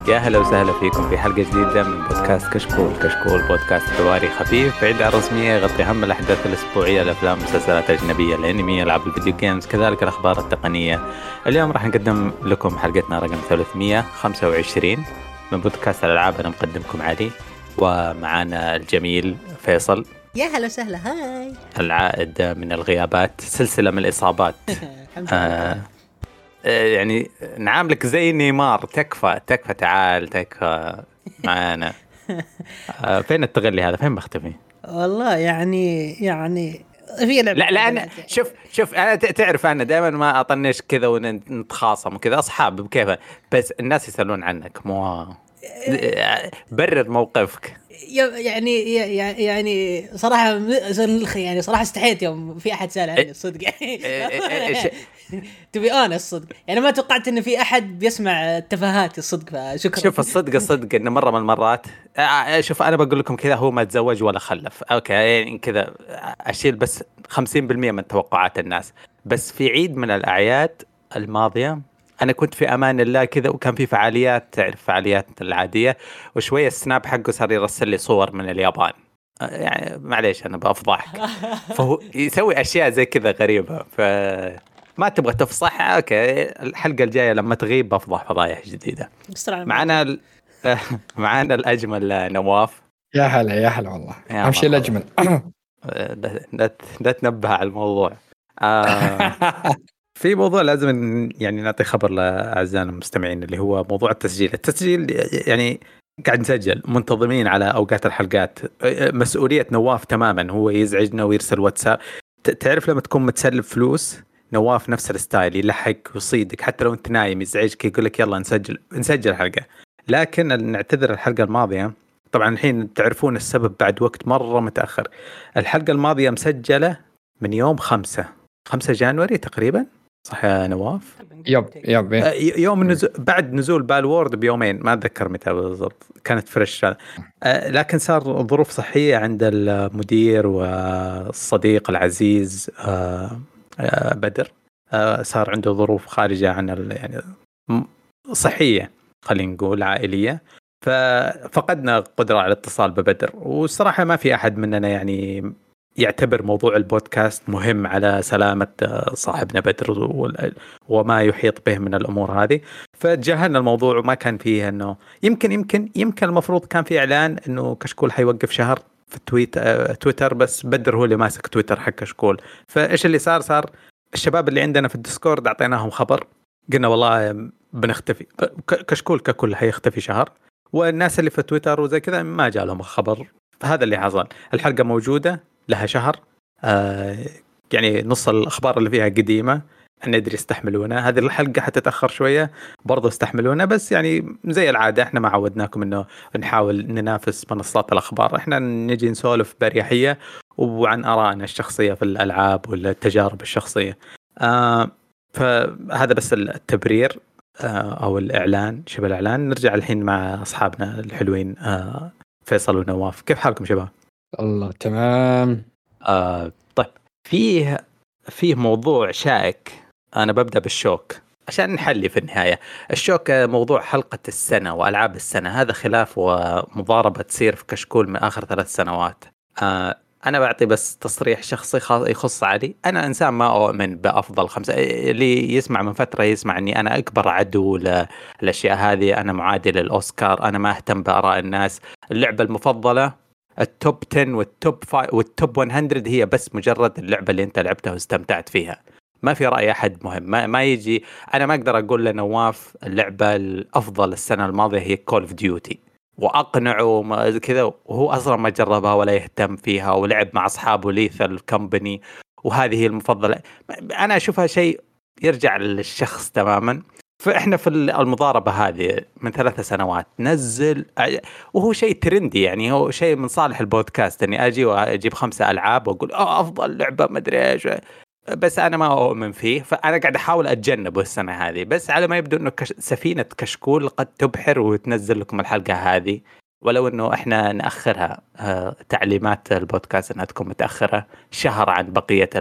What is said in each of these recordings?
يا هلا وسهلا فيكم في حلقة جديدة من بودكاست كشكول. كشكول بودكاست حواري خفيف بعيد عن الرسمية، يغطي أهم الأحداث الأسبوعية، الأفلام والمسلسلات الأجنبية، الأنمي، ألعاب الفيديو جيمز، كذلك الأخبار التقنية. اليوم راح نقدم لكم حلقتنا رقم 325 من بودكاست الألعاب. أنا مقدمكم علي، ومعانا الجميل فيصل. يا هلا وسهلا. هاي العائد من الغيابات، سلسلة من الإصابات. الحمد لله. يعني نعاملك زي نيمار، تكفى تعال تكفى معانا. فين التغلي هذا؟ فين مختفي؟ والله يعني في لعبة. لا أنا شوف أنا تعرف أنا دائما ما أطنش كذا ونتخاصم وكذا أصحاب بكيف، بس الناس يسألون عنك مو برر موقفك. يعني صراحة يعني صراحة استحيت يوم في أحد سأل عني الصدق يعني. تبي أنا الصدق يعني ما توقعت إن في أحد بيسمع التفاهات الصدق، فشكرا. شوف الصدق إنه مرة من المرات شوف أنا بقول لكم كذا، هو ما تزوج ولا خلف، أوكي يعني كذا أشيل بس 50% من توقعات الناس. بس في عيد من الأعياد الماضية أنا كنت في أمان الله كذا، وكان في فعاليات، تعرف فعاليات العادية، وشوية السناب حقه صار يرسل لي صور من اليابان. يعني معليش أنا بأفضحك. فهو يسوي أشياء زي كذا غريبة، ما تبغى تفصح. أوكي الحلقة الجاية لما تغيب بفضح فضايح جديدة. معانا الأجمل نواف. يا هلا والله أمشي الأجمل. لا تنبه على الموضوع. في موضوع لازم يعني نعطي خبر لأعزائنا المستمعين، اللي هو موضوع التسجيل. يعني قاعد نسجل منتظمين على أوقات الحلقات. مسؤولية نواف تماما، هو يزعجنا ويرسل واتساب. تعرف لما تكون متسلف فلوس، نواف نفس الستايل، يلحق ويصيدك حتى لو انت نايم، يزعجك يقول لك يلا نسجل حلقة. لكن نعتذر الحلقة الماضية، طبعا الحين تعرفون السبب بعد وقت مرة متأخر. الحلقة الماضية مسجلة من يوم 5 جانوري تقريبا، صح يا نواف؟ يب يوم بعد نزول بالوورد بيومين، ما أتذكر متى بالضبط، كانت فريش. لكن صار ظروف صحية عند المدير والصديق العزيز بدر. صار عنده ظروف خارجة عن يعني صحية، خلينا نقول عائلية، ففقدنا قدرة على الاتصال ببدر. والصراحة ما في أحد مننا يعني يعتبر موضوع البودكاست مهم على سلامة صاحبنا بدر وما يحيط به من الأمور هذه، فتجاهلنا الموضوع. وما كان فيه أنه يمكن المفروض كان في إعلان أنه كشكول حيوقف شهر في تويتر، بس بدر هو اللي ماسك تويتر حق كشكول. فإيش اللي صار الشباب اللي عندنا في الديسكورد أعطيناهم خبر، قلنا والله بنختفي، كشكول ككل حيختفي شهر، والناس اللي في تويتر وزي كذا ما جالهم خبر. فهذا اللي حصل. الحلقة موجودة لها شهر، يعني نص الأخبار اللي فيها قديمة، ندري استحملونا. هذه الحلقة حتتأخر شوية برضو استحملونا، بس يعني زي العادة احنا ما عودناكم انه نحاول ننافس منصات الأخبار، احنا نجي نسولف بأريحية وعن آرائنا الشخصية في الألعاب والتجارب الشخصية. فهذا بس التبرير أو الإعلان، شبه الإعلان. نرجع الحين مع أصحابنا الحلوين فيصل ونواف. كيف حالكم شباب؟ الله تمام. طيب فيه موضوع شائك، أنا ببدأ بالشوك عشان نحلي في النهاية. الشوك موضوع حلقة السنة وألعاب السنة، هذا خلاف ومضاربة تصير في كشكول من آخر 3 سنوات. أنا بعطي بس تصريح شخصي يخص علي. أنا إنسان ما أؤمن بأفضل 5. اللي يسمع من فترة يسمع أني أنا أكبر عدو للأشياء هذه، أنا معادي للأوسكار، أنا ما أهتم بآراء الناس. اللعبة المفضلة التوب 10 والتوب 5 والتوب 100 هي بس مجرد اللعبة اللي أنت لعبتها واستمتعت فيها، ما في رأي أحد مهم. ما يجي أنا ما أقدر أقول لنواف اللعبة الأفضل السنة الماضية هي كول اوف ديوتي وأقنعه كذا، وهو أصلا ما جربها ولا يهتم فيها، ولعب مع أصحابه ليثل كمباني وهذه هي المفضلة. أنا أشوفها شيء يرجع للشخص تماما. فإحنا في المضاربة هذه من 3 سنوات نزل، وهو شيء ترندي، يعني هو شيء من صالح البودكاست أني أجي وأجيب 5 ألعاب وأقول أفضل لعبة مدري إيش، بس أنا ما أؤمن فيه. فأنا قاعد أحاول أتجنبه السنة هذه، بس على ما يبدو أنه سفينة كشكول قد تبحر وتنزل لكم الحلقة هذه، ولو أنه إحنا نأخرها. تعليمات البودكاست أنها تكون متأخرة شهر عن بقية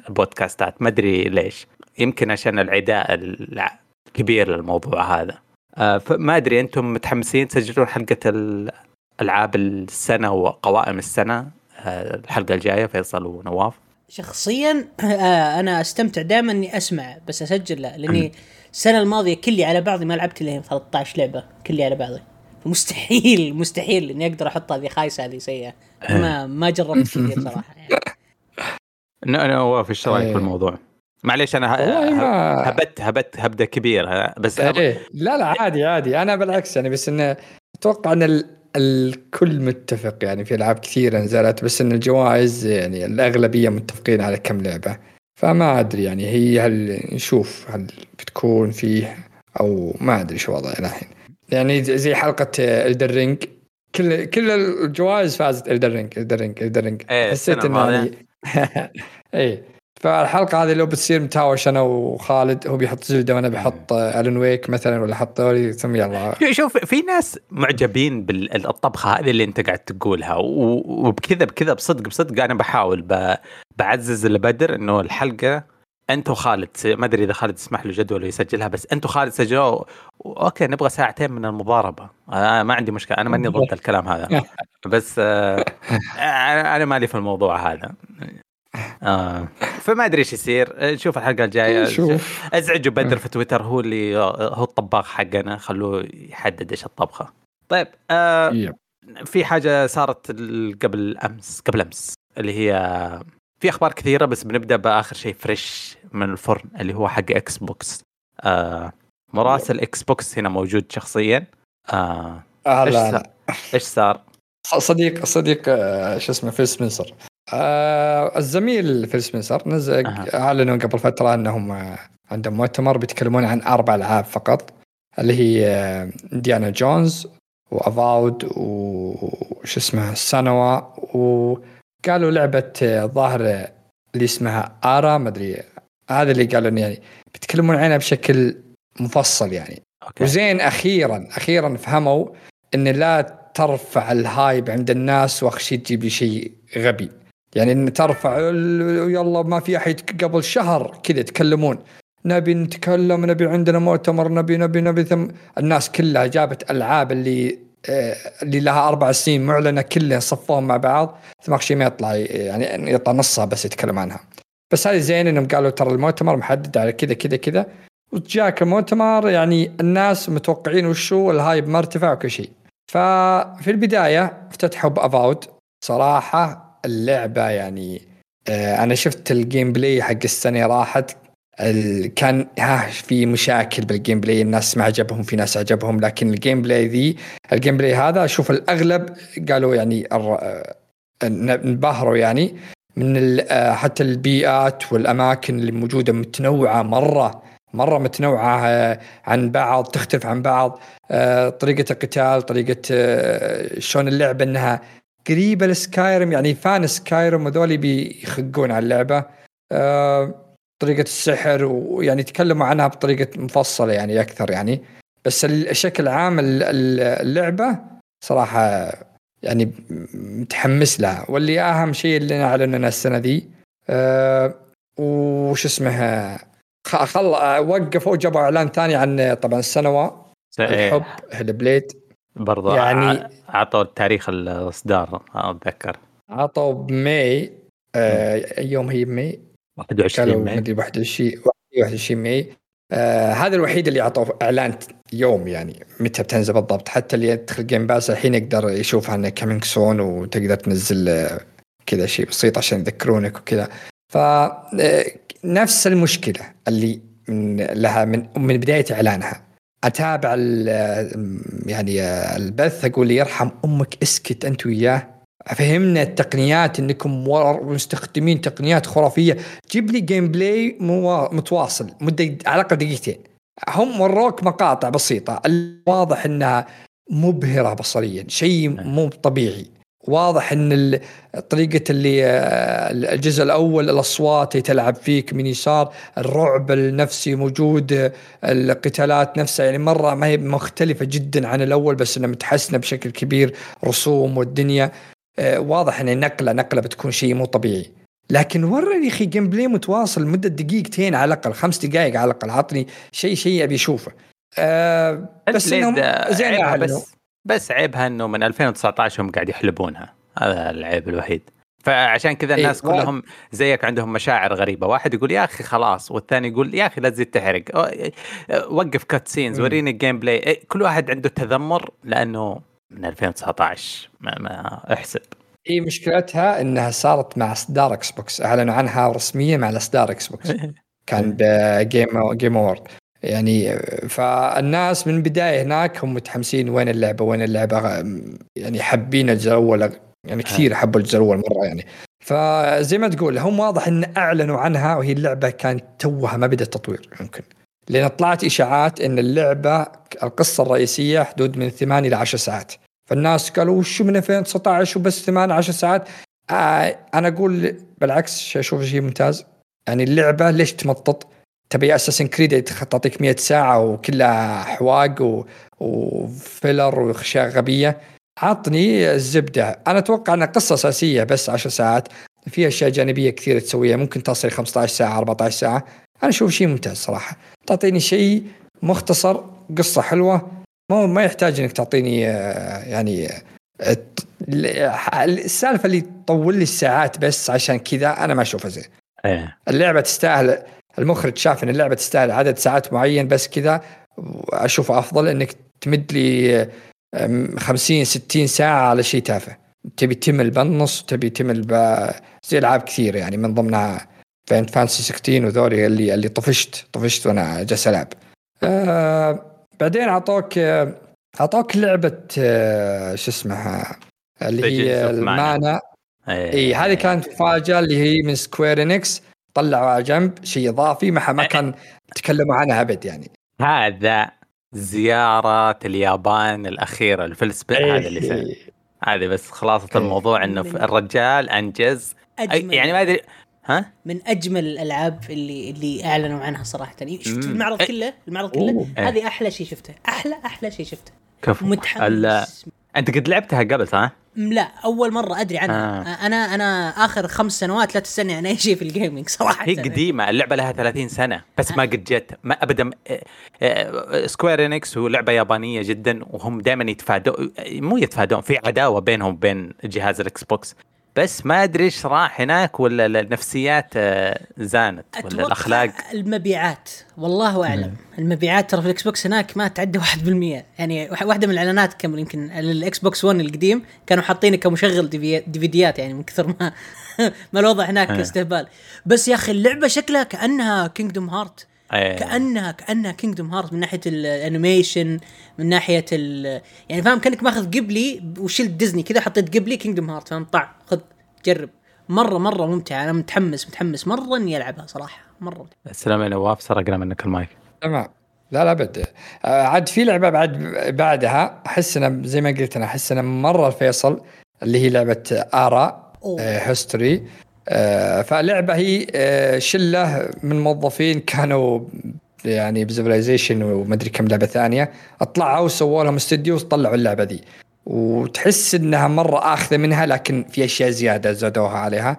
البودكاستات، ما أدري ليش، يمكن عشان العداء كبير للموضوع هذا. فما ادري انتم متحمسين تسجلون حلقه العاب السنه وقوائم السنه الحلقه الجايه فيصل ونواف؟ شخصيا انا استمتع دائما اني اسمع بس اسجل لا، لاني السنه الماضيه كلي على بعضي ما لعبت لهم 13 لعبه كلي على بعضي، مستحيل اني اقدر احط هذه خايسه هذه سيئه. ما جربت كثير صراحه يعني. انا في الشرايك في الموضوع. معليش انا هبدا كبير بس لا عادي انا بالعكس يعني، بس انه اتوقع ان الكل متفق يعني في العاب كثيره نزلت، بس ان الجوائز يعني الاغلبيه متفقين على كم لعبه، فما ادري يعني هي هل نشوف هل بتكون فيه او ما ادري شو وضعها الحين. يعني زي حلقه الدرينج كل الجوائز فازت الدرينج حسيت انه يعني ايه. فالحلقه هذه لو بتصير متهاوش انا وخالد، هو بيحط زلدة وانا بحط ألون ويك مثلا ولا حط دوري، ثم يلا. شوف في ناس معجبين بالطبخه هذه اللي انت قاعد تقولها، وبكذا بصدق انا بحاول بعزز البدر انه الحلقه انت وخالد، ما ادري اذا خالد يسمح له جدول يسجلها، بس انت وخالد سجلوا اوكي نبغى ساعتين من المضاربه، ما عندي مشكله، انا ماني ضد الكلام هذا، بس انا مالي في الموضوع هذا. فما ادري ايش يصير، نشوف الحلقه الجايه. ازعجوا بدر في تويتر، هو الطباخ حقنا، خلوه يحدد ايش الطبخه. طيب في حاجه صارت قبل امس اللي هي في اخبار كثيره، بس بنبدا باخر شيء فريش من الفرن اللي هو حق اكس بوكس. مراسل اكس بوكس هنا موجود شخصيا. ايش صار؟ صديق شو اسمه فيل سبنسر، الزميل فيل سبنسر نزل اعلنوا قبل فتره انهم عندهم مؤتمر بيتكلمون عن 4 ألعاب فقط، اللي هي إنديانا جونز وافاود وش اسمها سانوا، وقالوا لعبه ظاهر اللي اسمها ارا ما ادري، هذا اللي قالوا يعني بيتكلمون عنها بشكل مفصل يعني. وزين اخيرا فهموا ان لا ترفع الهايب عند الناس واخشي تجيب لي شيء غبي، يعني ان ترفع يلا ما في احد قبل شهر كذا يتكلمون نبي نتكلم، نبي عندنا مؤتمر، نبي ثم الناس كلها جابت العاب اللي لها 4 سنين معلنه كلها صفوهم مع بعض، ثم اخشي ما يطلع يعني يطلع نصها بس يتكلم عنها. بس هذه زين انهم قالوا ترى المؤتمر محدد على كذا وجاك المؤتمر يعني الناس متوقعين وشو الهايب مرتفع وكل شيء. ففي البداية افتتحوا بأفاود، صراحة اللعبة يعني أنا شفت الجيم بلاي حق السنة راحت، كان في مشاكل بالجيم بلاي، الناس ما عجبهم، في ناس عجبهم، لكن الجيم بلاي هذا أشوف الأغلب قالوا يعني انبهروا يعني من حتى البيئات والأماكن اللي موجودة متنوعة مرة متنوعة عن بعض، تختلف عن بعض، طريقة القتال، طريقة شلون اللعبة انها قريبة لسكايرم، يعني فان سكايرم وذولي بيخقون على اللعبة، طريقة السحر، ويعني تكلموا عنها بطريقة مفصلة يعني أكثر يعني. بس الشكل عام اللعبة صراحة يعني متحمس لها، واللي أهم شيء اللي نعلننا السنة دي وش اسمها وقفوا وجابوا إعلان ثاني عن طبعا السنوات الحب هالبليد برضو يعني عطوا التاريخ الإصدار، أتذكر عطوا بماي يوم هي بماي 21 ماي مدري 21 ماي. هذا الوحيد اللي عطوا إعلان يوم يعني متى بتنزل بالضبط، حتى اللي يدخل جيم باس الحين يقدر يشوف عنه كامينج سون، وتقدر تنزل كذا شيء بسيط عشان يذكرونك وكذا. فنفس المشكلة اللي لها من بداية إعلانها، أتابع يعني البث أقول لي يرحم أمك اسكت أنت وياه، فهمنا التقنيات انكم مستخدمين تقنيات خرافيه، جيب لي جيم بلاي متواصل مده على الاقل دقيقتين. هم وروك مقاطع بسيطه واضح انها مبهره بصريا، شيء مو طبيعي، واضح ان طريقه اللي الجزء الاول الاصوات تلعب فيك من يسار، الرعب النفسي موجود، القتالات نفسها يعني مره ما هي مختلفه جدا عن الاول، بس انها متحسنه بشكل كبير، رسوم والدنيا واضح ان النقله بتكون شيء مو طبيعي. لكن ورني اخي جيم بلاي متواصل مده دقيقتين على الاقل، 5 دقائق على الاقل، عطني شيء ابي اشوفه. بس انهم زين اعلنوا. بس عيبها انه من 2019 هم قاعد يحلبونها، هذا العيب الوحيد. فعشان كذا الناس كلهم زيك عندهم مشاعر غريبة، واحد يقول يا أخي خلاص، والثاني يقول يا أخي لا تزيد تحرق، وقف كات سينز، وريني الجيم بلاي. كل واحد عنده تذمر لأنه من 2019 ما احسب. هي مشكلتها انها صارت مع اصدار اكس بوكس، اعلنوا عنها رسميا مع اصدار اكس بوكس كان بجيم اوورد يعني. فالناس من البداية هناك هم متحمسين وين اللعبة يعني حابين الجزء الأول يعني، كثير حبوا الجزء الأول مرة يعني. فزي ما تقول هم واضح ان اعلنوا عنها وهي اللعبة كانت توها ما بدأ التطوير يمكن، لأن طلعت إشاعات ان اللعبة القصة الرئيسية حدود من 8 إلى 10 ساعات. فالناس قالوا شو من 2019 وبس 8-10 ساعات. أنا أقول بالعكس، أشوف شيء ممتاز يعني. اللعبة ليش تمطط؟ تبي أساسن كريد تعطيك 100 ساعة وكلها حواق وفيلر وأشياء غبية. عطني الزبدة. أنا أتوقع أن قصة أساسية بس 10 ساعات، في أشياء جانبية كثيرة تسويها ممكن تصل 15 ساعة 14 ساعة. أنا أشوف شيء ممتاز صراحة. تعطيني شيء مختصر، قصة حلوة، ما يحتاج انك تعطيني يعني السالفه اللي تطول لي الساعات بس عشان كذا. انا ما اشوفها زين. اللعبه تستاهل، المخرج شاف ان اللعبه تستاهل عدد ساعات معين بس كذا، اشوف افضل انك تمد لي 50-60 ساعه على شيء تافه. تبي تمل بالنص، تبي تمل زي العاب كثير يعني، من ضمنها فانتسي 16 وذولي اللي طفشت وانا جالس العب. بعدين أعطوك لعبة شو اسمها اللي هي المانا. هذه كانت مفاجأة، اللي هي من سكوير إنكس، طلعوا على جنب شيء إضافي ما كان تكلموا عنها أبد يعني. هذا زيارة اليابان الأخيرة الفلسبة هذا اللي سوى هذه، بس خلاصة الموضوع إنه الرجال أنجز يعني ما أدري. من أجمل الألعاب اللي أعلنوا عنها صراحة. شفت المعرض كله هذه أحلى شيء شفته، أحلى شيء صراحة. متحمس. أنت قد لعبتها قبل صح؟ لا، أول مرة أدري عنها. أنا آخر 5 سنوات لا تستني عن أي شيء في الجيمينج صراحة. هي قديمة، اللعبة لها 30 سنة بس ما قد جت ما أبدا. سكوير إنكس هو لعبة يابانية جدا، وهم دائما يتفادون في عداوة بينهم وبين جهاز الإكس بوكس، بس ما أدري إيش راح هناك، ولا النفسيات زانت، ولا الأخلاق، المبيعات والله أعلم. المبيعات ترى في الإكس بوكس هناك ما تعدى 1%. يعني واحدة من الإعلانات كم يمكن الإكس بوكس 1 القديم كانوا حاطينه كمشغل ديفيديات يعني، من كثر ما الوضع هناك استهبال. بس يا أخي اللعبة شكلها كأنها كينغدوم هارت، كأنها كينغدوم هارت من ناحية الانيميشن، من ناحية يعني فاهم، كأنك ماخذ قبلي وشلت ديزني كذا حطيت قبلي كينغدوم هارت، فاهم؟ طع خذ جرب. مرة ممتعة. أنا متحمس مرة إني ألعبها صراحة مرة. السلام عليكم، نواف سرقنا منك المايك. تمام. لا بد عاد في لعبة بعدها أحس أنا زي ما قلت، أنا أحس أنا مرة الفيصل اللي هي لعبة آراء هيستوري. فاللعبة هي شلة من موظفين كانوا يعني بزيفلايزيشن وما أدري كم لعبة ثانية، اطلعوا وسووا لهم استديو وطلعوا اللعبة دي، وتحس إنها مرة آخذة منها لكن في أشياء زيادة زادوها عليها.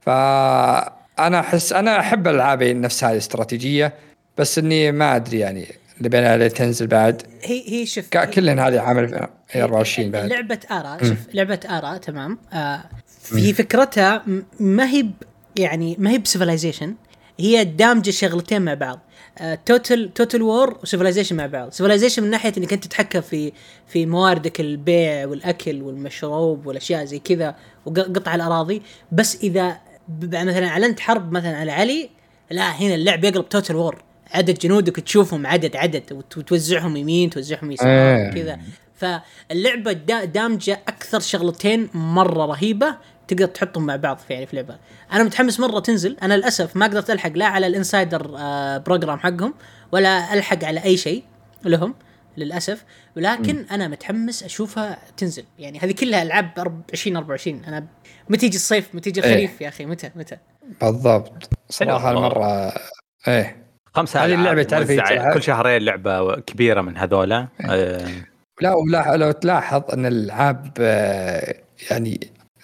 فأنا أحب الألعاب نفس هذه الاستراتيجية، بس إني ما أدري يعني اللي بينها تنزل بعد. هي شوف كلن هذه عامل 24 بعد. لعبة آراء شوف لعبة آراء تمام. في فكرتها ما هي بسيفلايزيشن، هي دامج شغلتين مع بعض. توتال وور وسيفلايزيشن مع بعض. سيفلايزيشن من ناحية انك انت تتحكم في مواردك، البيع والاكل والمشروب والاشياء زي كذا وقطع الاراضي. بس اذا مثلا اعلنت حرب مثلا على علي، لا هنا اللعب يقلب توتال وور، عدد جنودك تشوفهم عدد وتوزعهم يمين توزعهم يسار كذا. فاللعبة دامجة أكثر شغلتين مرة رهيبة تقدر تحطهم مع بعض في لعبة. أنا متحمس مرة تنزل. أنا للأسف ما قدرت ألحق لا على الانسايدر بروجرام حقهم ولا ألحق على أي شيء لهم للأسف، ولكن أنا متحمس أشوفها تنزل. يعني هذه كلها ألعاب 2024. أنا متى يجي الصيف، متى يجي الخريف يا أخي، متى بالضبط صراحة المرة 5 هذه اللعبة تعرف كل شهرين لعبة كبيرة من هذولا. لا لو تلاحظ أن الألعاب يعني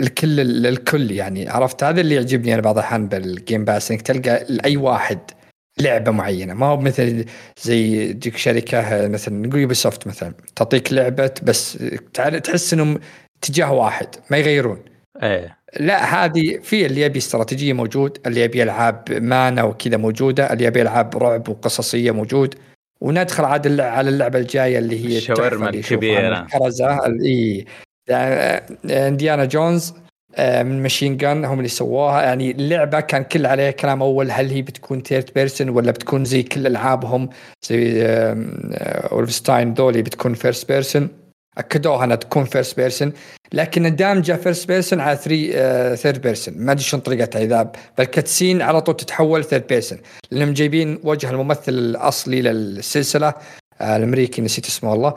الكل يعني عرفت. هذا اللي يعجبني أنا بعض الأحيان بالجيم باس، إنك تلقى أي واحد لعبه معينه، ما هو مثل زي تجيك شركه مثلا نقول يوبيسوفت مثلا تعطيك لعبه بس تحس انهم اتجاه واحد ما يغيرون. ايه لا هذه في اللي يبي استراتيجيه موجود، اللي يبي العاب مانا وكذا موجوده، اللي يبي العاب رعب وقصصيه موجود. وندخل عاد على اللعبه الجايه اللي هي الشاورما اللي يشوفها الكبيرة. الكرزه اللي انديانا جونز من ماشين جان هم اللي سووها. يعني اللعبه كان كل عليها كلام اول، هل هي بتكون ثيرد بيرسون ولا بتكون زي كل العابهم زي وولفستاين ذولي بتكون فيرست بيرسون. اكدوها انها تكون فيرست بيرسون، لكن دامجه فيرست بيرسون على 3 ثيرد بيرسون. ما ادري شلون طريقتها، اذا بالكاتسين على طول تتحول ثيرد بيرسون، لانهم جايبين وجه الممثل الاصلي للسلسله الامريكي نسيت اسمه والله.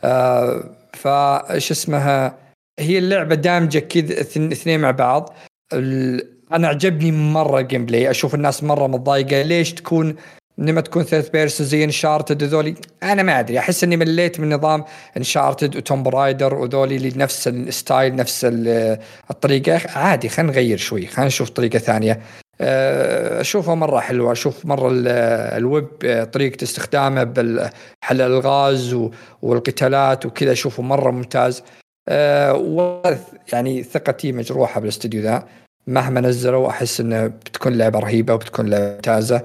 فايش اسمها، هي اللعبه دامجه كذا اثنين مع بعض. انا عجبني مره الجيم بلاي، اشوف الناس مره متضايقه ليش تكون لما تكون ثيرد بيرسون زي انشارتد وذولي. انا ما ادري، احس اني مليت من نظام انشارتد وتوم رايدر وذولي اللي نفس الستايل نفس الطريقه. عادي خلينا نغير شوي، خلينا نشوف طريقه ثانيه. اشوفها مره حلوه، اشوف مره الويب طريقه استخدامه بالحل الغاز والقتالات وكذا، اشوفه مره ممتاز. يعني ثقتي مجروحه بالاستوديو ذا، مهما نزلوا احس انه بتكون لعبه رهيبه وبتكون لعبه ممتازه.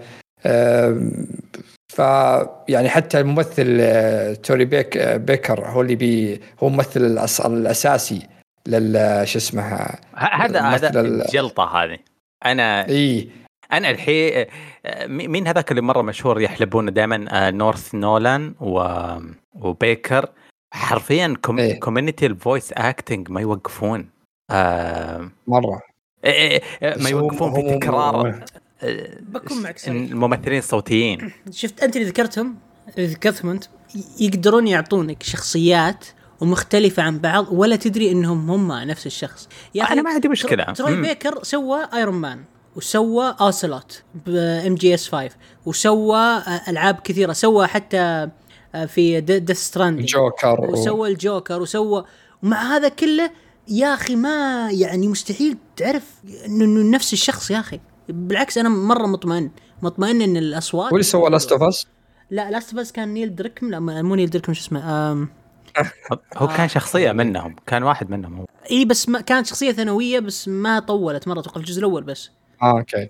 يعني حتى الممثل توري بيكر هو اللي هو الممثل الاساسي شو اسمه هذا الجلطه هذه. انا انا الحين مين هذاك اللي مره مشهور يحلبونه دائما، نورث نولان وبيكر حرفيا كوميونتي الفويس اكتنج ما يوقفون مره ما يوقفون في تكرار. بكون معك صريح. الممثلين الصوتيين شفت انت اللي ذكرتهم انت يقدرون يعطونك شخصيات ومختلفة عن بعض ولا تدري انهم هم نفس الشخص. يعني انا ما عندي مشكلة. تروي بيكر سوى ايرون مان وسوى اوسلوت بام جي اس 5 وسوى العاب كثيرة، سوى حتى في ديث ستراندينج جوكر وسوى الجوكر وسوى. ومع هذا كله يا اخي ما يعني مستحيل تعرف انه نفس الشخص يا اخي. بالعكس انا مره مطمئن ان الاصوات. واللي سوى لاست اوف اس، لا لاست اوف اس كان نيل دريكم، لا مو نيل دريكم، شو اسمه هو كان شخصية منهم، كان واحد منهم هو. اي بس ما كانت شخصية ثانوية، بس ما طولت مرة، توقف الجزء الاول بس. اوكي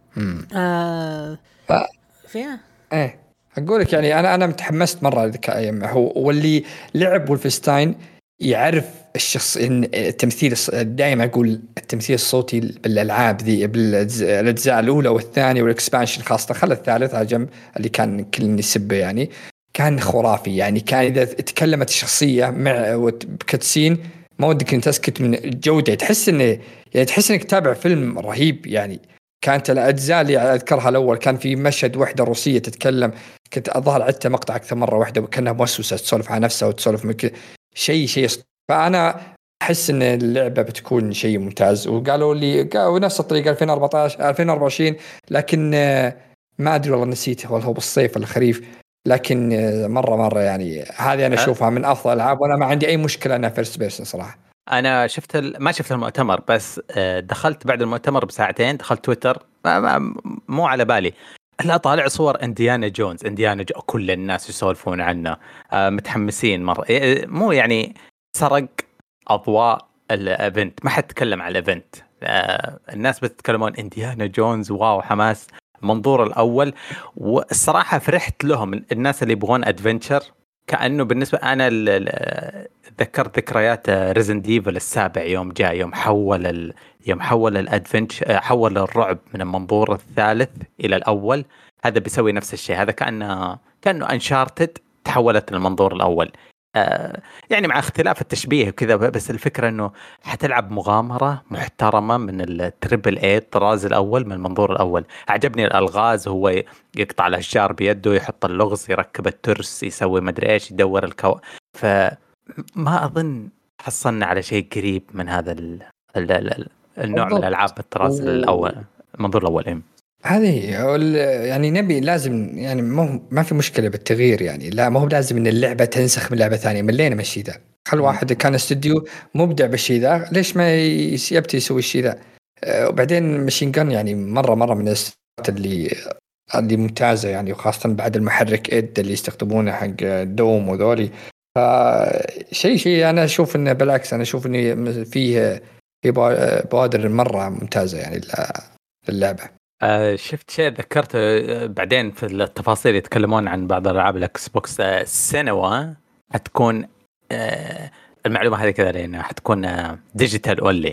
فيها ايه اقول لك يعني انا متحمست مرة لذكاء. هو واللي لعب وولفنشتاين يعرف الشخص إن التمثيل دائما أقول التمثيل الصوتي بالألعاب ذي بالأجزاء الأولى والثانية والإكسبانشن خاصة، خلى الثالث على جنب اللي كان كل يسبه يعني كان خرافي. يعني كان إذا تكلمت الشخصية مع بكتسين ما ودك أن تسكت من الجودة، تحس إنه يعني تحس إنك تتابع فيلم رهيب. يعني كانت الأجزاء اللي أذكرها الأول كان في مشهد وحدة روسية تتكلم، كنت أظهر عدتها مقطع أكثر مرة واحدة وكأنها موسوسة تسولف على نفسها وتسولف من شيء. فأنا أحس إن اللعبة بتكون شيء ممتاز. وقالوا لي ونفس الطريقة 2014 2024، لكن ما أدري والله نسيت هو بالصيف ولا الخريف، لكن مرة يعني هذه أنا أشوفها من أفضل الألعاب، وأنا ما عندي أي مشكلة أنها فيرست بيرسون صراحة. أنا ما شفت المؤتمر، بس دخلت بعد المؤتمر بساعتين، دخلت تويتر مو على بالي لا طالع صور انديانا جونز كل الناس يسولفون عنه، متحمسين مرة. مو يعني سرق أضواء الإيفنت، ما حد تكلم على الإيفنت، الناس بتتكلمون انديانا جونز واو حماس منظور الأول. والصراحة فرحت لهم الناس اللي يبغون أدفنتشر، كأنه بالنسبة أنا ذكرت ذكريات ريزن ديفل السابع يوم جاء يوم حول الأدفنتشر، حول الرعب من المنظور الثالث إلى الأول. هذا بيسوي نفس الشيء، هذا كأنه أنشارتد تحولت للمنظور الأول. يعني مع اختلاف التشبيه وكذا، بس الفكرة أنه حتلعب مغامرة محترمة من التريبل اي الطراز الأول من المنظور الأول. عجبني الألغاز، هو يقطع الأشجار بيده، يحط اللغز، يركب الترس، يسوي مدري إيش، يدور فما أظن حصلنا على شيء قريب من هذا النوع من الألعاب الطراز الأول، المنظور الأول. هذه يعني نبي لازم يعني ما في مشكلة بالتغيير، يعني لا ما هو لازم ان اللعبة تنسخ من لعبة ثانية. ملينا من الشيء ذا، خل واحد كان استوديو مبدع بالشيء ذا ليش ما يبتي يسوي الشيء ذا. وبعدين ماشين جن يعني مرة من اللي اللي ممتازة يعني، وخاصة بعد المحرك إد اللي يستخدمونه حق دوم وذولي. فشيء أنا أشوف إنه بالعكس، أنا أشوف إنه فيه بوادر مرة ممتازة يعني اللعبة. شفت شيء ذكرت بعدين في التفاصيل يتكلمون عن بعض الألعاب الأكس بوكس السنوة هتكون المعلومة هذه كذا، لأنها حتكون ديجيتال أولي.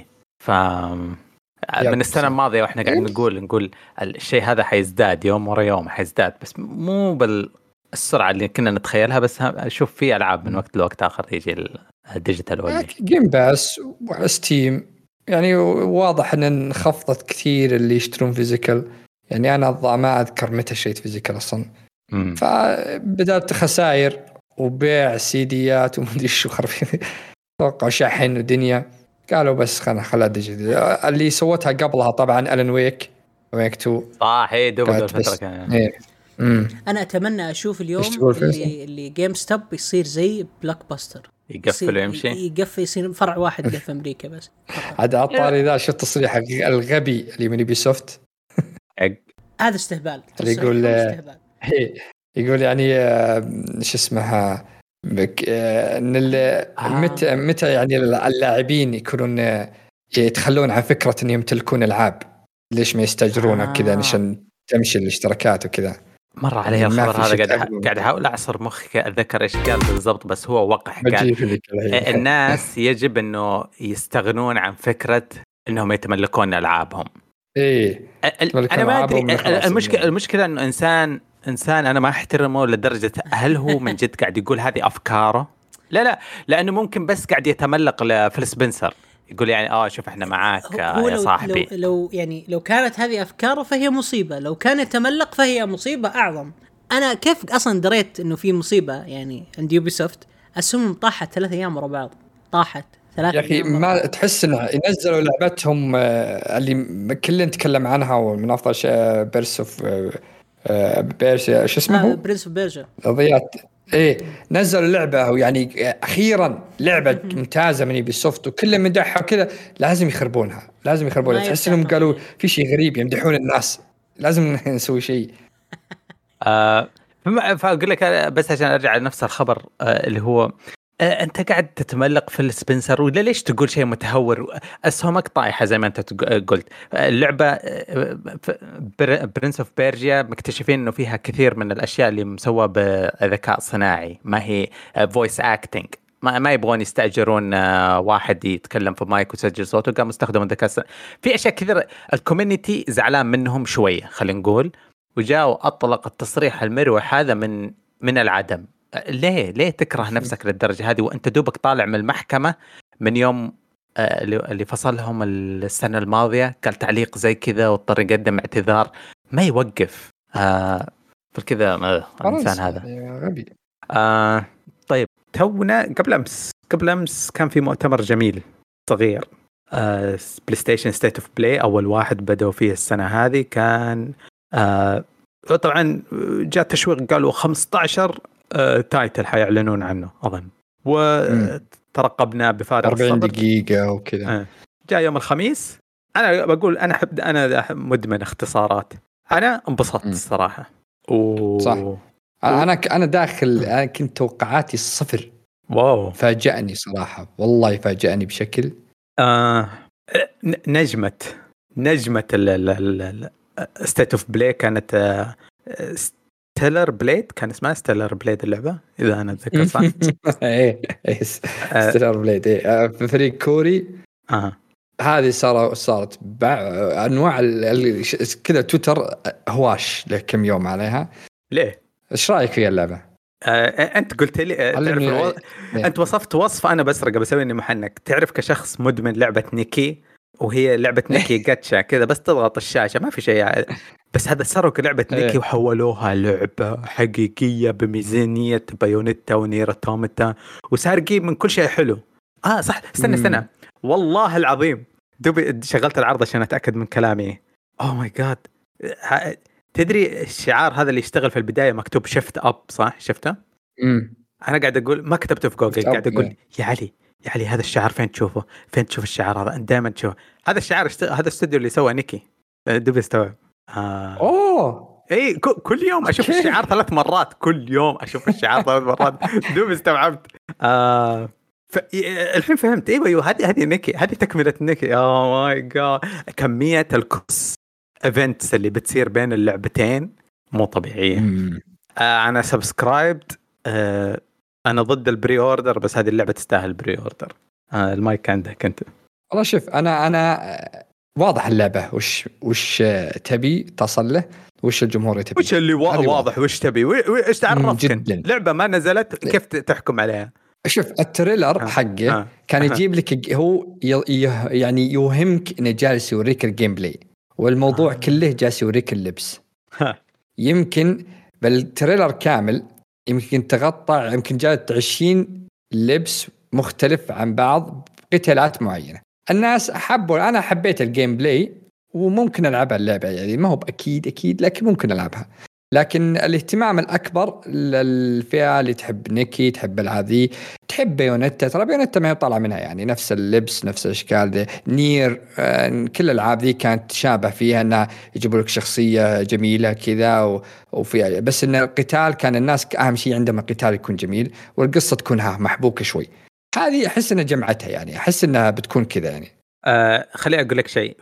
من السنة الماضية وإحنا قاعد نقول الشيء هذا حيزداد يوم ورا يوم، حيزداد بس مو بالسرعة اللي كنا نتخيلها. بس أشوف فيه ألعاب من وقت لوقت آخر يجي الديجيتال أولي. جيم باس وعلى ستيم يعني واضح ان انخفضت كثير اللي يشترون فيزيكال. يعني انا ما اذكر متى شريت فيزيكال اصلا. فبدأت خسائر وبيع سيديات ومدري شو خرفين توقع شحن ودنيا. قالوا بس خلها ديجيتال. اللي سوتها قبلها طبعا ألان ويك 2 صح. هي دوب الفترة كان. انا اتمنى اشوف اليوم اللي جيم ستوب يصير زي بلاك باستر، يقفل ويمشي، يقفل يصير فرع واحد في امريكا بس. هذا عطاري ذا شفت تصريح الغبي اللي من يوبيسوفت هذا استهبال. اللي يقول يعني شو اسمها ان متى يعني اللاعبين يكونون يتخلون عن فكرة انهم يمتلكون العاب، ليش ما يستاجرونها كذا عشان تمشي الاشتراكات وكذا. مر علي الخبر هذا، قاعد احاول اعصر مخي اتذكر ايش قال بالضبط، بس هو وقح قال الناس يجب انه يستغنون عن فكرة انهم يتملكون العابهم. انا ما ادري المشكلة انه انسان انا ما احترمه لدرجة هل هو من جد قاعد يقول هذه افكاره؟ لا لانه ممكن بس قاعد يتملق لفيل سبنسر، يقول يعني شوف احنا معاك يا صاحبي. لو كانت هذه افكاره فهي مصيبة، لو كان يتملق فهي مصيبة اعظم. انا كيف اصلا دريت انه في مصيبة يعني عند يوبيسوفت؟ اسهم طاحت 3 ايام ورا بعض، طاحت 3 يا اخي ما تحس ان ينزلوا لعبتهم اللي كلنا نتكلم عنها ومن افضل شيء بيرسوف بيرسيا شو اسمه برنس اوف بيرجيا قضيات نزلوا لعبه ويعني اخيرا لعبه ممتازه من يوبيسوفت وكل مدحها وكذا لازم يخربونها تحس انهم قالوا في شيء غريب يمدحون الناس لازم نسوي شيء. فاقول لك بس عشان ارجع لنفس الخبر اللي هو انت قاعد تتملق في السبنسر ولا ليش تقول شيء متهور؟ اسهمك طايحه زي ما انت قلت. اللعبه برنس اوف بيرجيا مكتشفين انه فيها كثير من الاشياء اللي مسوى بذكاء صناعي، ما هي فويس اكتنج. ما يبغون يستاجرون واحد يتكلم في مايك ويسجل صوته، قاموا استخدموا الذكاء الصناعي في اشياء كثير. الكوميونتي زعلان منهم شويه خلينا نقول، وجاءوا اطلق التصريح المروح هذا من العدم. ليه تكره نفسك للدرجة هذه وانت دوبك طالع من المحكمة من يوم اللي فصلهم السنة الماضية؟ قال تعليق زي كذا واضطر يقدم اعتذار، ما يوقف فكذا الإنسان هذا غبي. طيب تونا قبل أمس كان في مؤتمر جميل صغير، بلاي ستيشن ستيت اوف بلاي، أول واحد بدأوا فيه السنة هذه. كان طبعا جاء تشويق، قالوا 15 تايتل حيعلنون عنه أظن، وترقبنا بفارغ الصبر 40 دقيقة وكذا. جاء يوم الخميس. أنا بقول أنا مدمن اختصارات، أنا انبسطت الصراحة صح. أنا داخل أنا كنت توقعاتي 0. واو، فاجأني صراحة، والله فاجأني بشكل نجمة ستيت اوف بلاي كانت ستيلر بليد، كان اسمها ستيلر بليد اللعبة إذا أنا أتذكر صح. ستيلر بليد في فريق كوري. هذه صارت أنواع كذا تويتر هواش له كم يوم عليها. ليه؟ إيش رأيك في اللعبة؟ أنت قلت لي أنت وصفت وصف أنا بسوي إني محنك. تعرف كشخص مدمن لعبة نيكي، وهي لعبة نيكي جاتشا كذا بس تضغط الشاشة ما في شيء. بس هذا سرقوا لعبة نيكي وحولوها لعبة حقيقية بميزانية بايونيتا ونير أوتوماتا، وسارقين من كل شيء حلو. صح. استنى والله العظيم دوبي شغلت العرض عشان أتأكد من كلامي. ماي جاد، تدري الشعار هذا اللي يشتغل في البداية مكتوب شيفت أب صح؟ شفته؟ أنا قاعد أقول ما كتبته في جوجل، قاعد أقول يا علي هذا الشعار فين تشوفه؟ فين تشوف الشعار هذا؟ أنت دائما تشوف هذا الشعار. هذا الاستوديو اللي سوى نيكي دوبي استوعب. اي كل يوم اشوف الشعار 3 مرات، كل يوم اشوف الشعار 3 مرات. دوب استوعبت. الحين فهمت. ايوه هذه نيكي، هذه تكمله نيكي. ماي جاد، كميه الكوس ايفنتس اللي بتصير بين اللعبتين مو طبيعيه. انا سبسكرايبد. انا ضد البري اوردر، بس هذه اللعبه تستاهل بري اوردر. المايك عندك انت. والله شوف، انا واضح اللعبه وش تبي تصل له، وش الجمهور تبي، وش اللي واضح وش تبي، وش تعرفك لعبه ما نزلت كيف تحكم عليها. شوف التريلر حقه كان يجيب لك، هو يعني يوهمك انه جالس يوريك الجيم بلاي، والموضوع كله جالس يوريك اللبس. يمكن بالتريلر كامل يمكن تغطى، يمكن جاءت 20 لبس مختلف عن بعض بقتالات معينة. الناس حبوا، أنا حبيت الجيم بلاي وممكن ألعبها اللعبة، يعني ما هو أكيد لكن ممكن ألعبها. لكن الاهتمام الأكبر للفئة اللي تحب نيكي، تحب العادي، تحب بيونيتا. ترى بيونيتا ما يطلع منها يعني نفس اللبس نفس الأشكال دي. نير كل الألعاب دي كانت تشابه فيها أنها يجيبوا لك شخصية جميلة كذا وفيها، بس إن القتال كان الناس أهم شيء عندما القتال يكون جميل والقصة تكون محبوكة شوي. هذه أحس إنها جمعتها، يعني أحس إنها بتكون كذا يعني. خليني أقول لك شيء،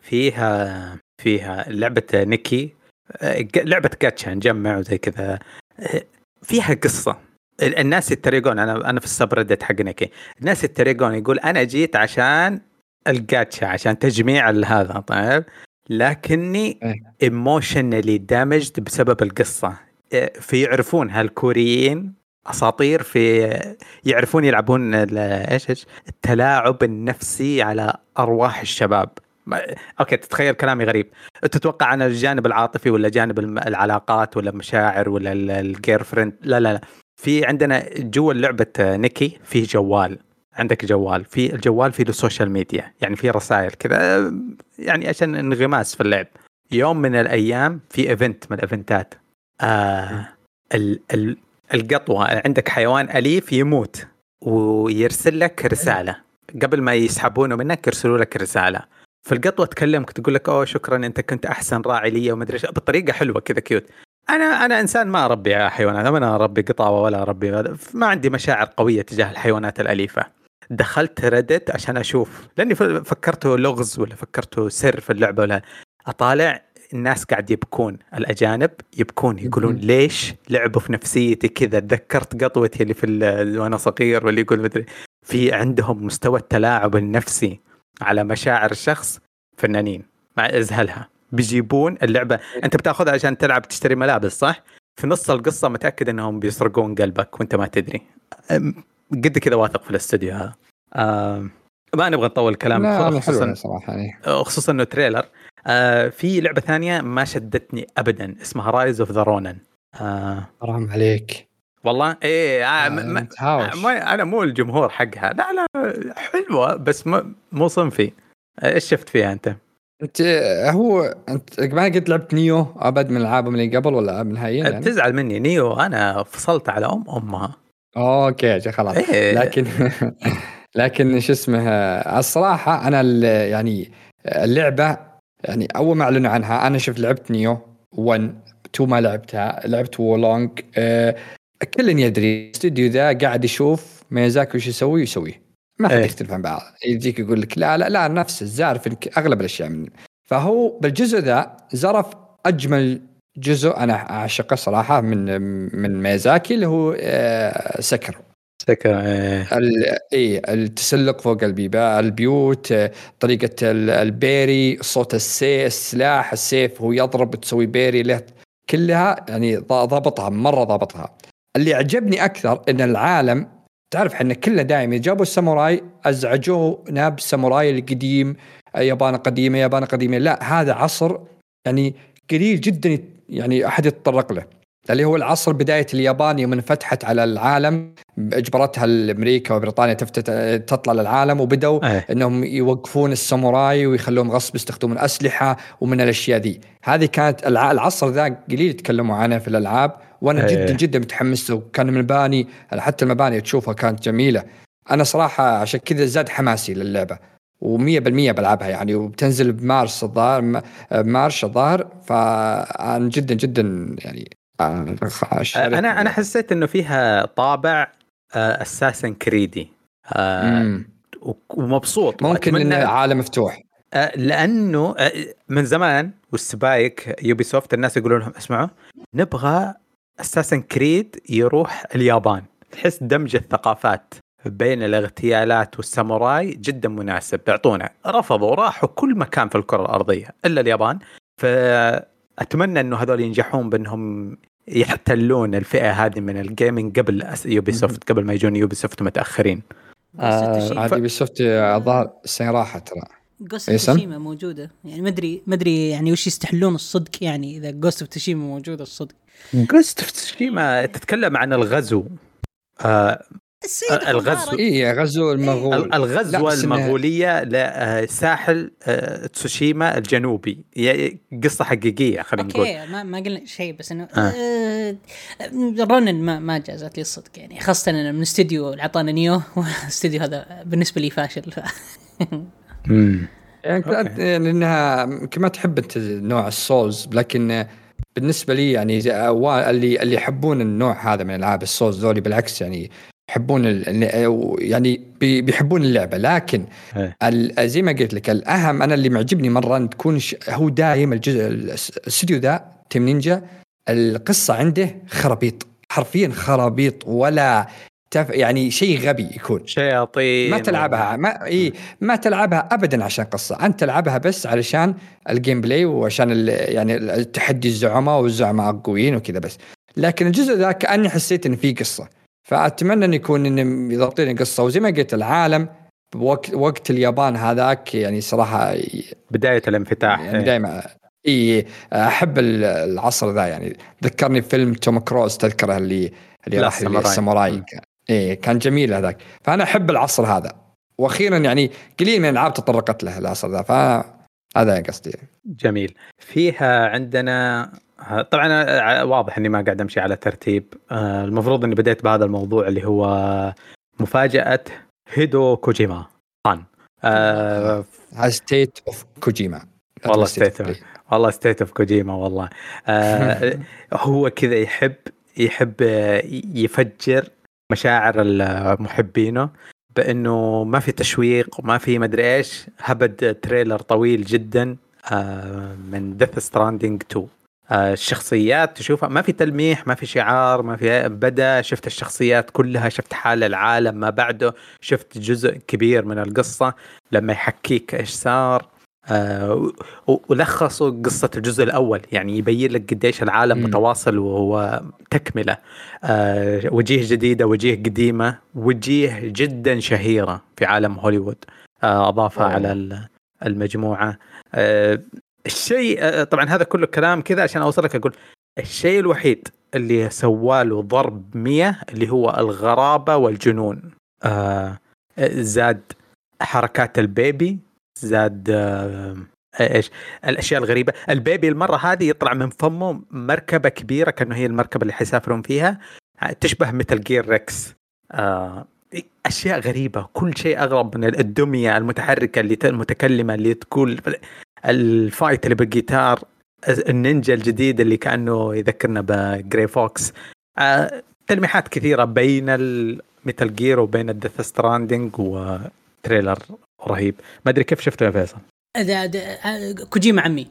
فيها لعبة نيكي، لعبة كاتشا نجمع وزي كذا، فيها قصة. الناس يتريقون، أنا في السبردت حق نيكي، الناس يتريقون يقول أنا جيت عشان الكاتشا، عشان تجميع هذا. طيب لكني emotionally damaged بسبب القصة. في يعرفون هالكوريين أساطير، في يعرفون يلعبون إيش التلاعب النفسي على أرواح الشباب. اوكي تتخيل كلامي غريب، تتوقع عن الجانب العاطفي ولا جانب العلاقات ولا مشاعر ولا الجير فريند؟ لا، في عندنا جوا لعبة نيكي في جوال، عندك جوال، في الجوال في السوشيال ميديا، يعني في رسائل كذا يعني عشان انغماس في اللعب. يوم من الايام في ايفنت من الايفنتات، القطوة، عندك حيوان أليف يموت ويرسل لك رسالة قبل ما يسحبونه منك، يرسلوا لك رسالة. فالقطوة تكلمك تقول لك شكرا انت كنت احسن راعي لي وما ادري ايش، بطريقه حلوه كذا كيوت. انا انسان ما اربي حيوانات، انا اربي قطاوه ولا اربي، ما عندي مشاعر قويه تجاه الحيوانات الاليفه. دخلت ريدت عشان اشوف، لاني فكرته لغز ولا فكرته سر في اللعبه، ولا اطالع الناس قاعد يبكون، الاجانب يبكون يقولون ليش لعبوا في نفسيتي كذا. تذكرت قطوتي اللي في وانا صغير، واللي يقول مدري، في عندهم مستوى التلاعب النفسي على مشاعر الشخص فنانين. مع ازهلها بيجيبون اللعبة، انت بتاخذها عشان تلعب تشتري ملابس صح، في نص القصة متأكد انهم بيسرقون قلبك وانت ما تدري. قد كذا واثق في الاستوديو هذا. ما نبغى نطول الكلام، خصوصا صراحة يعني. خصوصا انه تريلر. في لعبة ثانية ما شدتني ابدا اسمها رايز اوف ذا رونن. حرام عليك والله ايه. انا مو الجمهور حقها، لا حلوة بس مو صنفي. ايش شفت فيها انت؟ انت ما قد لعبت نيو ابد من العابهم اللي قبل ولا من هاي يعني؟ بتزعل مني نيو، انا فصلت على امها. اوكي خلاص. لكن لكن شو اسمه، الصراحه انا يعني اللعبه، يعني اول ما اعلنوا عنها انا شفت لعبت نيو 1 2 ما لعبتها، لعبت وولونج. كل يدري الاستوديو ذا قاعد يشوف ميازاكي وش يسوي ما حد يختلف عن بعض. يجيك يقول لك لا نفس الزارف اغلب الاشياء منه. فهو بالجزء ذا زرف اجمل جزء انا اعشقه صراحه من ميازاكي، اللي هو سكر التسلق فوق البيوت، طريقه البيري، صوت السلاح، السيف هو يضرب تسوي بيري له، كلها يعني ضابطها. اللي عجبني اكثر ان العالم، تعرف احنا كلنا دائما جابوا الساموراي ازعجوه ناب الساموراي القديم، يابان قديمه. لا هذا عصر يعني قليل جدا يعني احد يتطرق له، اللي هو العصر بدايه اليابان يوم انفتحت على العالم، اجبرتها امريكا وبريطانيا تطلع للعالم، وبداوا انهم يوقفون الساموراي ويخلوهم غصب يستخدمون اسلحه ومن الاشياء دي. هذه كانت العصر ذا قليل يتكلموا عنه في الالعاب، وانا جدا متحمس له. كان المباني، حتى المباني تشوفها كانت جميله. انا صراحه عشان كذا زاد حماسي للعبه، و100% بلعبها يعني، وبتنزل بمارس الظاهر فأنا جدا جدا يعني انا حسيت انه فيها طابع اساسن كريدي ومبسوط ممكن انه عالم مفتوح لانه من زمان والسبايك يوبي سوفت الناس يقولون لهم اسمعوا نبغى اساسن كريد يروح اليابان، تحس دمج الثقافات بين الاغتيالات والساموراي جدا مناسب، تعطونا. رفضوا راحوا كل مكان في الكرة الأرضية إلا اليابان. فأتمنى أنه هذول ينجحون بأنهم يحتلون الفئة هذه من الجيمنج قبل يوبي سوفت، قبل ما يجون يوبي سوفت متأخرين. هذه يوبي سوفت الظاهر السنة راحت ترى. Ghost of Tsushima موجودة يعني، ما أدري يعني وش يستحلون الصدق يعني إذا Ghost of Tsushima موجودة الصدق. Ghost of Tsushima تتكلم عن الغزو الغزو غزو المغول، الغزوة المغولية لساحل تسوشيما الجنوبي، قصة حقيقية خلينا نقول. اوكي ما قلنا شيء، بس انه رونن ما جازت لي الصدق يعني، خاصة أنا من استوديو اللي عطانا نيو واستوديو هذا بالنسبة لي فاشل يعني لأنها كما تحب أنت نوع السولز، لكن بالنسبة لي يعني اللي يحبون النوع هذا من ألعاب السولز ذولي بالعكس يعني يحبون يعني بيحبون اللعبة. لكن زي ما قلت لك الأهم أنا اللي معجبني مرة أن تكون هو دايم الاستوديو ذا تيم نينجا القصة عنده خرابيط، حرفيا خرابيط، ولا يعني شيء غبي يكون شياطين ما تلعبها ما تلعبها أبدا عشان قصة، أنت تلعبها بس علشان الجيم بلاي وعشان يعني التحدي الزعماء والزعماء قويين وكذا بس. لكن الجزء ذا كأني حسيت إن فيه قصة، فأتمنى أن يكون إن يضبطين قصة. وزي ما قلت العالم وقت اليابان هذاك يعني صراحة بداية الانفتاح يعني دائما أحب العصر ذا يعني. ذكرني فيلم توم كروز تذكره اللي راح الساموراي كان جميل هذاك. فأنا أحب العصر هذا، وأخيرا يعني قليل من الألعاب تطرقت له العصر ذا، فهذا قصدي. جميل. فيها عندنا طبعا واضح اني ما قاعد امشي على ترتيب، المفروض اني بديت بهذا الموضوع اللي هو مفاجأة هيدو كوجيما ستيت اوف كوجيما. والله ستيت اوف كوجيما والله هو كذا يحب يفجر مشاعر المحبينه بانه ما في تشويق وما في مدري ايش. هبد تريلر طويل جدا من Death Stranding 2. الشخصيات تشوفها ما في تلميح، ما في شعار، ما في بدأ. شفت الشخصيات كلها، شفت حال العالم ما بعده، شفت جزء كبير من القصة لما يحكيك إيش صار. ولخصوا قصة الجزء الأول يعني يبين لك قديش العالم متواصل وهو تكملة. وجيه جديدة، وجيه قديمة، وجيه جدا شهيرة في عالم هوليوود أضافها على المجموعة. الشيء طبعا هذا كله كلام كذا عشان أوصلك أقول الشيء الوحيد اللي سواله ضرب 100 اللي هو الغرابة والجنون. زاد حركات البيبي، زاد إيش الأشياء الغريبة. البيبي المرة هذه يطلع من فمه مركبة كبيرة كأنه هي المركبة اللي حيسافرون فيها، تشبه ميتال جير ريكس. أشياء غريبة، كل شيء أغرب من الدمية المتحركة اللي المتكلمة اللي تقول، الفايت اللي بالجيتار، النينجا الجديد اللي كأنه يذكرنا بجري فوكس. تلميحات كثيرة بين الميتال جير وبين الديث ستراندينج، وتريلر رهيب. ما أدري كيف شفته يا فيصل؟ كوجيما عمي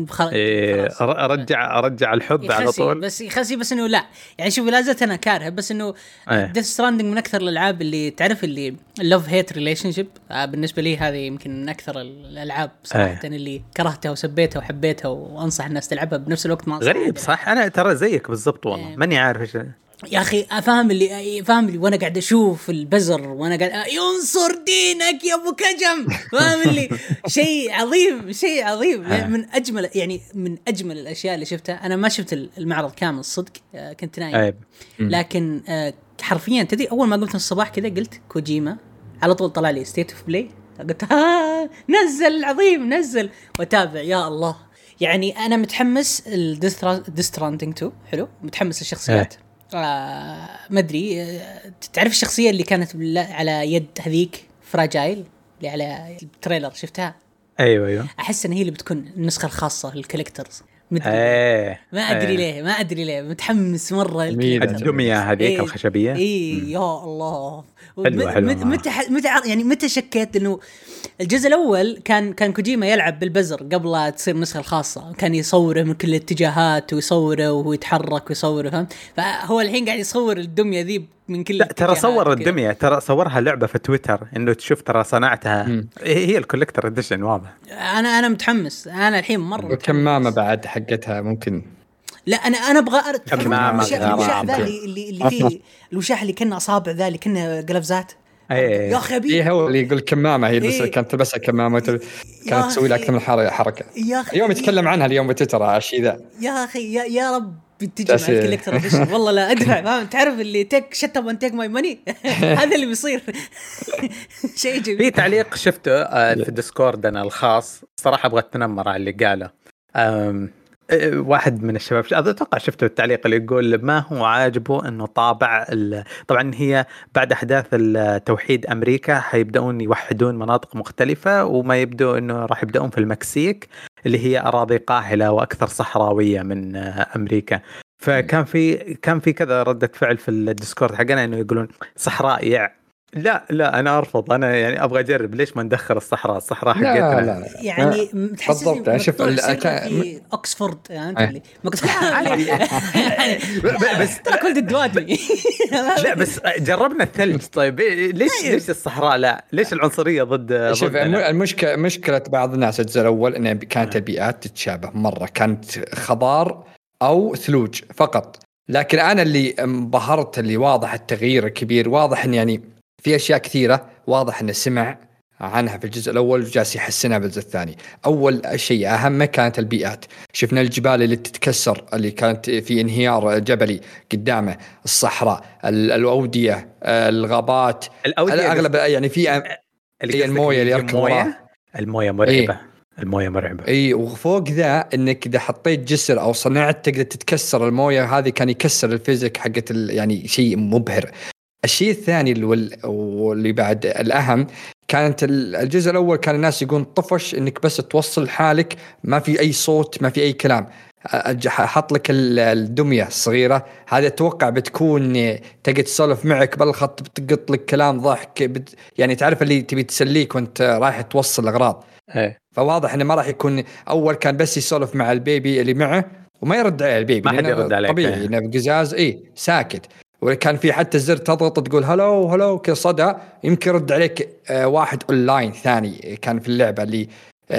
ارجع الحب على طول، بس يخسي بس انه لا يعني شوف لا زلت انا كارهه، بس انه ديث ستراندينج من اكثر الالعاب اللي تعرف اللي لوف هيت ريليشن شيب بالنسبه لي. هذه يمكن من اكثر الالعاب صراحه اللي كرهتها وسبيتها وحبيتها، وانصح الناس تلعبها بنفس الوقت. ما غريب صح، انا ترى زيك بالضبط والله ماني عارف ايش يا اخي. فاهم اللي وانا قاعد اشوف البزر وانا قاعد ينصر دينك يا ابو كجم، فاهم اللي شيء عظيم من اجمل الاشياء اللي شفتها. انا ما شفت المعرض كامل الصدق، كنت نايم. لكن حرفيا تدري اول ما قمت الصباح كذا قلت كوجيما، على طول طلع لي ستيت اوف بلاي، قلت نزل عظيم، نزل وتابع. يا الله يعني انا متحمس الديستراندينج 2 حلو، متحمس الشخصيات. ما ادري تعرف الشخصيه اللي كانت على يد هذيك فراجايل اللي على التريلر شفتها. ايوه احس ان هي اللي بتكون النسخه الخاصه للكوليكتورز. ما ادري ليه متحمس مره الدميه هذيك الخشبيه. يا الله. حلوة متى يعني متى شكيت انه الجزء الاول كان كوجيما يلعب بالبزر قبل لا تصير النسخه الخاصه، كان يصوره من كل الاتجاهات ويصوره وهو يتحرك ويصوره، فهمت؟ فهو الحين قاعد يصور الدميه ذي من كل ترى صور الدميه، ترى صورها لعبه في تويتر انه تشوف ترى صناعتها هي الكوليكتور اديشن. واضح. انا متحمس، انا الحين مره متحمس. وكمامه بعد حقتها ممكن. لا انا ابغى الوشاح ذا اللي فيه الوشاح اللي كنا اصابع ذا اللي كنا قلفزات. يا اخي ايه هو اللي يقول كمامه، هي بس كانت تلبسها كمامه كانت تسوي لها اكثر من حركه. اليوم يتكلم عنها اليوم بتترى الشيء ذا. يا اخي يا رب تجي مع الكوليكتور اديشن. والله لا ادفع، فاهم؟ تعرف اللي تك شت اب اند تيك ماي ماني. هذا اللي بيصير. شيء جميل. في تعليق شفته في الديسكورد انا الخاص، صراحه ابغى اتنمر على اللي قاله. واحد من الشباب اتوقع شفته التعليق اللي يقول ما هو عاجبه انه طابع طبعا هي بعد احداث توحيد امريكا حيبداون يوحدون مناطق مختلفه، وما يبدو انه راح يبداون في المكسيك اللي هي اراضي قاحله واكثر صحراويه من امريكا. فكان في كذا رده فعل في الديسكورد حقنا انه يقولون صحراء لا انا ارفض، انا يعني ابغى اجرب، ليش ما ندخل الصحراء حقتنا؟ لا. يعني تحسسني شوف في اوكسفورد يعني بس كل الدوادمي. لا بس جربنا الثلج. طيب ليش الصحراء؟ لا ليش العنصريه ضد؟ شوف مشكله بعض الناس الجزء الاول ان كانت البيئات تتشابه مره، كانت خضار او ثلوج فقط. لكن انا اللي انبهرت اللي واضح التغيير الكبير، واضح ان يعني في أشياء كثيرة واضح أنه سمع عنها في الجزء الأول وجالس يحسنها بالجزء الثاني. أول شيء أهم كانت البيئات، شفنا الجبال اللي تتكسر اللي كانت في انهيار جبلي قدامه، الصحراء، الأودية، الغابات، الأغلب يعني في الموية اللي يركض وراها. الموية مرعبة. الموية مرعبة. وفوق ذا انك اذا حطيت جسر او صنعت تقدر تتكسر الموية هذه، كان يكسر الفيزيك حقت يعني شيء مبهر. الشيء الثاني واللي بعد الأهم كانت الجزء الأول كان الناس يقولون طفش إنك بس توصل حالك، ما في أي صوت ما في أي كلام، حط لك الدمية الصغيرة هذا أتوقع بتكون تقدر تسولف معك بالخط، بتقط لك كلام ضحك يعني تعرف اللي تبي تسليك وانت رايح توصل الأغراض. فواضح إنه ما راح يكون أول كان بس يسولف مع البيبي اللي معه وما يرد عليه البيبي، ما حد يرد عليك طبيعي إنه بقزاز ساكت. وكان في حتى زر تضغط تقول هلو كصدى يمكن يرد عليك واحد أونلاين ثاني كان في اللعبة اللي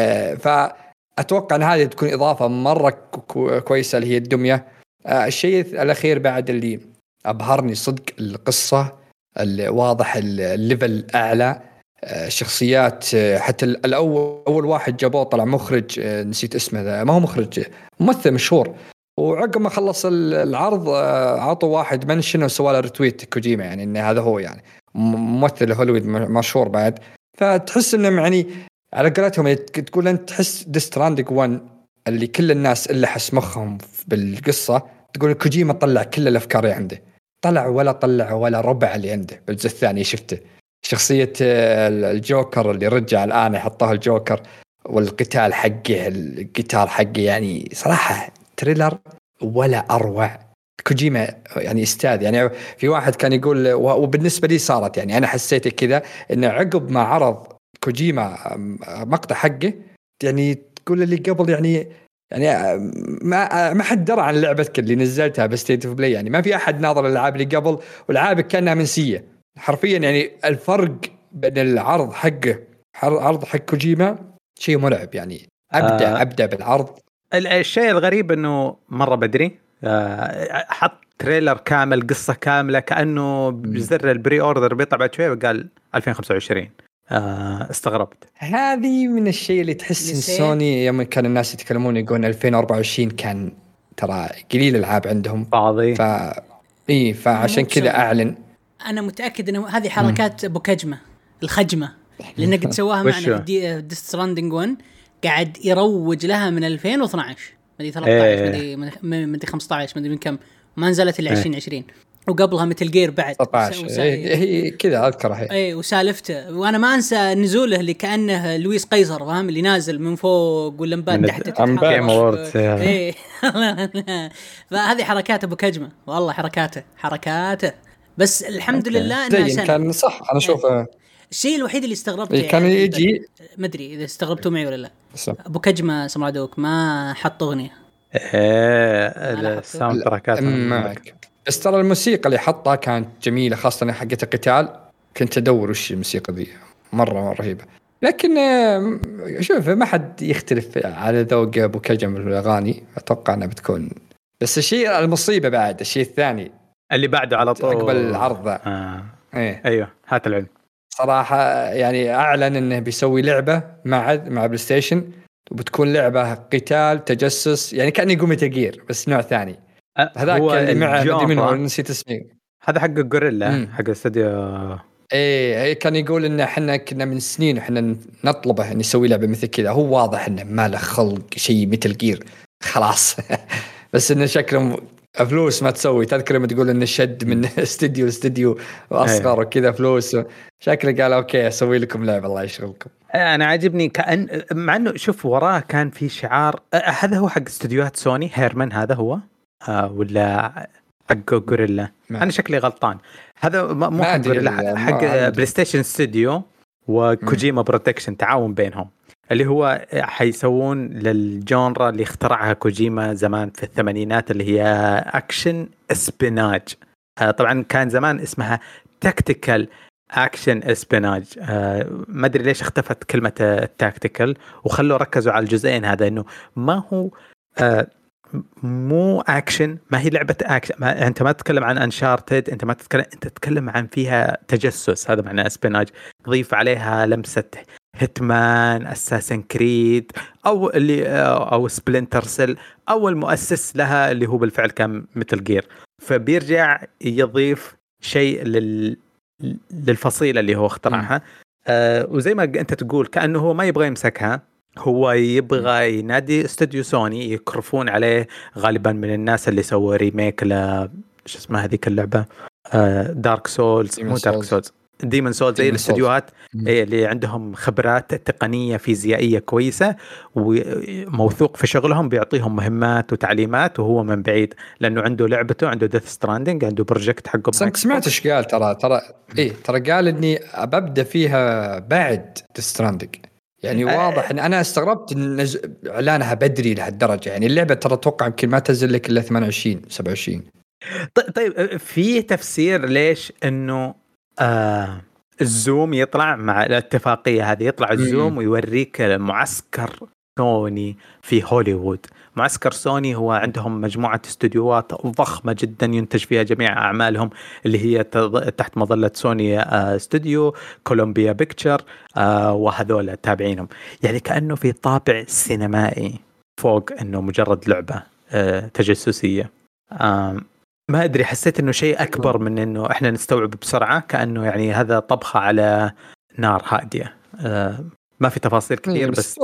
فأتوقع أن هذه تكون إضافة مرة كويسة اللي هي الدمية. الشيء الأخير بعد اللي أبهرني صدق القصة، واضح الليفل أعلى، شخصيات حتى الأول واحد جابوه طلع مخرج نسيت اسمه، ما هو مخرج، ممثل مشهور، وعقب ما خلص العرض عطوا واحد منشن وسوى له رتويت كوجيما، يعني ان هذا هو يعني ممثل هوليوود مشهور بعد. فتحس انه يعني على قولتهم تقول انت تحس ديستراندينج 1 اللي كل الناس اللي حس مخهم بالقصه تقول كوجيما طلع كل الافكار اللي عنده، طلع ولا ربع اللي عنده. بالجزء الثاني شفته شخصيه الجوكر اللي رجع الان يحطها الجوكر، والقتال حقه القتال حقه يعني صراحه تريلر ولا أروع. كوجيما يعني استاذ. يعني في واحد كان يقول وبالنسبة لي صارت يعني أنا حسيت كذا إن عقب ما عرض كوجيما مقطع حقه يعني تقول اللي قبل يعني ما حد درى عن لعبتك اللي نزلتها بستيت اوف بلاي، يعني ما في أحد ناظر الألعاب اللي قبل والألعاب كأنها منسية حرفيا. يعني الفرق بين العرض حقه عرض حق كوجيما شيء مرعب، يعني أبدأ بالعرض. الشيء الغريب انه مره بدري حط تريلر كامل قصه كامله كانه بزر البري اوردر بيطلع بعد شويه وقال 2025. استغربت. هذه من الشيء اللي تحس ان سوني يوم كان الناس يتكلمون يقولون 2024 كان ترى قليل العاب عندهم فاضي فعشان كذا اعلن. انا متاكد انه هذه حركات بوكاجما الخجمه اللي قد سواها معنا في ديستراندينج 1، قاعد يروج لها من 2012 مدري 13 مدري 15 مدري من كم، ما نزلت ال 2020 وقبلها مثل جير بعد 19 هي كذا اذكرها. اي وسالفته، وانا ما انسى نزوله اللي كانه لويس قيصر، فاهم، اللي نازل من فوق واللمبات تحت تتحرك. اي فهذه حركات ابو كجمه، والله حركاته بس الحمد لله انها كان صح. انا اشوف الشيء الوحيد اللي استغربته كان يعني يجي، ما ادري اذا استغربتوا معي ولا لا، ابو كجمه سمعدوك ما حط اغنيه الساوند تراكات معك. بس ترى الموسيقى اللي حطها كانت جميله، خاصه حقت القتال. كنت ادور وش الموسيقى ذي، مره رهيبه. لكن شوف ما حد يختلف على ذوق ابو كجم الاغاني، اتوقع انها بتكون. بس الشيء المصيبه بعد الشيء الثاني اللي بعده على طول قبل العرض ذا إيه؟ ايوه هات العلم. صراحه يعني اعلن انه بيسوي لعبه مع بلاي ستيشن، وبتكون لعبه قتال تجسس، يعني كان يقوم تغيير بس نوع ثاني. هذاك اللي معه منه نسيت اسمه، هذا حق الغوريلا حق الاستوديو. ايه كان يقول ان احنا كنا من سنين وحنا نطلبه ان يسوي لعبه مثل كذا. هو واضح انه ما له خلق شيء مثل جير خلاص بس انه شكله فلوس ما تسوي. تذكر لما تقول انه شد من استديو واصغر وكذا فلوس، شكله قال اوكي اسوي لكم لعبه الله يشغلكم. انا عاجبني كأن مع انه شوف وراه كان في شعار. هذا هو حق استديوهات سوني هيرمان هذا هو ولا حق غوريلا؟ انا شكلي غلطان. هذا مو حق غوريلا، حق بلاي ستيشن ستوديو وكوجيما بروتكشن، تعاون بينهم، اللي هو حيسوون للجونرا اللي اخترعها كوجيما زمان في الثمانينات، اللي هي اكشن اسبيناج. طبعا كان زمان اسمها تاكتيكال اكشن اسبيناج. ما ادري ليش اختفت كلمه التاكتيكال وخلوا ركزوا على الجزئين. هذا انه ما هو مو اكشن، ما هي لعبه اكشن. انت ما تتكلم عن انشارتد، انت ما تتكلم، انت تتكلم عن فيها تجسس. هذا معنى اسبيناج. ضيف عليها لمسه هيتمان، اساسن كريد، او اللي او سبلنتر سيل، او المؤسس لها اللي هو بالفعل كان مثل جير. فبيرجع يضيف شيء للفصيله اللي هو اخترعها. وزي ما انت تقول كانه هو ما يبغى يمسكها، هو يبغى ينادي استوديو سوني يكرفون عليه غالبا من الناس اللي سووا ريميك شو اسمها هذيك اللعبه، دارك سولز، مو دارك سولز، ديمون سولز. زي الاستديوهات اللي عندهم خبرات تقنيه فيزيائيه كويسه وموثوق في شغلهم، بيعطيهم مهمات وتعليمات وهو من بعيد، لانه عنده لعبته، عنده ديث ستراندنج، عنده بروجكت حقه. سمعت ايش قال؟ ترى قال اني ابدا فيها بعد ديث ستراندنج. يعني واضح ان انا استغربت ان اعلانها بدري لهالدرجه. يعني اللعبه ترى اتوقع يمكن ما تنزل لك الا 28 27. طيب في تفسير ليش انه الزوم يطلع مع الاتفاقيه هذه؟ يطلع الزوم ويوريك معسكر سوني في هوليوود. معسكر سوني هو عندهم مجموعة استوديوهات ضخمة جدا ينتج فيها جميع أعمالهم، اللي هي تحت مظلة سوني استوديو، كولومبيا بيكتشر، وهذول تابعينهم. يعني كأنه في طابع سينمائي فوق أنه مجرد لعبة تجسسية. ما أدري، حسيت أنه شيء أكبر من أنه إحنا نستوعب بسرعة، كأنه يعني هذا طبخة على نار هادية. ما في تفاصيل كثير بس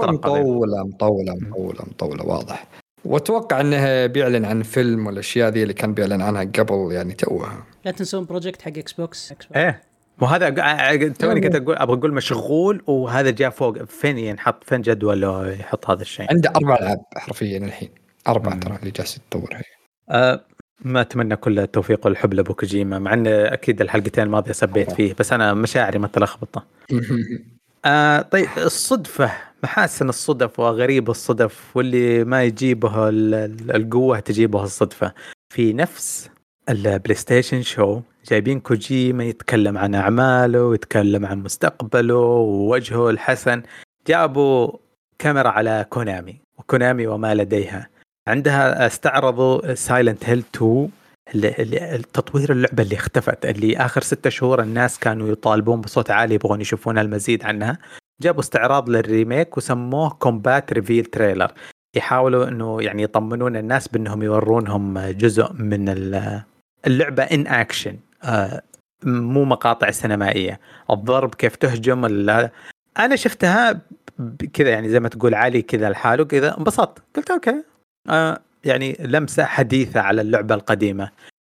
مطولة واضح. واتوقع انه بيعلن عن فيلم والاشياء ذي اللي كان بيعلن عنها قبل يعني توها. لا تنسون بروجكت حق اكس بوكس. ايه وهذا توني كنت ابغى اقول مشغول، وهذا جاء فوق. فين ينحط، فين جدوله يحط هذا الشيء؟ عنده 4 ألعاب حرفيا الحين 4 ترى اللي جالس تطور هي. ما أتمنى كل التوفيق والحب لأبو كوجيما، مع أن أكيد الحلقتين الماضية سبيت فيه، بس أنا مشاعري متلخبطة. طيب الصدفة، محاسن الصدف وغريب الصدف، واللي ما يجيبه القوة تجيبه الصدفة. في نفس البلاي ستيشن شو جايبين كوجيما يتكلم عن أعماله ويتكلم عن مستقبله ووجهه الحسن. جابوا كاميرا على كونامي، وكونامي وما لديها عندها استعرضوا سايلنت هيل 2 التطوير اللعبة اللي اختفت، اللي آخر 6 شهور الناس كانوا يطالبون بصوت عالي يبغون يشوفون المزيد عنها. جابوا استعراض للريميك وسموه كومبات ريفيل تريلر، يحاولوا انه يعني يطمنون الناس بانهم يورونهم جزء من اللعبة ان اكشن، مو مقاطع سينمائية. الضرب كيف تهجم انا شفتها كذا يعني زي ما تقول عالي كذا لحاله كذا، انبسطت، قلت اوكي يعني لمسة حديثة على اللعبة القديمة.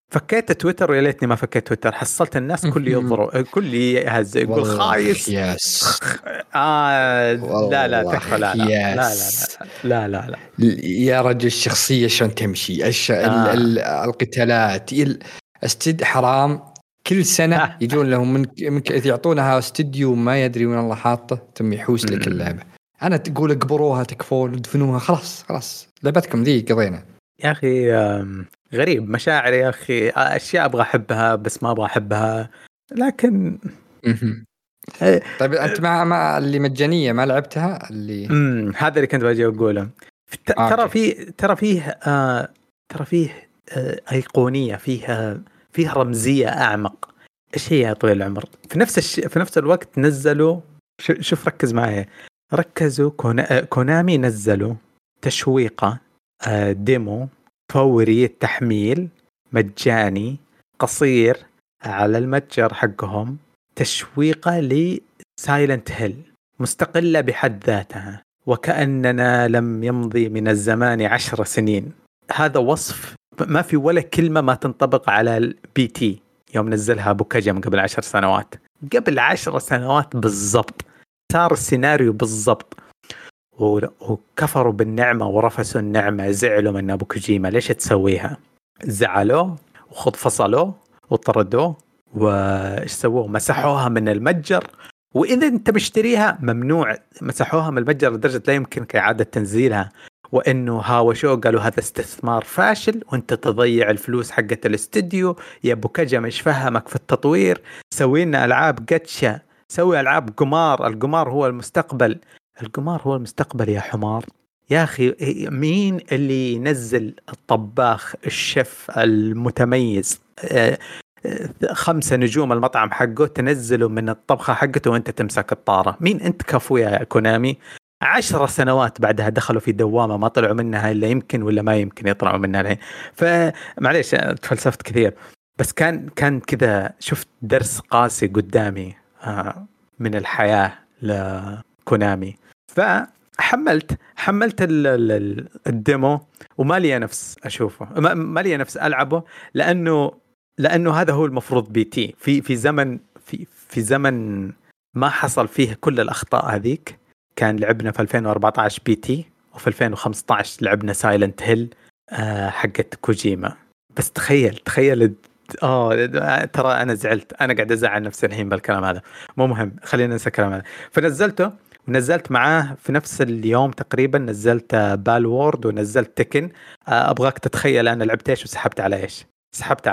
فكيت تويتر ويا ليتني ما فكيت تويتر. حصلت الناس كل يضرب كل يهز يقول خايس. يس لا لا تكفى. لا لا لا لا لا لا لا. يا رجل الشخصية شلون تمشي القتالات استد حرام. كل سنة يجون لهم من يعطونها استديو ما يدري وين الله حاطه ثم يحوس لك اللعبة. أنا تقول اقبروها تكفون دفنوها خلاص لعبتكم ذي قضينا. يا أخي غريب مشاعري يا أخي. أشياء أبغى أحبها بس ما أبغى أحبها. لكن طيب أنت مع اللي مجانية ما لعبتها اللي هذا اللي كنت باجي أقوله. ترى فيه أيقونية فيها رمزية أعمق. إيش هي يا طويل العمر؟ في نفس الوقت نزلوا شوف ركز معي. ركزوا كونامي نزلوا تشويقة ديمو فوري التحميل مجاني قصير على المتجر حقهم. تشويقة لسايلنت هيل مستقلة بحد ذاتها وكأننا لم يمضي من الزمان 10 سنين. هذا وصف ما في ولا كلمة ما تنطبق على البي تي يوم نزلها بوكاجم قبل 10 سنوات. قبل 10 سنوات بالضبط صار السيناريو بالضبط. وكفروا بالنعمة ورفسوا النعمة. زعلوا من أبو كوجيما. ليش تسويها؟ زعلوا وخذ فصلوا وطردوا وإيش سووه؟ مسحوها من المتجر. وإذا أنت مشتريها ممنوع. مسحوها من المتجر لدرجة لا يمكنك إعادة تنزيلها. وإنه هاوشوا قالوا هذا استثمار فاشل وأنت تضيع الفلوس حقة الاستديو. يا أبو كوجيما إيش فهمك في التطوير؟ سوينا ألعاب جاتشا. سوي ألعاب قمار. القمار هو المستقبل. القمار هو المستقبل يا حمار. يا أخي مين اللي ينزل الطباخ الشيف المتميز 5 نجوم المطعم حقه تنزله من الطبخة حقته وانت تمسك الطارة؟ مين انت كفو يا كونامي؟ 10 سنوات بعدها دخلوا في دوامة ما طلعوا منها إلا يمكن ولا ما يمكن يطلعوا منها الحين. فمعليش تفلسفت كثير بس كان كذا شفت درس قاسي قدامي من الحياة لكونامي. فحملت الديمو وما لي نفس أشوفه ما لي نفس ألعبه لأنه هذا هو المفروض بي تي في زمن ما حصل فيه كل الأخطاء هذيك. كان لعبنا في 2014 بي تي وفي 2015 لعبنا سايلنت هيل حقت كوجيما. بس تخيل ترى أنا زعلت. أنا قاعد أزعل نفسي الحين بالكلام هذا. مو مهم خلينا ننسى الكلام هذا. فنزلته ونزلت معاه في نفس اليوم تقريبا نزلت بال وورد ونزلت تكن. أبغاك تتخيل أنا لعبت إيش وسحبت على إيش. سحبت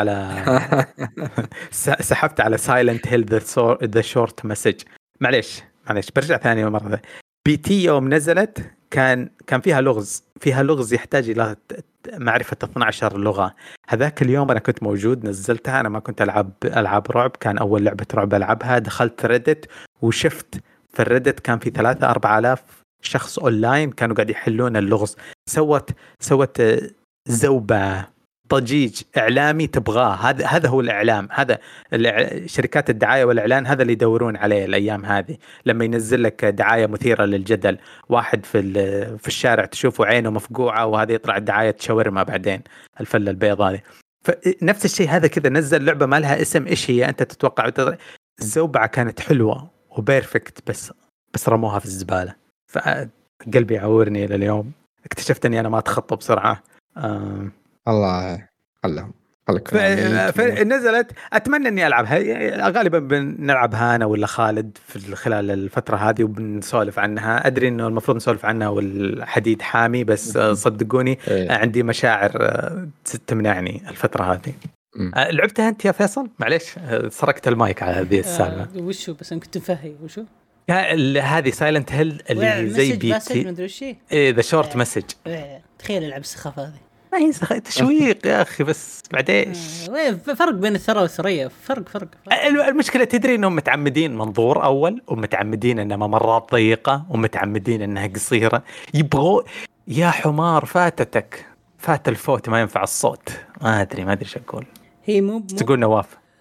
على سايلنت هيل ذا شورت مسج. معليش برجع ثاني مرة. بي تي يوم نزلت كان فيها لغز يحتاج إلى معرفة 12 لغة. هذاك اليوم أنا كنت موجود نزلتها. أنا ما كنت ألعب رعب. كان أول لعبة رعب ألعبها. دخلت ريدت وشفت في الريدت كان في 3-4 آلاف شخص أونلاين كانوا قاعد يحلون اللغز. سوت زوبة ضجيج إعلامي تبغاه. هذا هو الإعلام. هذا شركات الدعاية والإعلان هذا اللي يدورون عليه الأيام هذه. لما ينزل لك دعاية مثيرة للجدل واحد في الشارع تشوفه عينه مفقوعة وهذه يطلع دعاية شاورما بعدين الفلة البيض هذه. فنفس الشيء هذا كذا نزل لعبة ما لها اسم. إيش هي أنت تتوقع؟ الزوبعة كانت حلوة وبيرفكت بس رموها في الزبالة. فقلبي يعورني إلى اليوم. اكتشفت أني أنا ما أتخطى بسرعة. الله خلهم فنزلت. أتمنى أني ألعبها. غالبا بنلعبها أنا ولا خالد في خلال الفترة هذه وبنسولف عنها. أدري أنه المفروض نسولف عنها والحديد حامي بس صدقوني عندي مشاعر تمنعني الفترة هذه. لعبتها أنت يا فيصل؟ معليش سرقت المايك على هذه السالفة. وشو بس أنا كنت مفهي وشو هذه سايلنت هيل اللي زي بي تي ذا شورت مسج. تخيل العب السخافة هذه ما هي تشويق يا أخي بس بعدين فرق بين الثرى والثريا. فرق. المشكلة تدري إنهم متعمدين منظور أول ومتعمدين إنها ممرات ضيقة ومتعمدين إنها قصيرة. يبغوا يا حمار فات الفوت ما ينفع الصوت. ما أدري إيش أقول. هي مو تقول نواف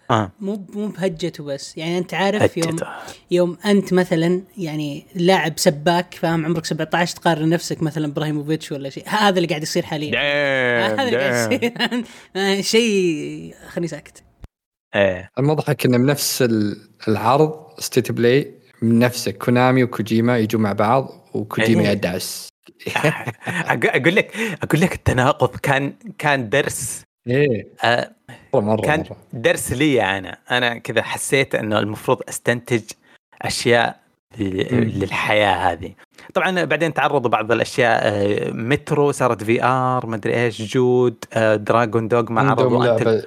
مو بهجته بس، يعني انت عارف هجته. يوم انت مثلا يعني لاعب سباك فاهم عمرك 17 تقارن نفسك مثلا ابراهيموفيتش ولا شيء، هذا اللي قاعد يصير حاليا. هذا اللي قاعد يصير. شيء خليني ساكت. المضحك ان بنفس العرض ستيت بلاي من نفسه كونامي وكوجيما يجوا مع بعض، وكوجيما يدعس. اقول لك التناقض كان درس. مرة درس لي انا كذا حسيت انه المفروض استنتج اشياء للحياة هذه. طبعا بعدين تعرضوا بعض الاشياء، مترو صارت VR ما ادري ايش، جود دراغون دوغ ما عرضوا.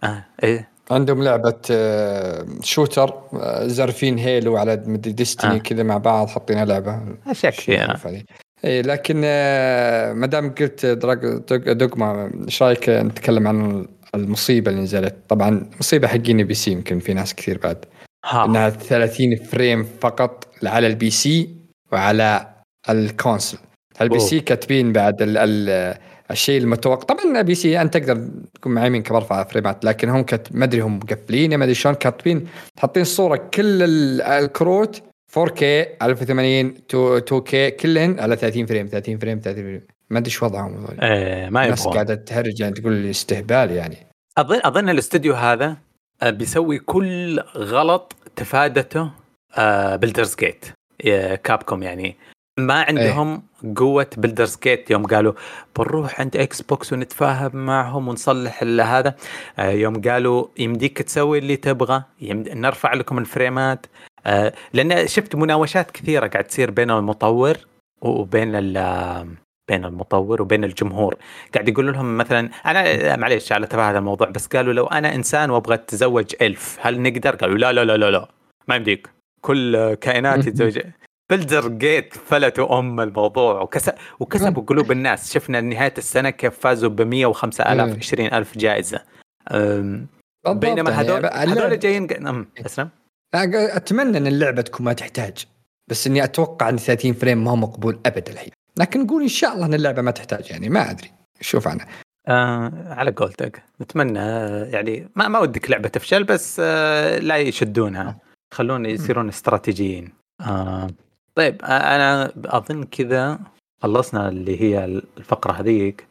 عندهم لعبة شوتر زارفين هيلو على مدري ديستني كذا مع بعض، حطينا لعبة أشياء كثيرة. لكن مدام قلت دوغما، ايش رايك نتكلم عن المصيبة اللي نزلت؟ طبعا مصيبة حقين بي سي، يمكن في ناس كثير بعد انها 30 فريم فقط على البي سي وعلى الكونسول. البي سي كاتبين بعد الشيء المتوقع. طبعا البي سي انت تقدر تكون معي من برفع فريمات، لكن هم ما ادري هم مقفلين ما ادري شلون كاتبين، حاطين صورة كل الكروت 4K 1080 2K كلهن على 30 فريم ما ادري شو وضعهم. ما يبغون، الناس قاعدة تهرج يعني تقول استهبال يعني. اظن الاستوديو هذا بيسوي كل غلط تفادته بيلدرز جيت كابكوم، يعني ما عندهم قوة بيلدرز جيت. يوم قالوا بنروح عند اكس بوكس ونتفاهم معهم ونصلح هذا، يوم قالوا يمديك تسوي اللي تبغى، نرفع لكم الفريمات، لأن شفت مناوشات كثيرة قاعد تصير بين المطور وبين المطور وبين الجمهور. قاعد يقولوا لهم مثلا، أنا معليش على تفاهة هذا الموضوع، بس قالوا لو أنا إنسان وأبغى أتزوج إلف هل نقدر؟ قالوا لا لا لا لا لا ما يمديك، كل كائنات يتزوج. بيلدر جيت فلتوا الموضوع وكسبوا قلوب الناس. شفنا نهاية السنة كيف فازوا ب105,000 20,000 جائزة، بينما هذول جايين. أسلم أتمنى أن اللعبة تكون ما تحتاج، بس إني أتوقع أن 30 فريم ما هو مقبول أبدا الحين، لكن نقول إن شاء الله أن اللعبة ما تحتاج، يعني ما أدري. شوف أنا على قولتك نتمنى، يعني ما ودك لعبة تفشل، بس لا يشدونها، خلون يصيرون استراتيجيين. طيب أنا أظن كذا خلصنا اللي هي الفقرة هذيك.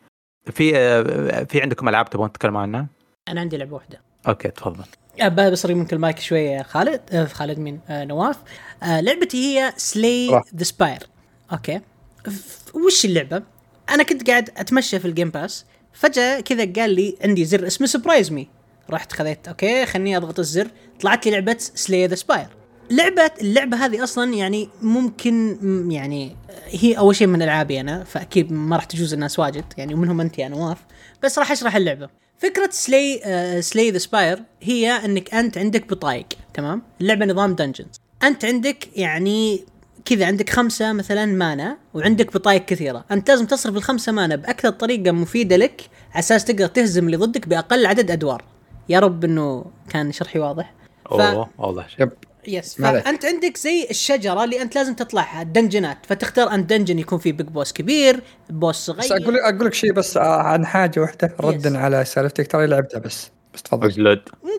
في عندكم ألعاب تبغون تتكلموا عنها؟ أنا عندي لعبة واحدة. أوكي تفضل. بصري ممكن المايك شوية خالد مين نواف. لعبتي هي سلاي ذا سباير. أوكي وش اللعبة؟ أنا كنت قاعد أتمشى في الجيم باس، فجأة كذا قال لي عندي زر اسمه سبرايز مي، رحت خذيت أوكي خلني أضغط الزر، طلعت لي لعبة سلاي ذا سباير. اللعبة هذه أصلا يعني ممكن يعني هي أول شيء من ألعابي أنا، فأكيد ما راح تجوز الناس واجد يعني، ومنهم أنت يا نواف، بس راح أشرح اللعبة. فكرة سلاي ذا سباير هي أنك أنت عندك بطايق، تمام؟ اللعبة نظام دنجنز، أنت عندك يعني كذا عندك 5 مثلا مانا، وعندك بطايق كثيرة، أنت لازم تصرف ال5 مانا بأكثر طريقة مفيدة لك على أساس تقدر تهزم اللي ضدك بأقل عدد أدوار. يا رب إنه كان شرحي واضح. والله يس. فأنت عندك زي الشجرة اللي أنت لازم تطلعها الدنجنات، فتختار أن دنجن يكون فيه بيج بوس كبير، بوس صغير. بس أقول لك شيء بس عن حاجة واحدة ردا على سالفتك، ترى لعبتها بس تفضل.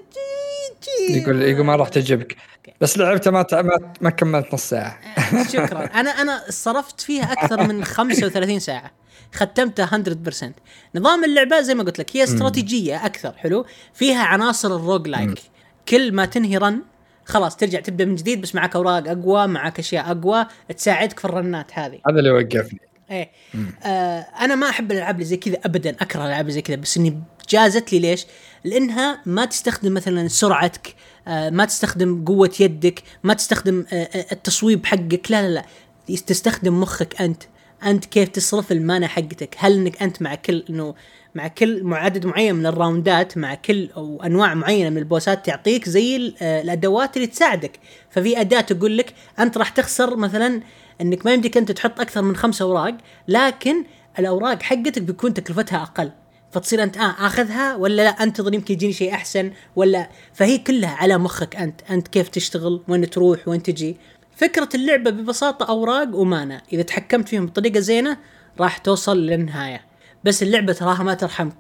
يقول ما راح تعجبك، بس لعبتها ما كملت نص ساعة. شكرا. أنا صرفت فيها أكثر من 35 ساعة، ختمتها 100%. نظام اللعبة زي ما قلت لك هي استراتيجية أكثر، حلو، فيها عناصر الروج لايك. كل ما تنهي رن خلاص ترجع تبدأ من جديد، بس معك أوراق أقوى، معك أشياء أقوى تساعدك في الرنات هذه. هذا اللي وقفني. إيه. أنا ما أحب الألعاب اللي زي كذا أبدا، أكره الألعاب زي كذا، بس إني جازت لي. ليش؟ لأنها ما تستخدم مثلا سرعتك، ما تستخدم قوة يدك، ما تستخدم التصويب حقك، لا تستخدم مخك أنت كيف تصرف المانا حقتك. هل إنك أنت مع كل عدد معين من الراوندات، مع كل أو أنواع معينة من البوسات تعطيك زي الأدوات اللي تساعدك. ففي أداة تقول لك أنت راح تخسر مثلا إنك ما يمديك أنت تحط أكثر من 5 أوراق، لكن الأوراق حقتك بيكون تكلفتها أقل، فتصير أنت أخذها ولا لا، أنتظر يمكن يجيني شيء أحسن ولا. فهي كلها على مخك أنت كيف تشتغل، وين تروح وين تجي. فكرة اللعبة ببساطة أوراق ومانا، إذا تحكمت فيهم بطريقة زينة راح توصل للنهاية. بس اللعبة تراها ما ترحمك،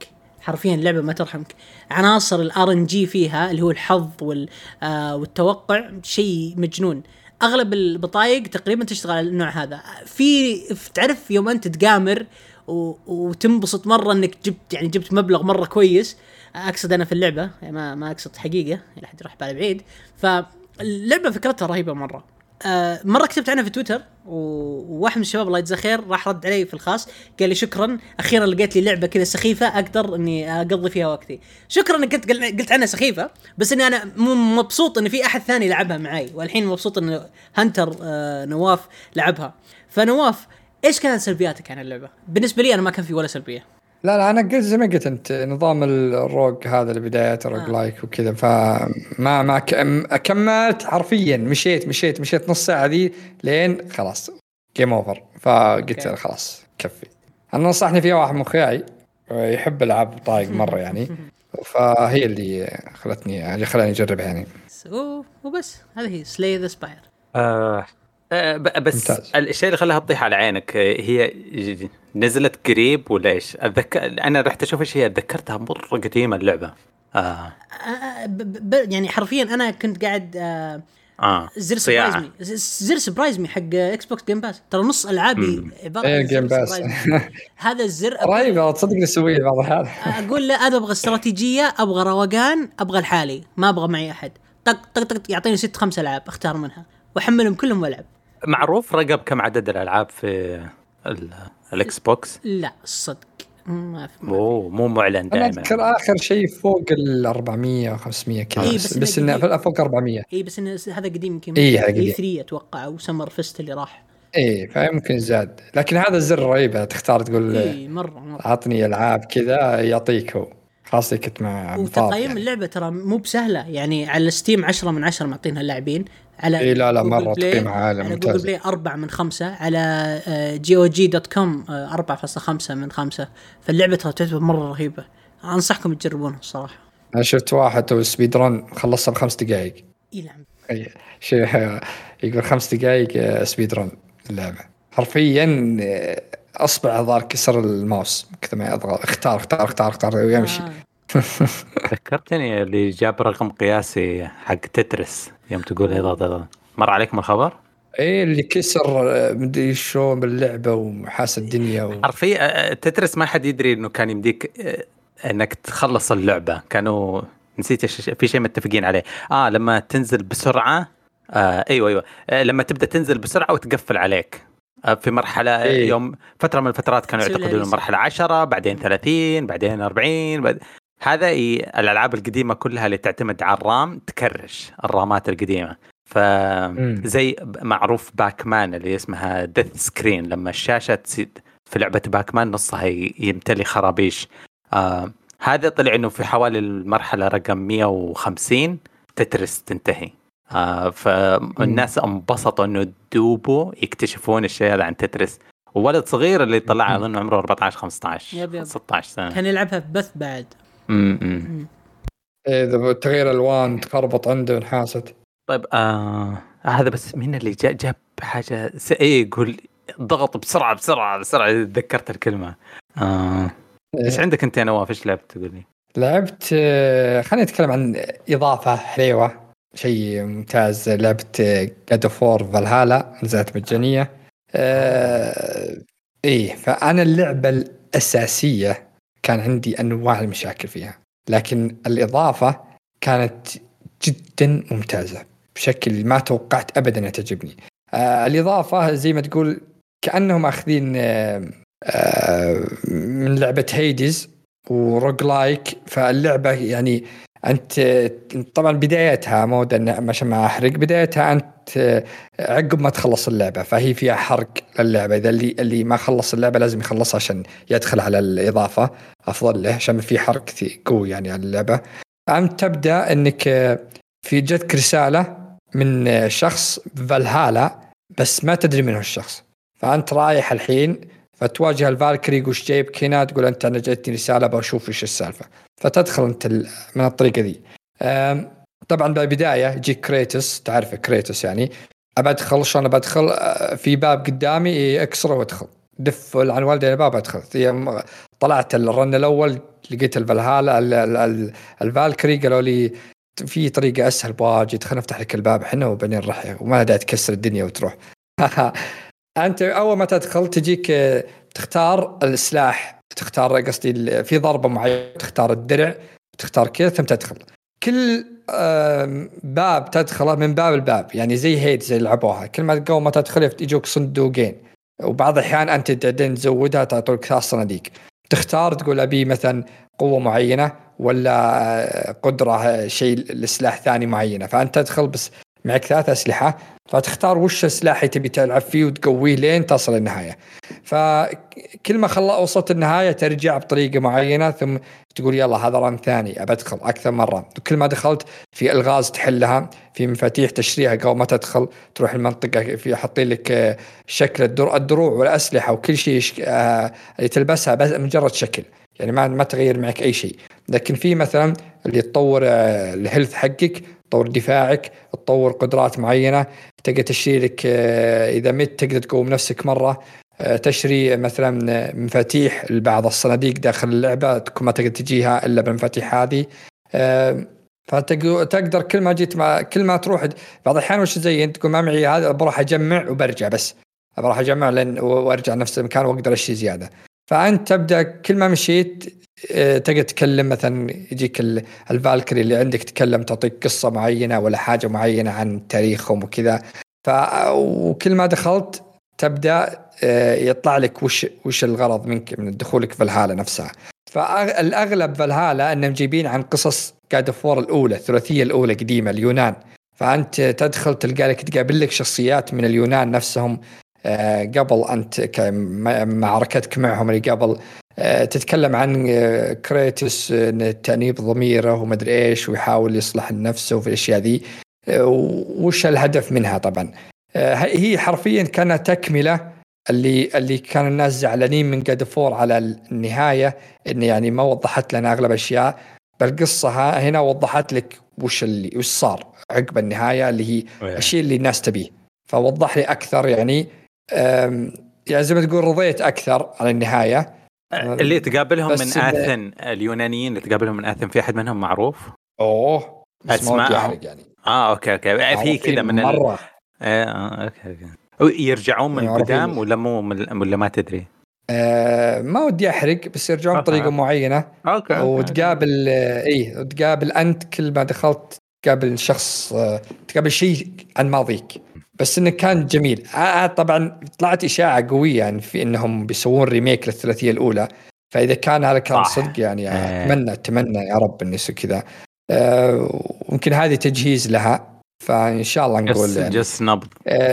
حرفيا اللعبه ما ترحمك. عناصر الار ان جي فيها اللي هو الحظ والتوقع شيء مجنون. اغلب البطايق تقريبا تشتغل على النوع هذا. في تعرف يوم انت تقامر وتنبسط مره انك جبت مبلغ مره كويس، اقصد انا في اللعبه يعني ما اقصد حقيقه لا حد يروح بالي بعيد. فاللعبه فكرتها رهيبه مره. مره كتبت عنها في تويتر وواحد من الشباب الله يجزاه خير راح رد علي في الخاص قال لي شكرا اخيرا لقيت لي لعبه كذا سخيفه اقدر اني اقضي فيها وقتي. شكرا انك قلت عنها سخيفه، بس اني انا مبسوط ان في احد ثاني لعبها معي، والحين مبسوط ان هنتر نواف لعبها. فنواف ايش كانت سلبياتك عن اللعبه؟ بالنسبه لي انا ما كان في ولا سلبيه. لا انا قلت زي ما قلت انت نظام الروج هذا البدايات الروج لايك وكذا، فما كملت حرفيا مشيت نص ساعه ذي لين خلاص جيم اوفر، فقلت خلاص كفي. انا نصحني فيها واحد من اخوياي يحب العاب طايق مره يعني فهي اللي خلاني اجربها يعني. وبس هذه هي سلاي ذا سباير. بس ممتاز. الشيء اللي خلاها تطيح على عينك هي نزلت قريب ولا ايش؟ انا رحت اشوف ايش هي، تذكرتها مره قديمه اللعبه. يعني حرفيا انا كنت قاعد زر سبرايزمي حق اكس بوكس جيم باس. ترى نص العابي عباره عن جيم باس هذا الزر رهيب تصدق نسويه بعض الحال. اقول لا انا ابغى استراتيجيه، ابغى روقان، ابغى الحالي، ما ابغى معي احد. طق يعطيني 6-5 العاب اختار منها واحملهم كلهم والعب. معروف رقم كم عدد الالعاب في الاكس بوكس؟ لا صدق ما في. مو معلن دائما. انا اذكر اخر شيء فوق ال 400 500 كذا. بس انه فوق 400. بس إنه هذا قديم يمكن. 3 اتوقع او سمر فيست اللي راح. فيمكن زاد، لكن هذا الزر رهيب تختار تقول مرة اعطني العاب كذا يعطيك هو خاصة كنت مع وتقييم يعني. اللعبة ترى مو بسهلة يعني، على ستيم 10 من 10 معطينها اللاعبين، على لا مرة تقييم عالي ممتاز. جوجل بلاي 4 من 5، على GOG.com 4.5 من 5. فاللعبة ترى تعتبر مرة رهيبة، أنصحكم تجربونها الصراحة. أنا شفت واحد تو سبيد رن خلصها ب5 دقائق. نعم. شيء يقول 5 دقائق سبيد رن اللعبة حرفيا. أصبع ضار كسر الماوس كذا ما أضغط اختار ويمشي. ذكرتني اللي جاب رقم قياسي حق تترس يوم تقول هذا مر عليكم الخبر؟ اللي كسر مدري شو باللعبة وحاس الدنيا حرفيا تترس ما حد يدري إنه كان يمديك إنك تخلص اللعبة. كانوا نسيت في شيء متفقين عليه لما تنزل بسرعة. أيوة لما تبدأ تنزل بسرعة وتقفل عليك في مرحلة يوم فترة من الفترات كانوا يعتقدون المرحلة 10 بعدين 30 بعدين 40 هذا الألعاب القديمة كلها اللي تعتمد على الرام تكرش الرامات القديمة. فزي معروف باكمان اللي اسمها ديث سكرين، لما الشاشة تزيد في لعبة باكمان نصها يمتلي خرابيش. هذا طلع إنه في حوالي المرحلة رقم 150 تترس تنتهي. فالناس انبسطوا إنه دوبوا يكتشفون الشيء هذا عن تترس. وولد صغير اللي طلع أظن عمره 14 15 16 سنة كان يلعبها بث بعد. إذا تغيير الوان تخربط عنده انحاست. طيب هذا بس مين اللي جاب حاجة يقول ضغط بسرعة تذكرت الكلمة. إيش عندك أنت يا نواف؟ إيش لعبت تقولي؟ لعبت خليني أتكلم عن إضافة حلوة شيء ممتاز. لعبة God of War Valhalla نزلت مجانية. فأنا اللعبة الأساسية كان عندي أنواع المشاكل فيها، لكن الإضافة كانت جدا ممتازة بشكل ما توقعت أبدا أن تعجبني. الإضافة زي ما تقول كأنهم أخذين من لعبة هيدز وروج لايك. فاللعبة يعني أنت طبعا بدايتها عشان ما أحرق، بدايتها أنت عقب ما تخلص اللعبة فهي فيها حرق للعبة. إذا اللي ما خلص اللعبة لازم يخلصها عشان يدخل على الإضافة أفضل له، عشان في حرق قوي يعني على اللعبة. أنت تبدأ أنك في جتك رسالة من شخص فالهالا بس ما تدري منه الشخص، فأنت رايح الحين فتواجه الفالكري وش جايبك هنا، تقول أنت أنا جاتني رسالة بشوف إيش السالفة، فتدخل أنت من الطريقة دي. طبعا بالبداية يجيك كريتوس، تعرف كريتوس يعني أبدخل شلون بدخل في باب قدامي اكسره وادخل دف عن والدي الباب ادخل. طلعت الرن الاول لقيت الفالهالا الفالكري قالوا لي في طريقه اسهل بواجد، خلينا نفتح لك الباب احنا وبنين رحله وما داعي تكسر الدنيا وتروح. انت اول ما تدخل تجيك تختار السلاح، تختار قصدي في ضربه معينه، تختار الدرع، تختار كذا ثم تدخل. كل باب تدخله من باب الباب يعني زي هيد زي لعبوها، كل ما تقوم ما تدخل يجوك صندوقين، وبعض الأحيان أنت تعدين تزودها تعطيك 3 صناديق. تختار تقول أبي مثلا قوة معينة ولا قدرة شيء لسلاح ثاني معينة، فأنت تدخل بس معك 3 أسلحة، فتختار وش السلاح اللي تبي تلعب فيه وتقويه لين تصل النهاية. فكل ما وصلت النهاية ترجع بطريقة معينة ثم تقول يلا هذا ران ثاني أبى أدخل أكثر مرة. وكل ما دخلت في ألغاز تحلها، في مفاتيح تشتريها قبل ما تدخل، تروح المنطقة في حاطين لك شكل الدروع والأسلحة وكل شيء اللي تلبسها بس مجرد شكل يعني ما تغير معك أي شيء. لكن في مثلا اللي تطور الهيلث حقك، تطور دفاعك، تطور قدرات معينة، تقدر تشتري لك إذا مت تقدر تقوم نفسك مرة، تشتري مثلا مفاتيح لبعض الصناديق داخل اللعبة تكون ما تقدر تجيها إلا بالمفاتيح هذه. فتقدر كل ما تروح بعض الأحيان وش زي أنت تقول ما معي هذا بروح أجمع وبرجع، بس بروح أجمع وأرجع نفس المكان وأقدر أشتري زيادة. فأنت تبدأ كل ما مشيت تقدر تتكلم مثلا يجيك الفالكري اللي عندك تتكلم تعطيك قصة معينة ولا حاجة معينة عن تاريخهم وكذا. وكل ما دخلت تبدأ يطلع لك وش الغرض منك من دخولك فالهالا نفسها. فالأغلب فالهالا أنهم جايبين عن قصص God of War الأولى، الثلاثية الأولى قديمة اليونان. فأنت تدخل تلقى لك تقابل لك شخصيات من اليونان نفسهم قبل أنت معركتك معهم اللي قبل. تتكلم عن كريتوس تأنيب ضميره ومدري إيش ويحاول يصلح نفسه في الأشياء ذي وش الهدف منها. طبعا هي حرفيا كانت تكملة اللي كان الناس زعلانين من God of War على النهاية، إن يعني ما وضحت لنا أغلب أشياء. بالقصة هنا وضحت لك وش صار عقب النهاية اللي هي الشيء اللي الناس تبيه، فوضح لي أكثر يعني زي ما تقول رضيت أكثر على النهاية. اللي تقابلهم من آثن اليونانيين اللي تقابلهم من آثن في أحد منهم معروف؟ اسماء يعني أوكي في كذا من مرة أوكي يرجعون من قدام ولا ولا ما تدري؟ ما ودي أحرق، بس يرجعون بطريقة معينة. أوكي. وتقابل وتقابل أنت كل ما دخلت تقابل شخص، تقابل شيء عن ماضيك. بس إنه كان جميل. طبعا طلعت إشاعة قوية يعني في إنهم بيسوون ريميك للثلاثية الأولى، فإذا كان هذا كان صدق يعني أتمنى يا رب إنه يصير كذا. ممكن هذه تجهيز لها، فإن شاء الله نقول يعني جس نبض.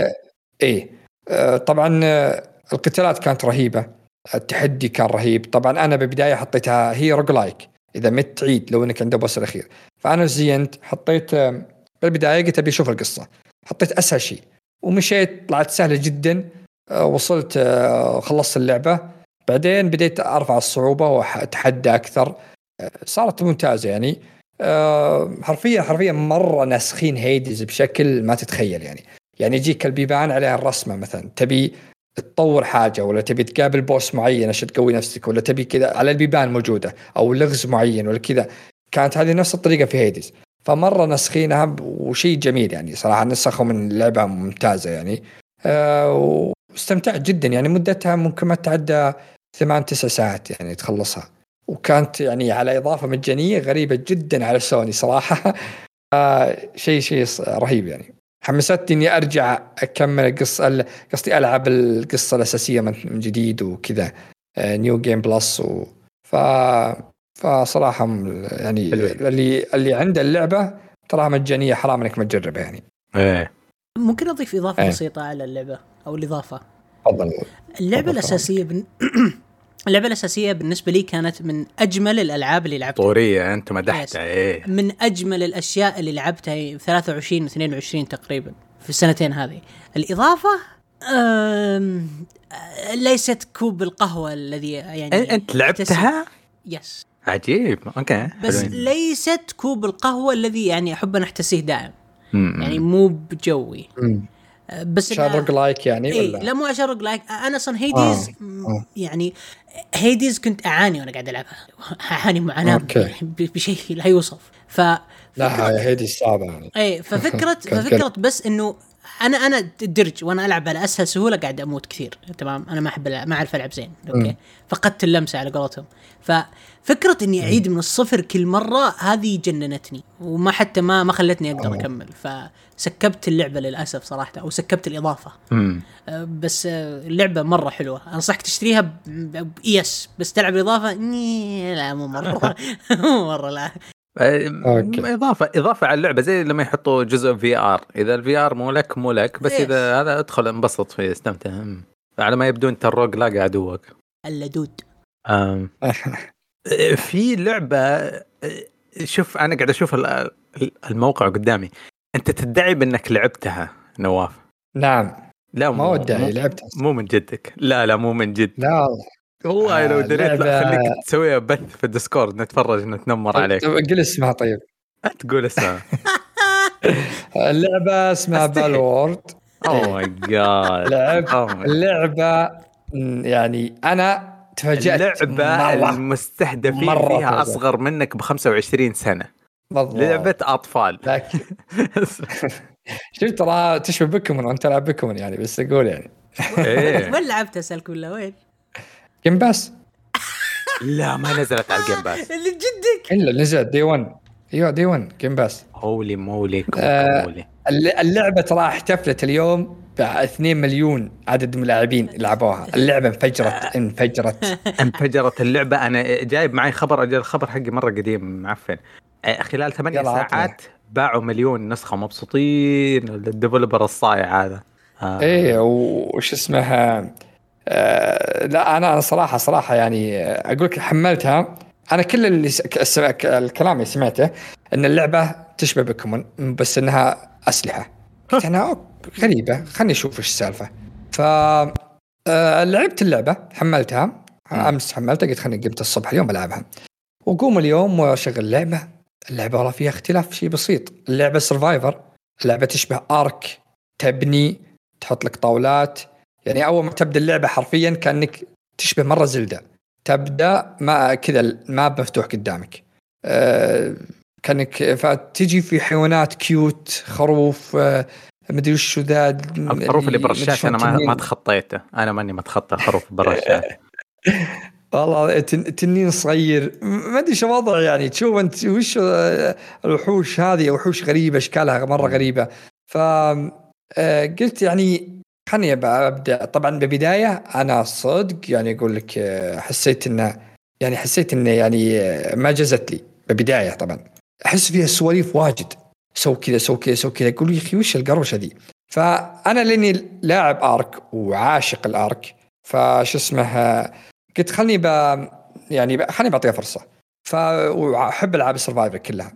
طبعا القتالات كانت رهيبة، التحدي كان رهيب. طبعا أنا بالبداية حطيتها هي روجلايك، إذا مت تعيد لو إنك عنده بوس الأخير. فأنا زينت حطيت بالبداية قلت أبي أشوف القصة، حطيت أسهل شيء ومشيت، طلعت سهلة جدا. وصلت خلصت اللعبة، بعدين بديت أرفع الصعوبة وأتحدى أكثر، صارت ممتازة يعني. حرفيا مرة ناسخين هيدز بشكل ما تتخيل يعني يجيك البيبان عليها الرسمة، مثلا تبي تطور حاجة ولا تبي تقابل بوس معين عشان تقوي نفسك، ولا تبي كذا على البيبان موجودة، أو لغز معين ولا كذا. كانت هذه نفس الطريقة في هيدز، فمرة نسخينها وشيء جميل يعني صراحة. نسخوا من اللعبة ممتازة يعني. واستمتعت جدا يعني. مدتها ممكن ما تعدى 8-9 ساعات يعني تخلصها، وكانت يعني على إضافة مجانية غريبة جدا على سوني صراحة. شيء رهيب يعني. حمستني إني أرجع أكمل القصة، قصدي ألعب القصة الأساسية من جديد وكذا، نيو جيم بلس فصراحة يعني اللي عنده اللعبة تراها مجانية، حرام إنك ما تجربها يعني. ممكن أضيف إضافة بسيطة على اللعبة أو الإضافة. تفضل. اللعبة الأساسية اللعبة الأساسية بالنسبة لي كانت من أجمل الألعاب اللي لعبتها. طورية أنت مدحتها. من أجمل الأشياء اللي لعبتها 23 و22 تقريبا في السنتين هذه. الإضافة ليست كوب القهوة الذي يعني أنت لعبتها؟ يس. عجيب. أوكي. بس ليست كوب القهوة الذي يعني أحب أن أحتسيه دائم. يعني مو بجوي. بس عشان روج لايك يعني إيه ولا لا مو عشان روج لايك. انا اصلا هيديز يعني هيديز كنت اعاني وانا قاعد العبها، اعاني معاناه يعني بشيء لا يوصف. لا هيدي صعبة يعني. اي ففكرة بس انه انا درج وانا العب على اسهل سهوله قاعد اموت كثير. تمام انا ما اعرف العب زين اوكي فقدت اللمسه على قولتهم. ففكره اني اعيد من الصفر كل مره هذه جننتني، وما حتى ما خلتني اقدر اكمل. فسكبت اللعبه للاسف صراحه، او سكبت الاضافه. بس اللعبه مره حلوه، انصحك تشتريها بإيس، بس تلعب الاضافه لا مو مره مره لا. إضافة على اللعبة زي لما يحطوا جزء VR، إذا الفي آر مو لك بس إذا هذا ادخل انبسط فيه استمتع. على ما يبدو أنت الروج لاقى عدوك اللدود. في لعبة، شوف أنا قاعد أشوف الموقع قدامي، أنت تدعي بأنك لعبتها نواف؟ نعم. لا ما ودعي لعبتها، مو من جدك. لا مو من جد. لا والله لو دريت لا خليك تسويها بث في الديسكورد نتفرج نتنمر عليك. طيب قل اسمها. طيب تقول اسمها. اللعبة اسمها بالورد. اوه ماي جاد. اللعبة يعني أنا تفاجأت. اللعبة المستهدفين فيها أصغر منك ب25 سنة. بالضبط. لعبة أطفال. شفت ترى تشبه بوكيمون وأنت تلعب بوكيمون يعني، بس أقول يعني وين لعبت أسألك ولا وين؟ جيم باس. لا ما نزلت على الجيم باس. اللي جدك إلا نزلت دي 1. ايوه دي 1 جيم باس. هولي مولي اللعبة ترى احتفلت اليوم ب2 مليون عدد ملاعبين لعبوها. اللعبة انفجرت اللعبة. أنا جايب معي خبر، أجل الخبر حقي مرة قديم معفن. خلال 8 ساعات باعوا 1,000,000 نسخة. مبسوطين الديفلوبر الصايع هذا. ايه وش اسمها. لا انا صراحة يعني اقول لك حملتها. انا كل الكلام اللي سمعته ان اللعبة تشبه بوكيمون بس انها اسلحة. قلت انا غريبة، خلني اشوف ايش السالفة. لعبت اللعبة، حملتها امس، حملتها قلت خلني قمت الصبح اليوم بلعبها، وقوم اليوم واشغل اللعبة والله فيها اختلاف شيء بسيط. اللعبة سرفايفر، اللعبة تشبه ارك، تبني، تحط لك طاولات. يعني اول ما تبدا اللعبة حرفيا كأنك تشبه مرة زلدة. تبدا ما كذا الماب مفتوح قدامك، كانك فتجي في حيوانات كيوت، خروف مدري وش ذا الخروف اللي برشاش. انا ما تخطيته، انا ماني متخطى خروف برشاش. والله تنين صغير ما ادري شو وضع يعني. تشوف انت وش الوحوش هذه، وحوش غريبه اشكالها مره غريبه. قلت يعني خلني ابدا. طبعا ببدايه انا صدق يعني اقول لك حسيت انه يعني ما جزت لي ببدايه. طبعا احس فيها سواليف واجد، سو كذا اقول يا اخي وش القروشه دي. فانا لاني لاعب ارك وعاشق الارك، فش اسمه قلت خلني بعطيها فرصه. واحب العاب السرفايفر كلها.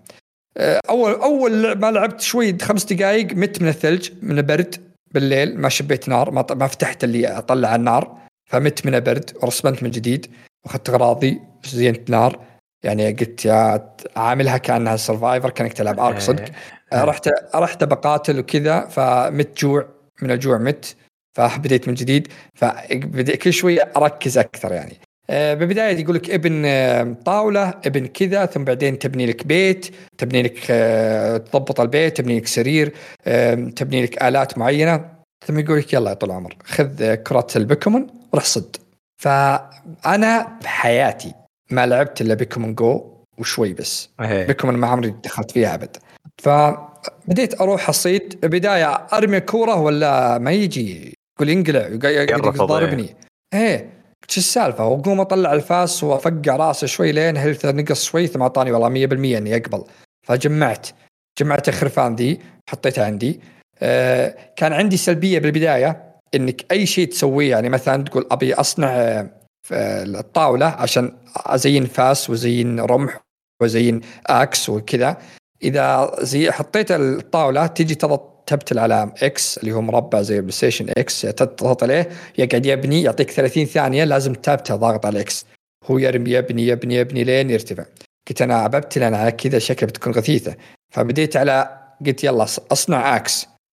اول ما لعبت شوي 5 دقائق مت من الثلج، من البرد بالليل، ما شبيت نار، ما فتحت اللي اطلع النار، فمت من البرد ورسبنت من جديد واخذت اغراضي زينت نار. يعني قلت يا عاملها كانها سرفايفر، كانك تلعب ارك صدق. رحت بقاتل وكذا، فمت جوع، من الجوع مت، فبديت من جديد. فبدأ كل شوي اركز اكثر يعني. ببداية يقول لك ابن طاولة، ابن كذا، ثم بعدين تبني لك بيت، تبني لك تضبط البيت، تبني لك سرير، تبني لك آلات معينة، ثم يقول لك يلا يا طول العمر خذ كرة البوكيمون وروح صد. فأنا بحياتي ما لعبت إلا بوكيمون جو وشوي بس. بوكيمون ما عمري دخلت فيها أبد. فبديت أروح أصيد. بداية أرمي كورة ولا ما يجي، يقول ينقلع يضربني. شو السالفة؟ وقوم أطلع الفاس وأفقع راسه شوي لين هلث نقص شوي، ثم أعطاني والله 100% إني أقبل. فجمعت الخرفان ذي حطيتها عندي. كان عندي سلبية بالبداية، إنك أي شيء تسويه يعني مثلا تقول أبي أصنع الطاولة عشان أزين فاس وزين رمح وزين أكس وكذا. إذا حطيت الطاولة تيجي تبتل على اكس اللي هو مربع زي البلاي ستيشن اكس، تضغط عليه يقعد يبني، يعطيك 30 ثانية لازم تابته ضاغط على اكس، هو يرمي يبني لين يرتفع. قلت انا ببتل انا على كذا شكل بتكون غثيثة. فبديت قلت يلا اصنع اكس،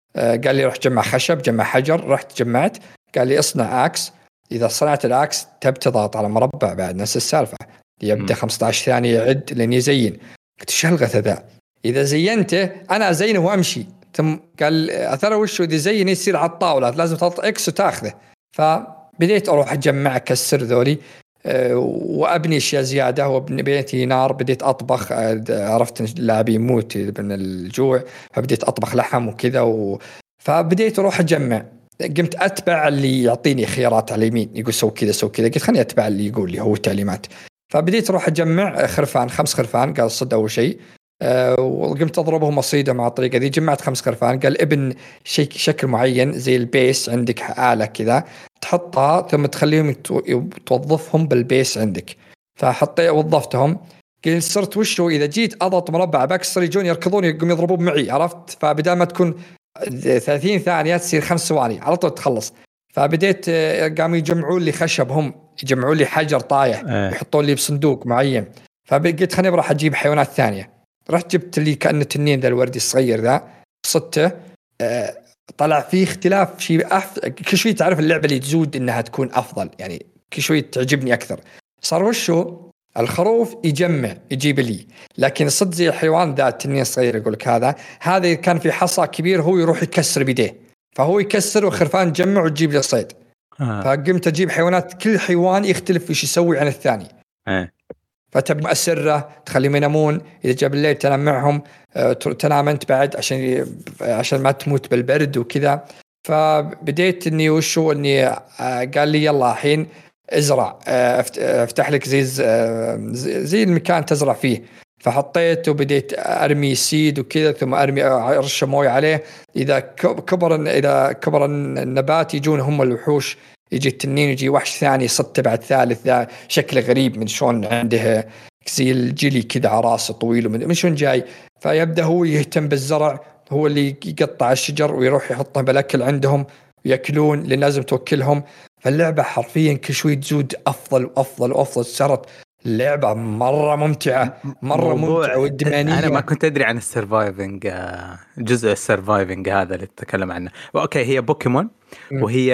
قال لي روح جمع خشب، جمع حجر. رحت جمعت. قال لي اصنع اكس. اذا صنعت الاكس تبي تضغط على مربع بعد نفس السالفه، يبدا 15 ثانيه يعد لين يزين. قلت ايش هالغث ذا؟ اذا زينته انا ازينه وامشي. ثم قال ترى وش اذا زين يصير على الطاوله لازم تضغط اكس وتاخذه. فبديت اروح اجمع كسر ذولي وابني اشياء زياده، وابني بيتي نار. بديت اطبخ، عرفت اللاعب يموت من الجوع، فبديت اطبخ لحم وكذا فبديت اروح اجمع. قمت اتبع اللي يعطيني خيارات على اليمين، يقول سوي كذا سوي كذا، قلت خليني اتبع اللي يقول لي هو تعليمات. فبديت اروح اجمع خرفان، 5 خرفان. قال صد اول شيء، وقمت اضربهم مصيده مع الطريقه ذي. جمعت 5 خرفان. قال ابن شكل معين زي البيس، عندك آلة كذا تحطها ثم تخليهم توظفهم بالبيس عندك. فحطيت وظفتهم. قلت صرت وشو اذا جيت اضغط مربع بكسر يجون يركضون يقوم يضربون معي، عرفت؟ فبدال ما تكون 30 ثانيه تصير 5 ثواني على طول تخلص. فبديت قاموا يجمعون لي خشب، هم يجمعون لي حجر طايح يحطون لي بصندوق معين. فقلت خليني بروح اجيب حيوانات ثانيه. رحت جبت لي كأنه تنين ذا الوردي الصغير ذا، صدته. طلع فيه اختلاف شيء كل شوي تعرف اللعبة اللي تزود انها تكون افضل، يعني كل شوي تعجبني اكثر. صار وشو الخروف يجمع يجيب لي، لكن صد زي الحيوان ذا التنين الصغير يقول لك هذا كان في حصى كبير هو يروح يكسر بيديه، فهو يكسر وخرفان تجمع وتجيب لي الصيد. فقمت اجيب حيوانات كل حيوان يختلف وش يسوي عن الثاني. فتبقى مؤسرة تخليهم ينامون، إذا جاء بالليل تنام معهم، تنام أنت بعد عشان ما تموت بالبرد وكذا. فبديت إني وشو إني قال لي يلا الحين ازرع، افتح لك زي المكان تزرع فيه. فحطيت وبديت أرمي سيد وكذا، ثم أرمي رش موية عليه. إذا كبر النبات يجون هم الوحوش، يجي التنين يجي وحش ثاني صدت بعد ثالث، ذا شكله غريب من شون عنده زي الجلي كذا على راسه طويل ومن شون جاي. فيبدأ هو يهتم بالزرع، هو اللي يقطع الشجر ويروح يحطه بالأكل عندهم ويأكلون لأن لازم توكلهم. فاللعبة حرفيا كل شوي تزود أفضل وأفضل وأفضل. صارت اللعبة مرة ممتعة، مرة ممتعة وإدمانية. أنا ما كنت أدري عن السرفايفنج، جزء السرفايفنج هذا اللي تتكلم عنه. أوكي هي بوكيمون وهي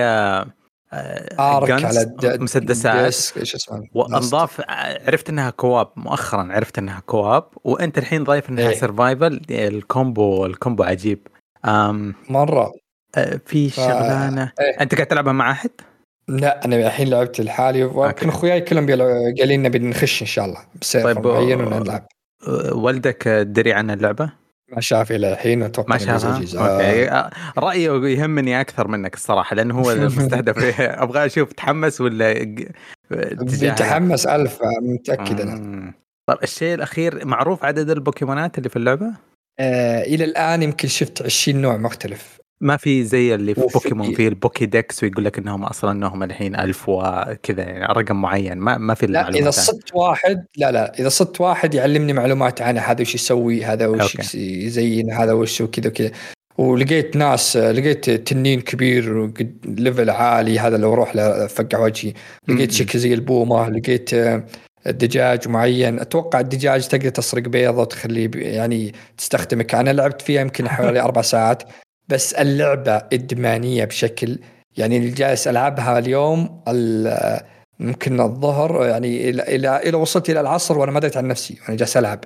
على مسدسات وأنضاف. عرفت أنها كواب مؤخرا، عرفت أنها كواب، وأنت الحين ضايف أنها سرفايفل. الكومبو عجيب مرة. في شغلانة أنت قاعد تلعبها مع أحد؟ لا أنا الحين لعبت لحالي، وكان أخوياي كلهم قالين نبي نخش إن شاء الله بسيرفر معين ونلعب. والدك دري عن اللعبة؟ ما شاف إلى الحين، أتوقع ما شافها. رأيه يهمني أكثر منك الصراحة، لأنه هو المستهدف. أبغى أشوف تحمس ولا بيتحمس 1000 متأكد أنا. طيب الشيء الأخير، معروف عدد البوكيمونات اللي في اللعبة؟ إلى الآن يمكن شفت 20 نوع مختلف. ما في زي اللي في بوكيمون في البوكي ديكس ويقول لك انهم اصلا انهم الحين 1000 وكذا، يعني رقم معين ما في المعلومات. اذا صدت واحد اذا صدت واحد يعلمني معلومات عنه، هذا وش يسوي، هذا وش يزين، هذا وش وكذا وكذا. ولقيت ناس، لقيت تنين كبير ليفل عالي، هذا لو اروح له فقع وجهي. لقيت شكل زي البومه، لقيت الدجاج معين. اتوقع الدجاج تقدر تسرق بيضه وتخليه يعني تستخدمك. انا لعبت فيها يمكن حوالي 4 ساعات بس. اللعبة إدمانية بشكل، يعني اللي جالس ألعبها اليوم ممكن الظهر، يعني إلى وصلت إلى العصر وأنا ما دريت عن نفسي وأنا جالس ألعب.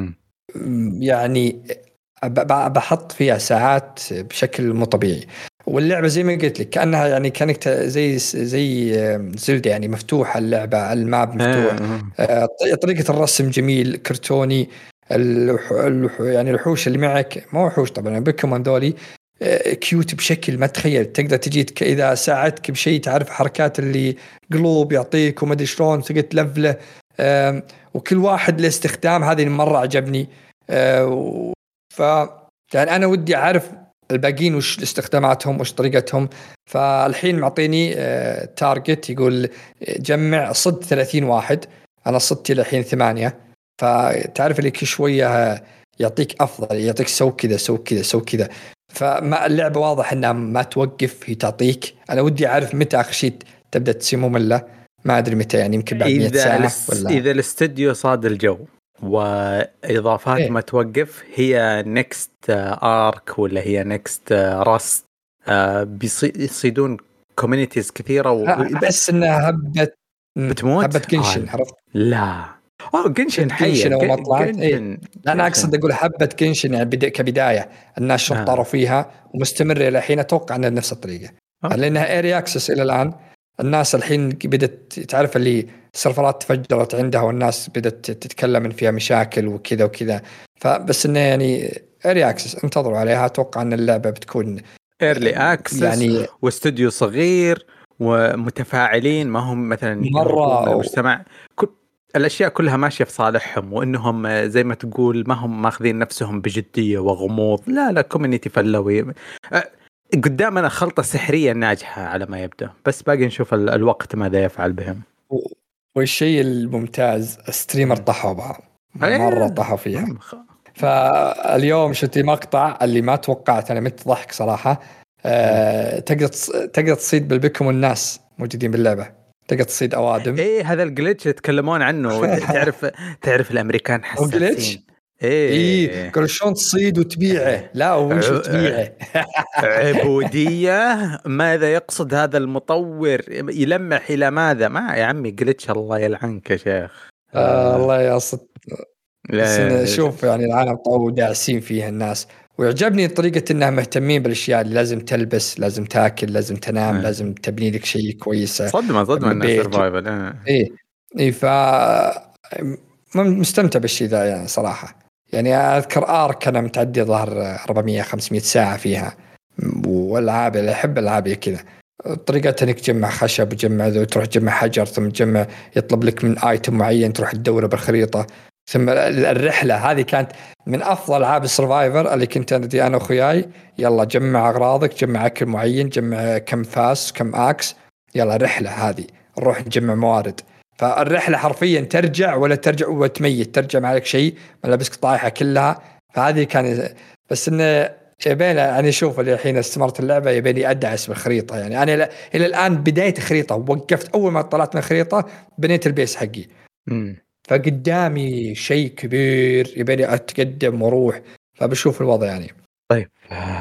يعني بحط فيها ساعات بشكل مو طبيعي. واللعبة زي ما قلت لك كأنها يعني كانت زي زلدة، يعني مفتوحة اللعبة، الماب مفتوح. طريقة الرسم جميل كرتوني. يعني الوحوش اللي معك مو وحوش طبعا، بوكيمون ذولي كيوت بشكل ما تخيل. تقدر تجيك إذا ساعدك بشيء، تعرف حركات اللي قلوب يعطيك وما أدري شلون تقدر تلفله. وكل واحد له استخدام، هذه مرة عجبني. يعني أنا ودي أعرف الباقين وش استخداماتهم وش طريقتهم. فالحين معطيني تارجت يقول جمع صد 30 واحد. أنا صدت الحين 8. فتعرف اللي كل شوية يعطيك أفضل، يعطيك سو كذا سو كذا سو كذا. فما اللعبة واضح أنها ما توقف، هي تعطيك. أنا ودي أعرف متى آخر شيء تبدأ تصير مملة، ما أدري متى، يعني يمكن بعد 100 ساعة ولا. إذا الاستديو صاد الجو واضافات ما توقف. هي نيكست ارك ولا هي نيكست راست، بيصيدون كوميونيتيز كثيره احس انها بتموت. هبه جنشن، عرفت؟ لا جنشن شفت حيه جنشن اول ما طلعت؟ جنشن. لا انا اقصد اقول حبه جنشن يعني كبدايه الناس شطروا فيها ومستمره الى الحين، اتوقع انها نفس الطريقه لانها ايري اكسس الى الان. الناس الحين بدت تعرف اللي السيرفرات تفجرت عندها والناس بدت تتكلم ان فيها مشاكل وكذا وكذا، فبس انه يعني ايري اكسس انتظروا عليها. اتوقع ان اللعبه بتكون ايرلي اكسس يعني واستوديو صغير ومتفاعلين، ما هم مثلا يهربون من المجتمع. الاشياء كلها ماشيه في صالحهم، وانهم زي ما تقول ما هم ماخذين نفسهم بجديه وغموض. لا كوميونيتي فلوي. قدامنا خلطه سحريه ناجحه على ما يبدو، بس باقي نشوف الوقت ماذا يفعل بهم. والشيء الممتاز ستريمر طحوا بعض مره طحوا فيها. فاليوم شفتي مقطع اللي ما توقعت انا، مت ضحك صراحه. تقدر تصيد بالبيكم الناس موجودين باللعبه، تقدر تصيد اوادم. ايه هذا الجلitch يتكلمون عنه. تعرف الامريكان حساسين. ايه قالوا شلون تصيد وتبيعه؟ لا وش تبيعه؟ عبودية. ماذا يقصد هذا المطور؟ يلمح الى ماذا؟ ما يا عمي جلتش، الله يلعنك يا شيخ. الله يقصد. بس شوف يعني العالم طو داعسين فيها الناس، ويعجبني طريقة انها مهتمين بالاشياء اللي لازم تلبس، لازم تاكل، لازم تنام، لازم تبني لك شيء كويس. صدمة انها سرفايفل. ايه مستمتع بالشيء ذا يعني صراحة. يعني اذكر ارك انا متعدي ظهر 400-500 ساعة فيها، والعاب اللي احب العاب كذا. طريقتها انك تجمع خشب وتجمع ذو، تروح تجمع حجر، ثم تجمع يطلب لك من ايتم معين تروح تدوره بالخريطة. ثم الرحلة هذه كانت من أفضل ألعاب السرفايفر اللي كنت أنا وأخوياي. يلا جمع أغراضك، جمع أكل معين، جمع كم فاس كم أكس، يلا رحلة هذه نروح نجمع موارد. فالرحلة حرفيا ترجع ولا ترجع وتميت، ترجع معك شيء ملابسك طايحة كلها. فهذه كان بس إنه يبيني يعني شوف اللي الحين استمرت اللعبة يبيني أدعس بالخريطة. يعني أنا إلى الآن بداية خريطة وقفت أول ما طلعت من الخريطة بنيت البيس حقي. فقدامي شيء كبير يبيني أتقدم وروح، فبشوف الوضع يعني. طيب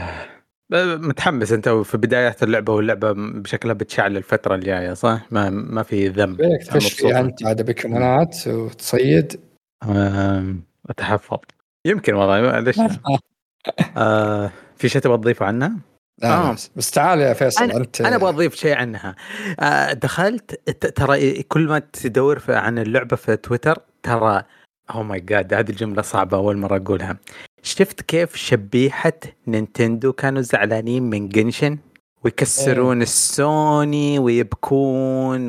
متحمس أنت في بدايات اللعبة، واللعبة بشكلها بتشعل الفترة الجاية صح؟ ما في ذنب. بيك تخشي أنت عاد بكمانات وتصيد. أتحفظ يمكن والله ليش في شيء تبغى تضيفه عنها؟ بس تعال يا فيصل أنا أبغى أضيف شيء عنها. دخلت ترى كل ما تدور عن اللعبة في تويتر ترى أوه ماي جاد، هذه الجملة صعبة أول مرة أقولها. شفت كيف شبيحة نينتندو كانوا زعلانين من جنشن ويكسرون السوني ويبكون،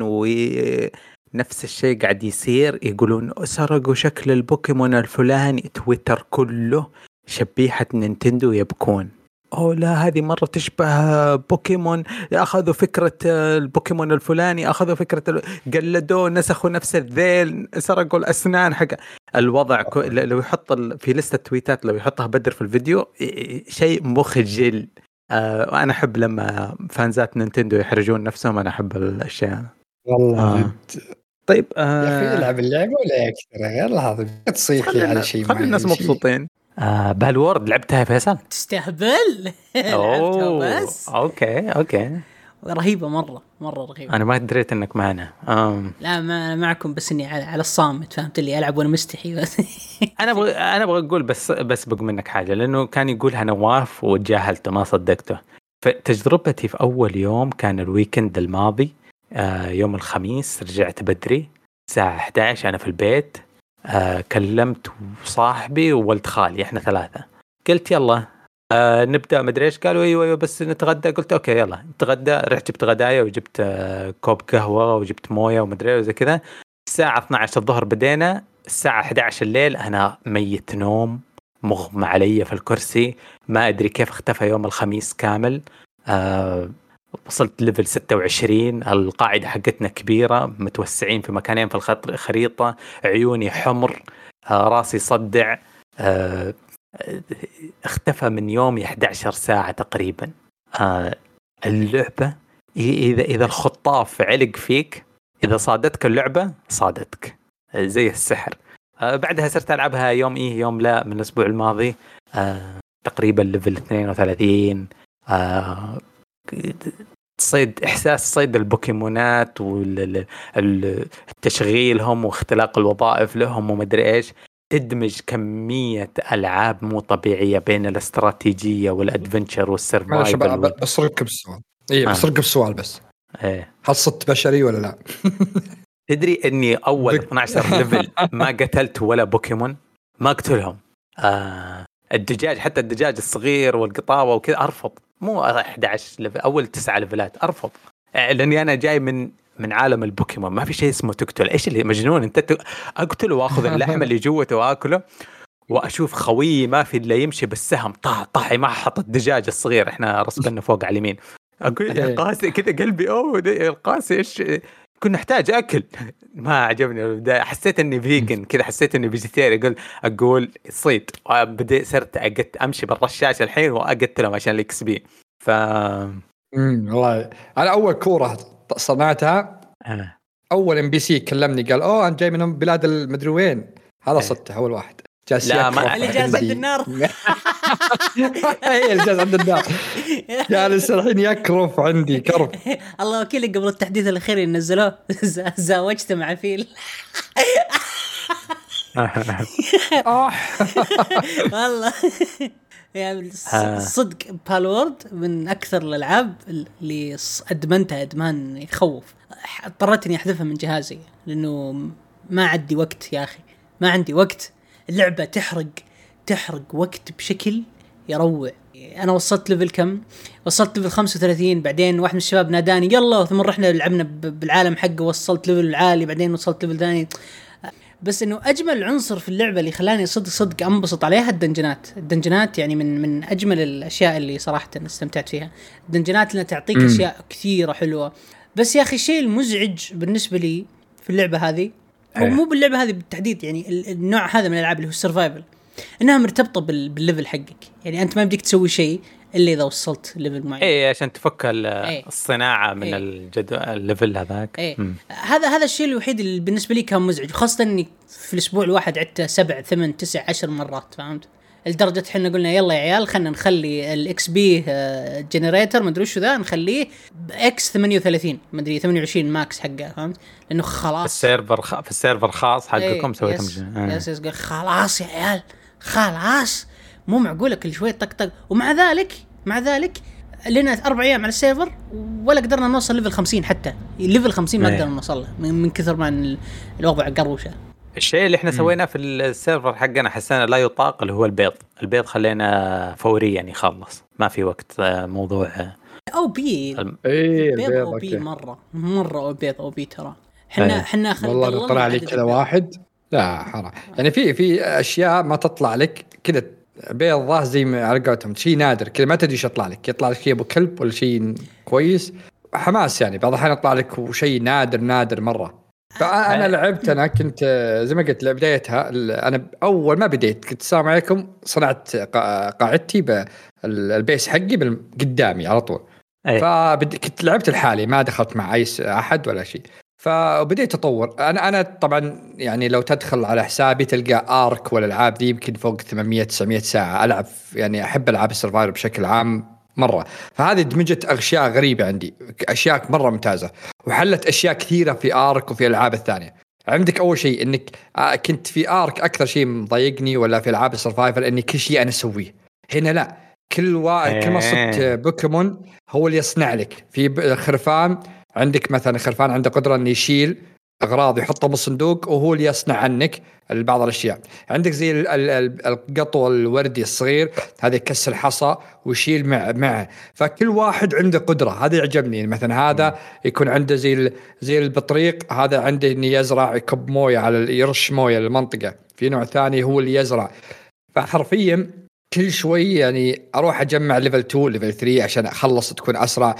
ونفس الشيء قاعد يصير، يقولون سرقوا شكل البوكيمون الفلاني. تويتر كله شبيحة نينتندو يبكون. لا هذه مرة تشبه بوكيمون، أخذوا فكرة البوكيمون الفلاني، أخذوا فكرة قلدوه، نسخوا نفس الذيل، سرقوا الأسنان حق الوضع. لو يحط في لستة تويتات لو يحطها بدر في الفيديو شيء مخجل. وأنا أحب لما فانزات نينتندو يحرجون نفسهم، أنا أحب الأشياء والله. طيب يا أخي العب اللعبة ولا أكثر غير هذا تصيح لي على شيء، خلي الناس مبسوطين. بالورد لعبتها يا فيصل؟ تستهبل. لعبتها بس اوكي رهيبه، مره رهيبه. انا ما دريت انك معنا. لا ما معكم، بس اني على الصامت، فهمت اللي العب وانا مستحي بس. انا ابغى اقول بس بقول منك حاجه، لانه كان يقولها نواف وتجاهلته ما صدقته. فتجربتي في اول يوم كان الويكند الماضي، يوم الخميس رجعت بدري الساعه 11 انا في البيت. كلمت صاحبي وولد خالي، احنا 3. قلت يلا نبدأ مدري ايش. قالوا ايوه بس نتغدى. قلت اوكي يلا نتغدى. رحت جبت غدايا وجبت كوب قهوة وجبت موية ومدري وزي كذا. الساعة 12 الظهر بدينا، الساعة 11 الليل أنا ميت نوم، مغمى علي في الكرسي، ما أدري كيف اختفى يوم الخميس كامل. وصلت ليفل 26. القاعدة حقتنا كبيرة، متوسعين في مكانين في الخريطة، عيوني حمر، راسي صدع. اختفى من يومي 11 ساعة تقريبا. اللعبة إذا الخطاف علق فيك، إذا صادتك اللعبة صادتك زي السحر. بعدها صرت العبها يوم يوم لا من الاسبوع الماضي. تقريبا ليفل 32. صيد احساس صيد البوكيمونات والتشغيلهم واختلاق الوظائف لهم ومدري ايش، تدمج كمية ألعاب مو طبيعية بين الاستراتيجية والأدفنشر والسرفايفل. بصرك بسؤال. بصرك بسؤال بس. هل صدت بشري ولا لا؟ تدري اني اول 12 ليفل ما قتلت ولا بوكيمون، ما اقتلهم. الدجاج، حتى الدجاج الصغير والقطاوة وكذا ارفض. مو 11 ليفل، اول 9 ليفلات ارفض، لاني انا جاي من عالم البوكيمون، ما في شيء اسمه تقتل. ايش اللي مجنون انت؟ اقتله واخذ اللحم اللي جوته واكله، واشوف خويي ما في الا يمشي بالسهم طاحي ما حط الدجاج الصغير، احنا رسبنا فوق على اليمين. اقول يا قاسي كذا قلبي القاسي ايش كنا نحتاج اكل. ما عجبني البدايه، حسيت اني فيجن كذا، حسيت اني فيجيتيري. اقول صيد، وبدأت صرت امشي بالرشاش الحين واقتلهم عشان الاكس بي. والله انا اول كوره صنعتها اول ام بي سي كلمني قال انت جاي من بلاد المدري وين، هذا صدته اول واحد. لا ما اللي جالس عند النار. هي اللي جالس عند النار، جالس الحين يكرف عندي كرف. الله وكيل، قبل التحديث الاخير اللي نزلوه زاوجته مع فيل. والله يعني صدق بالورد من اكثر الالعاب اللي ادمنتها ادمان يخوف. اضطريت اني احذفها من جهازي لانه ما عندي وقت يا اخي، ما عندي وقت. اللعبة تحرق وقت بشكل يروع. أنا وصلت ليفل كم؟ وصلت ليفل 35. بعدين واحد من الشباب ناداني يلا، ثم رحنا لعبنا بالعالم حقه، وصلت ليفل عالي، بعدين وصلت ليفل ثاني. بس إنه أجمل عنصر في اللعبة اللي خلاني صدق أنبسط عليها الدنجنات يعني من أجمل الأشياء اللي صراحة استمتعت فيها. الدنجنات لأنها تعطيك أشياء كثيرة حلوة. بس يا أخي الشيء المزعج بالنسبة لي في اللعبة هذه، أو مو باللعبة هذه بالتحديد، يعني النوع هذا من الألعاب اللي هو السرفايفل، إنها مرتبطة بالليفل حقك. يعني أنت ما بدك تسوي شيء إلا إذا وصلت ليفل معين. عشان تفك الصناعة من الليفل هذاك. هذا الشيء الوحيد اللي بالنسبة لي كان مزعج، خاصة إني في الأسبوع الواحد عدته 7 8 9 10 مرات، فهمت؟ لدرجة إحنا قلنا يلا يا عيال خلنا نخلي الإكس بي جنريتر مدري وش ذا، نخليه إكس 38 مدري 28 ماكس حقه، فهمت؟ لأنه خلاص في السيرفر خاص حقكم سويتم يس خلاص يا عيال خلاص، مو معقولة كل شوي طق. ومع ذلك لنا 4 أيام على السيرفر ولا قدرنا نوصل ليفل 50. حتى ليفل 50 ما قدرنا نوصل من كثر ما الوضع قروشة. الشيء اللي احنا سويناه في السيرفر حقنا حسنا لا يطاق، اللي هو البيض خلينا فوريا يعني خلص، ما في وقت. موضوع او بي البيض او بي مره او بي ترى احنا والله طلع لي كذا واحد، لا حرام يعني في اشياء ما تطلع لك كذا بيض ظاهر زي ما على قولتهم شيء نادر كذا، ما تدري ايش يطلع لك شيء ابو كلب ولا شيء كويس. حماس يعني بعض الأحيان يطلع لك شيء نادر مره. فأنا لعبت، أنا كنت زي ما قلت لبدايتها، أنا أول ما بديت كنت السلام عليكم صنعت قاعدتي بالبيس حقي قدامي على طول. كنت لعبت لحالي ما دخلت مع أي أحد ولا شيء. فبديت أطور. أنا طبعا يعني لو تدخل على حسابي تلقى آرك والألعاب دي يمكن فوق 800-900 ساعة ألعب. يعني أحب ألعاب السرفايفر بشكل عام مرة. فهذه دمجت أشياء غريبة عندي، أشياء مرة ممتازة، وحلت أشياء كثيرة في آرك وفي الألعاب الثانية. عندك أول شيء إنك كنت في آرك أكثر شيء مضايقني ولا في ألعاب السرفايفر إني كل شيء أنا أسويه. هنا لا، كل ما صرت بوكيمون هو اللي يصنع لك. في خرفان عندك مثلا خرفان عنده قدرة إنه يشيل أغراض يحطها بالصندوق وهو اللي يصنع عنك بعض الأشياء. عندك زي القطو الوردي الصغير هذا يكسر حصى ويشيل معه. فكل واحد عنده قدرة، هذا يعجبني. مثلا هذا يكون عنده زي البطريق، هذا عنده إنه يزرع يكب موية على يرش موية للمنطقة. في نوع ثاني هو اللي يزرع. فحرفيا كل شوي يعني أروح أجمع ليفل 2 ليفل 3 عشان أخلص تكون أسرع.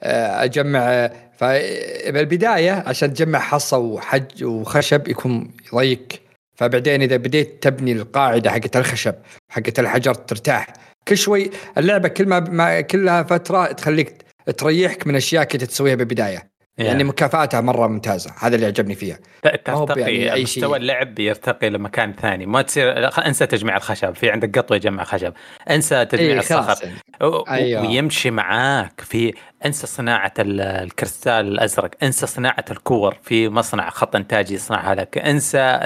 أجمع فبالبداية عشان تجمع حصى وحج وخشب يكون ضيق. فبعدين إذا بديت تبني القاعدة حقت الخشب حقت الحجر ترتاح. كل شوي اللعبة كلها فترة تخليك تريحك من أشياء كنت تسويها بالبداية. يعني مكافاتها مره ممتازه، هذا اللي عجبني فيها. ترتقي يعني مستوى اللعب يرتقي لمكان ثاني، ما تصير انسى تجميع الخشب، في عندك قطوه يجمع خشب، انسى تجميع الصخر يعني. أيوة. ويمشي معاك في، انسى صناعه الكريستال الازرق، انسى صناعه الكور في مصنع خط انتاجي يصنعها لك، انسى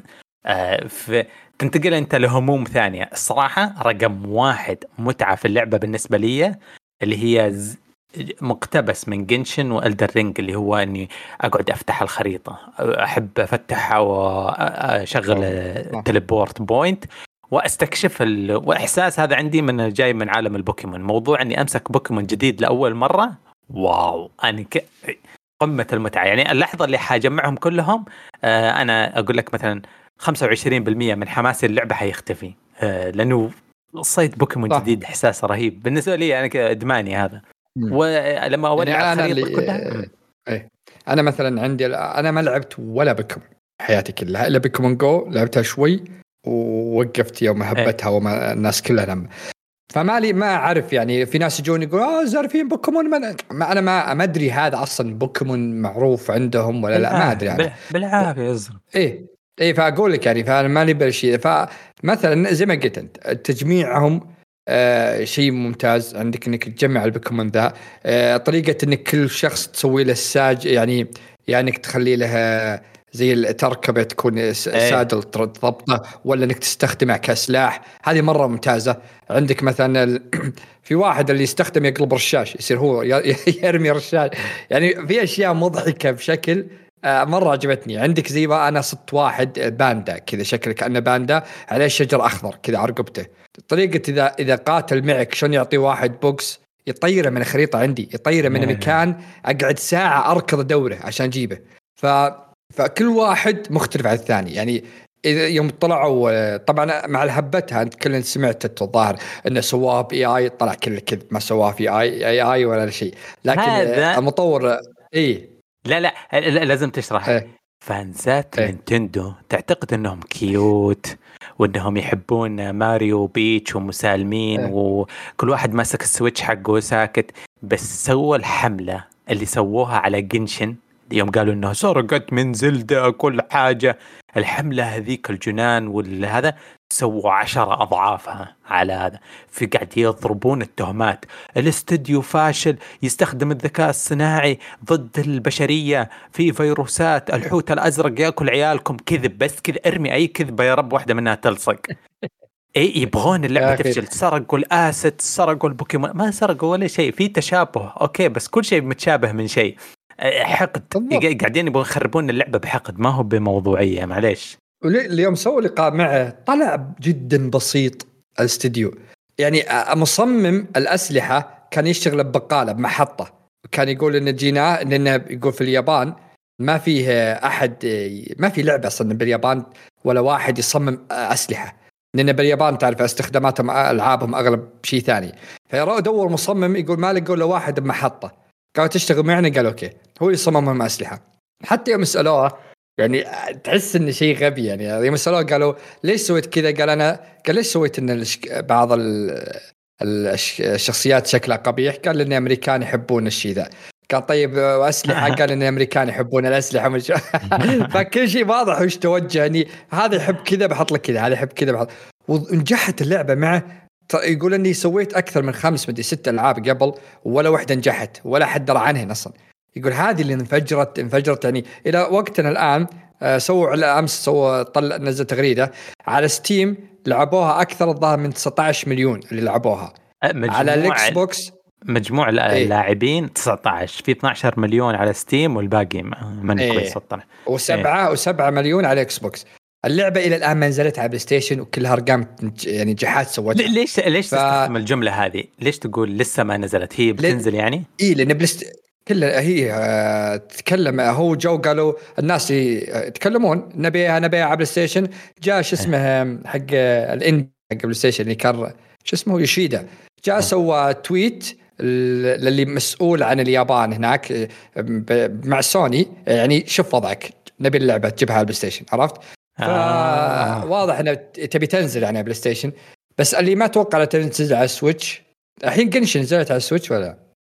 تنتقل انت لهموم ثانيه. الصراحه رقم واحد متعه في اللعبه بالنسبه لي اللي هي مقتبس من جنشن والدر رينج، اللي هو اني اقعد افتح الخريطه، احب افتحها واشغل تليبورت بوينت واستكشف واحساس هذا عندي من جاي من عالم البوكيمون. موضوع اني امسك بوكيمون جديد لاول مره، واو، انا قمه المتعه. يعني اللحظه اللي حاجمعهم كلهم انا اقول لك مثلا 25% من حماسي اللعبه حيختفي، لانه صيد بوكيمون جديد احساس رهيب بالنسبه لي، انا ادماني هذا. ولما اولع يعني الخريطه كلها انا مثلا عندي، انا ما لعبت ولا بوكيمون حياتي كلها الا بوكيمون جو، لعبتها شوي ووقفت يوم هبتها وما الناس كلها لما، ما اعرف. يعني في ناس يجون يقولوا زارفين بوكيمون، ما انا ما ادري هذا اصلا بوكيمون معروف عندهم ولا لا، ما ادري يعني. بالعافيه يزرق. ايه فاقول لك يعني، فانا مالي بالشيء. فمثلا زي ما قلت انت، تجميعهم شيء ممتاز. عندك انك تجمع البوكيمون ذا، طريقه انك كل شخص تسوي له الساج، يعني انك تخلي له زي تركبه تكون سادل تضبطه، ولا انك تستخدمه كسلاح، هذه مره ممتازه. عندك مثلا في واحد اللي يستخدم يقلب رشاش، يصير هو يرمي رشاش. يعني في اشياء مضحكه بشكل مرة عجبتني. عندك زي ما أنا صدت واحد باندا كذا، شكله كأنه باندا عليه شجر أخضر كذا عرقبته. طريقة إذا قاتل معك شلون يعطي واحد بوكس يطيره من الخريطة عندي، يطيره من مكان أقعد ساعة أركض دوره عشان أجيبه. فكل واحد مختلف عن الثاني. يعني إذا يوم طلعوا طبعا مع الهبتها أنت كلنا سمعت الظاهر إنه سواه بإي طلع كل كذب، ما سواه في اي ولا شيء. لكن المطور لا لازم تشرح. فانزات نينتندو تعتقد انهم كيوت وانهم يحبون ماريو وبيتش ومسالمين وكل واحد ماسك السويتش حقه ساكت، بس سووا الحملة اللي سووها على جنشن يوم قالوا انه سرقت من زلدة كل حاجة. الحملة هذيك الجنان والهذا سووا 10 أضعافها على هذا. في قاعد يضربون التهمات، الاستديو فاشل، يستخدم الذكاء الصناعي ضد البشرية، في فيروسات، الحوت الأزرق يأكل عيالكم، كذب بس كذا، ارمي أي كذبة يا رب واحدة منها تلصق. ايه يبغون اللعبة تفشل. سرقوا الاسيت، سرقوا البوكيمون، ما سرقوا ولا شيء، في تشابه اوكي بس كل شيء متشابه من شيء. حقد، قاعدين يبغون يخربون اللعبة بحقد، ما هو بموضوعية. معليش. اليوم سووا لقاء معه طلع جدا بسيط الاستديو. يعني مصمم الأسلحة كان يشتغل ببقالة بمحطة، كان يقول إن جينا إنه يقول في اليابان ما فيه أحد، ما في لعبة أصلا باليابان ولا واحد يصمم أسلحة، لأن باليابان تعرف استخداماتهم ألعابهم أغلب شيء ثاني. فدور مصمم يقول ما لقوا له واحد بمحطة، قالوا تشتغل معنا، قال أوكي، هو يصمم أسلحة. حتى يوم سألوه يعني تحس إن شيء غبي، يعني يوم سألوه قالوا ليش سويت كذا، قال ليش سويت إن بعض الشخصيات شكلها قبيح، قال لأن الأمريكان يحبون الشيء ذا. قال طيب وأسلحة، قال إن الأمريكان يحبون الأسلحة مش فكل شيء واضح وش توجه، يعني هذا يحب كذا بحط لك كذا، هذا يحب كذا بحط. ونجحت اللعبة معه. يقول اني سويت اكثر من 6 العاب قبل ولا واحده نجحت ولا حد درى عنها اصلا. يقول هذه اللي انفجرت يعني الى وقتنا الان. سووا امس نزل تغريده على ستيم، لعبوها اكثر الظاهر من 19 مليون اللي لعبوها على الاكس بوكس. مجموع اللاعبين 19، في 12 مليون على ستيم والباقي من كويس طلع، و7 مليون على اكس بوكس. اللعبة إلى الآن ما نزلت على بلاي ستيشن وكلها أرقام يعني نجاحات سوتها. ليش تستخدم الجملة هذه؟ ليش تقول لسه ما نزلت؟ هي بتنزل يعني؟ إيه لأن كلها هي تتكلم. هو جو قالوا الناس يتكلمون نبيها على بلاي ستيشن. جاء شو اسمه حق الإند حق بلاي ستيشن اللي كان شو اسمه يوشيدا، جاء سوى تويت للي مسؤول عن اليابان هناك مع سوني، يعني شوف وضعك، نبي اللعبة تجيبها على البلاي ستيشن، عرفت؟ فواضح انه تبي تنزل يعني بلاي ستيشن، بس اللي ما توقع تنزل على السويتش. الحين جنشن نزلت على السويتش ولا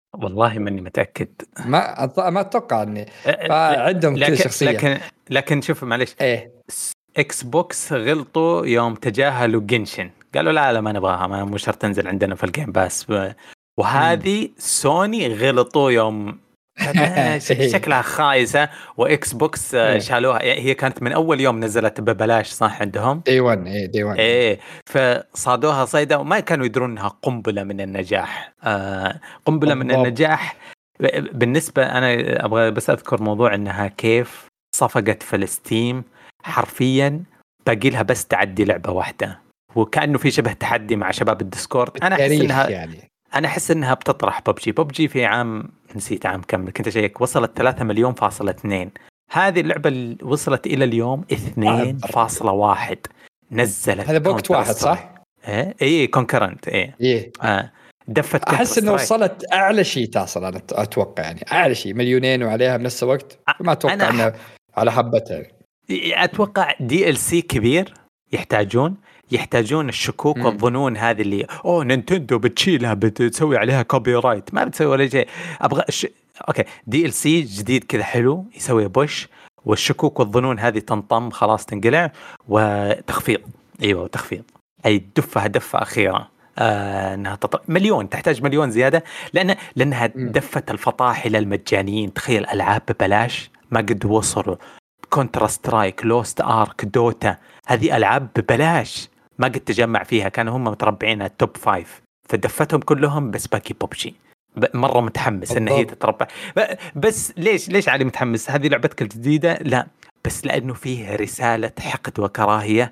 والله ماني متاكد. ما اتوقع اني فعندهم كل شخصيه. لكن شوف معليش، ايه اكس بوكس غلطوا يوم تجاهلوا جنشن، قالوا لا ما نبغاها، ما مو شرط تنزل عندنا في الجيم باس. وهذه سوني غلطوا يوم شكلها خايسة، واكس بوكس شالوها. هي كانت من اول يوم نزلت ببلاش صح عندهم دي 1. دي 1 ايه، فصادوها صيدة وما كانوا يدرون انها قنبلة من النجاح. قنبلة من النجاح. بالنسبة انا ابغى بس اذكر موضوع انها كيف صفقت فلسطين حرفيا، باقي لها بس تعدي لعبة واحدة، وكأنه في شبه تحدي مع شباب الديسكورد. انا احس انها يعني انا احس انها بتطرح ببجي في عام، نسيت عام كم كنت اشيك، وصلت 3 مليون فاصلة 2. هذه اللعبة اللي وصلت الى اليوم 2.1 نزلت. هذا بوقت واحد صح؟ ايه كونكرنت ايه. دفت احس انه وصلت اعلى شيء تصل، انا اتوقع يعني اعلى شيء 2 وعليها بنفس الوقت، ما اتوقع انه على حبتها. اتوقع دي ال سي كبير يحتاجون الشكوك والظنون هذه اللي نينتندو بتشيلها بتسوي عليها كوبي رايت، ما بتسوي ولا شيء. ابغى اوكي دي ال سي جديد كذا حلو يسوي بوش، والشكوك والظنون هذه تنطم خلاص تنقلع، وتخفيض. ايوه تخفيض، اي دفة اخيرة. انها مليون، تحتاج مليون زيادة، لانها دفت الفطاحل المجانيين. تخيل العاب ببلاش ما قد وصلوا. كونترا سترايك، لوست ارك، دوتا، هذه العاب ببلاش ما قد تجمع فيها. كانوا هم متربعين على التوب 5، فدفتهم كلهم. بس باقي ببجي مرة متحمس ان هي تتربع. بس ليش علي متحمس؟ هذه لعبتك الجديدة؟ لا، بس لانه فيه رسالة حقد وكراهية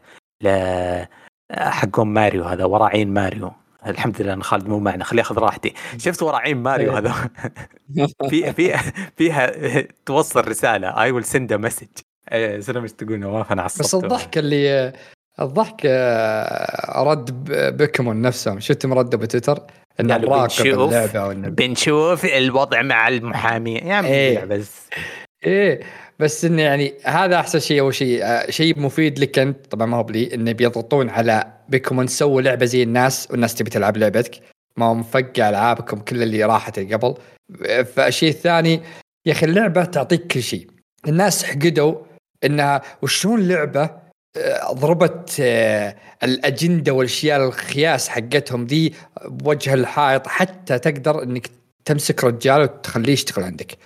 حقهم ماريو هذا، وراعين ماريو. الحمد لله ان خالد مو معنا، خليه ياخذ راحتي. شفت وراعين ماريو هذا فيها توصل رسالة I will send a message. سلام ايش تقول نواف؟ انا عصبت. بس الضحك رد بوكيمون نفسهم، شفت مرد بتويتر ان نراقب اللعبة بنشوف الوضع مع المحامي يا عمي. بس بس انه يعني هذا احسن شيء. اول شيء مفيد لك انت طبعا، ما هو بلي انه بيضغطون على بيكمون سووا لعبه زي الناس، والناس تبي تلعب لعبتك، ما هو مفقع العابكم كل اللي راحت قبل. فالشيء الثاني يا اخي اللعبه تعطيك كل شيء. الناس حقدوا انها وشون لعبه ضربت الاجنده والاشياء الخياس حقتهم ذي بوجه الحائط، حتى تقدر انك تمسك رجال وتخليه يشتغل عندك.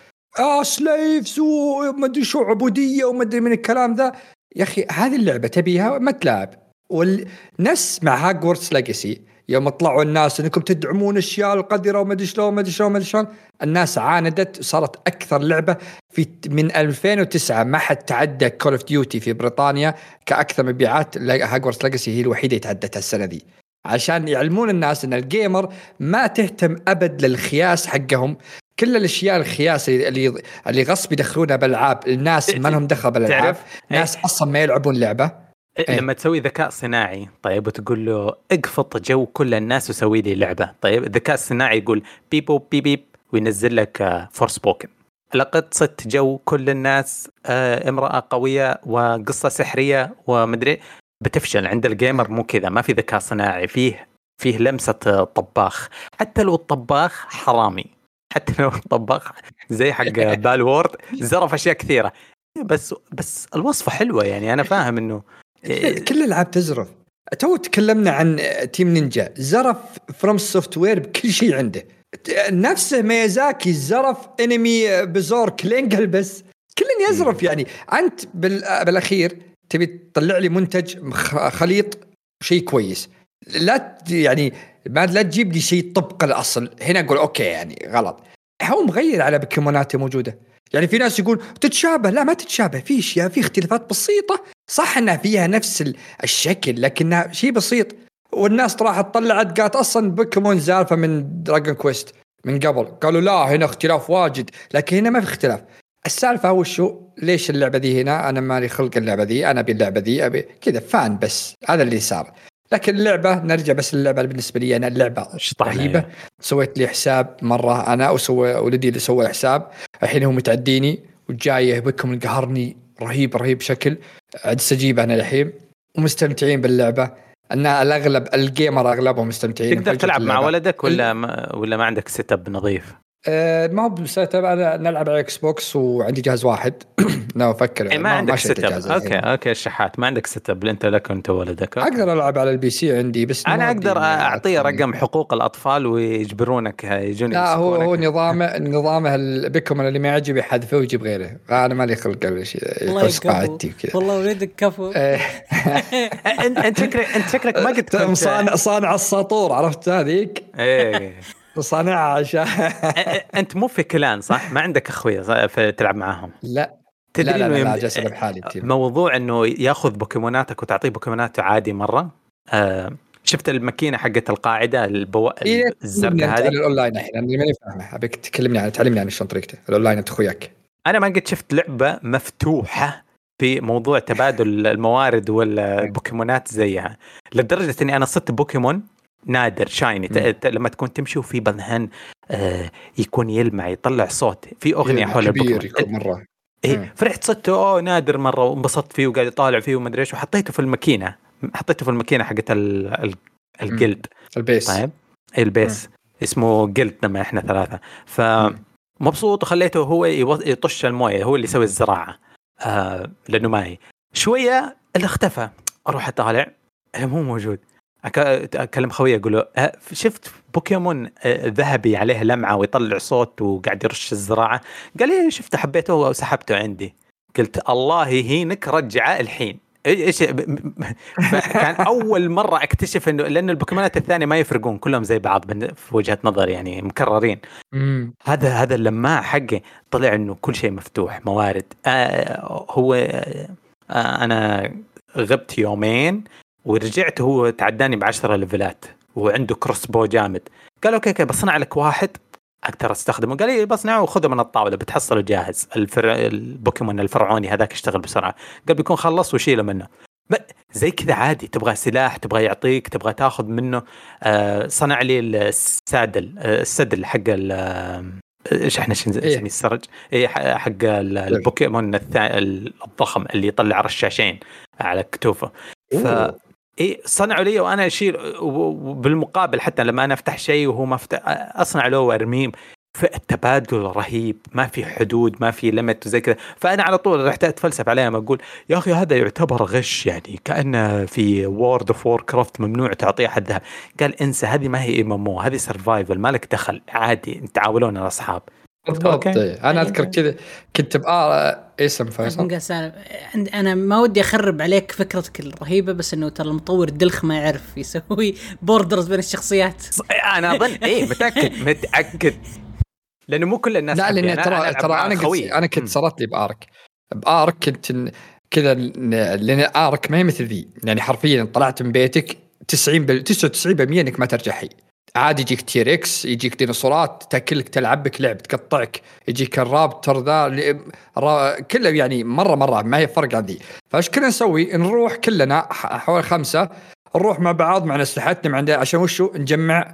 سلايفز وما ادري شو عبوديه وما ادري من الكلام ذا. يا اخي هذه اللعبه تبيها ما تلعب. والنفس مع هاغورتس ليجاسي يوم طلعوا الناس انكم تدعمون الاشياء القذره وما ادري شلون، الناس عاندت وصارت اكثر لعبه في من 2009 ما حد تعدى كول اوف ديوتي في بريطانيا كاكثر مبيعات. هاغورتس ليجاسي هي الوحيده اللي تعدتها السنه دي، عشان يعلمون الناس ان الجيمر ما تهتم ابد للخياس حقهم. كل الاشياء الخياس اللي غصب يدخلونها بالالعاب، الناس ما لهم دخل بالالعاب، ناس اصلا ما يلعبون لعبه. لما تسوي ذكاء صناعي طيب وتقول له اقفط جو كل الناس وسوي لي لعبه، طيب الذكاء الصناعي يقول بيبو بيب بيب وينزل لك فور سبوكن. لقد صدت جو كل الناس امراه قويه وقصه سحريه ومدري، بتفشل. عند الجيمر مو كذا، ما في ذكاء صناعي، فيه لمسه طباخ. حتى لو الطباخ حرامي، حتى لو الطباخ زي حق بالوورد زرف اشياء كثيره، بس الوصفه حلوه. يعني انا فاهم انه كل الالعاب تزرف. تو تكلمنا عن تيم نينجا، زرف فروم سوفت وير بكل شيء عنده. نفسه ميازاكي زرف انمي بزور كلينجل، بس كلن يزرف. يعني انت بالاخير تبي تطلع لي منتج خليط شيء كويس، لا يعني ما لا تجيب لي شيء طبق الاصل. هنا اقول اوكي يعني غلط. هو مغير على بوكيمونات موجوده. يعني في ناس يقول تتشابه، لا ما تتشابه، في اشياء في اختلافات بسيطه، صح انها فيها نفس الشكل لكنها شيء بسيط. والناس راحت طلعت قالت اصلا بوكيمون زالفه من دراجون كويست من قبل، قالوا لا هنا اختلاف واجد، لكن هنا ما في اختلاف. السالفه هو شو، ليش اللعبه ذي هنا انا مالي خلق اللعبه ذي، انا ابي اللعبه ذي، ابي كذا فان، بس هذا اللي صار. لكن اللعبه نرجع، بس اللعبه بالنسبه لي انا اللعبه رهيبه. سويت لي حساب مره انا وسوى ولدي اللي سوى حساب، الحين هو متعديني وجايه بكم القهرني رهيب بشكل استجيب انا الحين، ومستمتعين باللعبه. ان الاغلب الجيمر اغلبهم مستمتعين. تقدر تلعب مع ولدك ولا ما عندك سيت اب نظيف؟ ما هو بسيت انا نلعب على اكس بوكس وعندي جهاز واحد. لا افكر ما عندك شريت ست جهاز اب. اوكي الشحات ما عندك ست اب انت لك انت ولدك. اقدر العب على البي سي عندي بس انا ما اقدر ودي اعطيه أدخل. رقم حقوق الاطفال ويجبرونك يجون لا هو يمسكونك. نظامه البيكم اللي ما يعجب يحذفه ويجيب غيره. انا مالي خلق ولا شيء والله يخص كفو قاعدتي وكذا. والله ولدك كفو. انت شكلك ما قد كنت صانع الساطور، عرفت هذيك؟ ايه صانعها عشان انت مو في كلان صح؟ ما عندك اخويا تلعب معاهم؟ لا تدري لا جالس ألعب بحالي بتيم. موضوع انه ياخذ بوكيموناتك وتعطيه بوكيمونات عادي مره. شفت الماكينه حقت القاعده الزرقاء هذه الاونلاين الحين انا ماني فاهمه، ابيك تعلمني عن شلون طريقته الاونلاين انت اخوياك. انا ما قد شفت لعبه مفتوحه في موضوع تبادل الموارد والبوكيمونات زيها، لدرجه اني انا صرت بوكيمون نادر شايني لما تكون تمشي وفي بنهن يكون يلمع يطلع صوت في اغنيه حول البوكيمون يكون مره ايه فرحت صدته نادر مره وانبسطت فيه وقاعد يطالع فيه وما ادري ايش، وحطيته في الماكينه حقت الجلد البيس. طيب البيس اسمه جلد لما احنا ثلاثه، فمبسوط وخليته هو يطش المويه، هو اللي يسوي الزراعه لانه معي شويه اللي اختفى. اروح اطالع مو موجود، اكلم خويه اقول له شفت بوكيمون ذهبي عليه لمعه ويطلع صوت وقاعد يرش الزراعه؟ قال لي شفته حبيته وسحبته عندي. قلت الله يهينك رجعه الحين. ايش كان اول مره اكتشف انه لان البوكيمونات الثانيه ما يفرقون كلهم زي بعض في وجهه نظري يعني مكررين. هذا اللماع حقه طلع انه كل شيء مفتوح موارد. هو انا غبت يومين ورجعت هو تعداني ب10 ليفلات وعنده كروس بو جامد. قال اوكي بصنع لك واحد اقدر استخدمه. قال لي بصنعه وخذه من الطاوله بتحصله جاهز. البوكيمون الفرعوني هذاك يشتغل بسرعه، قال بيكون خلص وشيله منه زي كذا عادي. تبغى سلاح تبغى يعطيك تبغى تاخذ منه. صنع لي السدل حق ايش احنا نسميه السرج حق البوكيمون الضخم اللي يطلع رشاشين على كتوفه. صنعوا لي وانا اشيل بالمقابل حتى لما انا افتح شيء وهو ما اصنع له وارميه. فالتبادل رهيب، ما في حدود ما في ليميت وزي كذا. فانا على طول رحت اتفلسف عليهم اقول يا اخي هذا يعتبر غش، يعني كأنه في وورد اوف ووركرافت ممنوع تعطيه احد ذهب. قال انسى هذه ما هي MMO، هذه سرفايفل مالك دخل عادي تعاونون الاصحاب. بالضبط. انا اذكر كذا كنت اسم فيصل. انا ما ودي اخرب عليك فكرتك الرهيبه، بس انه ترى المطور الدلخ ما يعرف يسوي بوردرز بين الشخصيات. انا اظن متاكد لانه مو كل الناس. لا لان ترى انا كنت صارت لي بارك كنت كذا، لان ارك ما هي مثل ذي، يعني حرفيا طلعت من بيتك 99% انك ما ترجع حي عادي. يجيك تير اكس، يجيك ديناصورات تاكلك تلعبك لعب تقطعك، يجيك الرابتر ذا كله، يعني مره ما هي فرق عن ذي. فايش كنا نسوي؟ نروح كلنا حوالي 5 نروح مع بعض مع اسلحتنا عندنا عشان وشو نجمع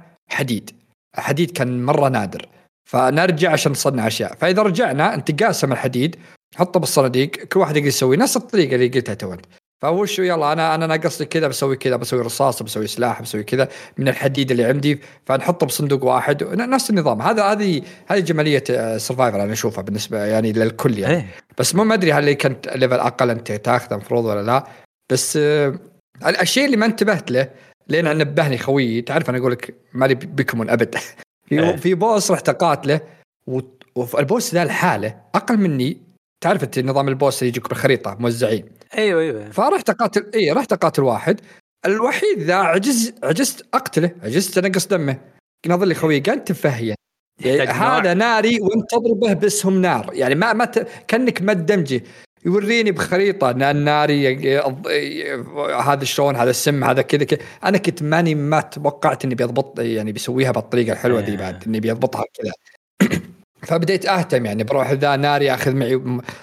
حديد كان مره نادر، فنرجع عشان نصنع اشياء. فاذا رجعنا نتقاسم الحديد نحطه بالصناديق، كل واحد يقدر يسوي نفس الطريقه اللي قلتها توانت. فهو شو يلا انا ناقص لي كذا بسوي كذا، بسوي رصاص بسوي سلاح بسوي كذا من الحديد اللي عندي، فنحطه بصندوق واحد. نفس النظام هذه جماليه سرفايفر انا اشوفها بالنسبه يعني للكل يعني. بس ما ادري هل كانت ليفل اقل انت تاخذه مفروض ولا لا. بس الشيء اللي ما انتبهت له لين نبهني خويي، تعرف انا اقول لك مالي بيكمون ابد. في بوس رحت اقاتله والبوس ذا الحاله اقل مني. تعرف انت نظام البوس اللي يجيك بالخريطه موزعين. ايوه فرحت اقاتل رحت اقاتل واحد الوحيد ذا عجزت اقتله، عجزت انقص دمه. نظل لي خوي قال تفهيه هذا ناري وانت تضربه باسهم نار، يعني ما كانك ما تدمجه. يوريني بخريطه الناري هذا شلون هذا السم هذا كذا. انا كنت ما توقعت اني بيضبط يعني بيسويها بالطريقه الحلوه دي، بعد اني بيضبطها كذا. فبديت اهتم يعني بروح ذا ناري اخذ معي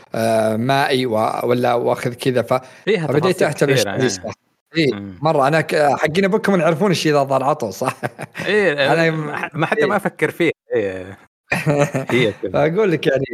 مائي ولا واخذ كذا. فبديت اهتم مره. انا حقين بوكيمون يعرفون الشيء ذا ضار عطو صح. انا ما حتى ما افكر فيه. هي اقول لك يعني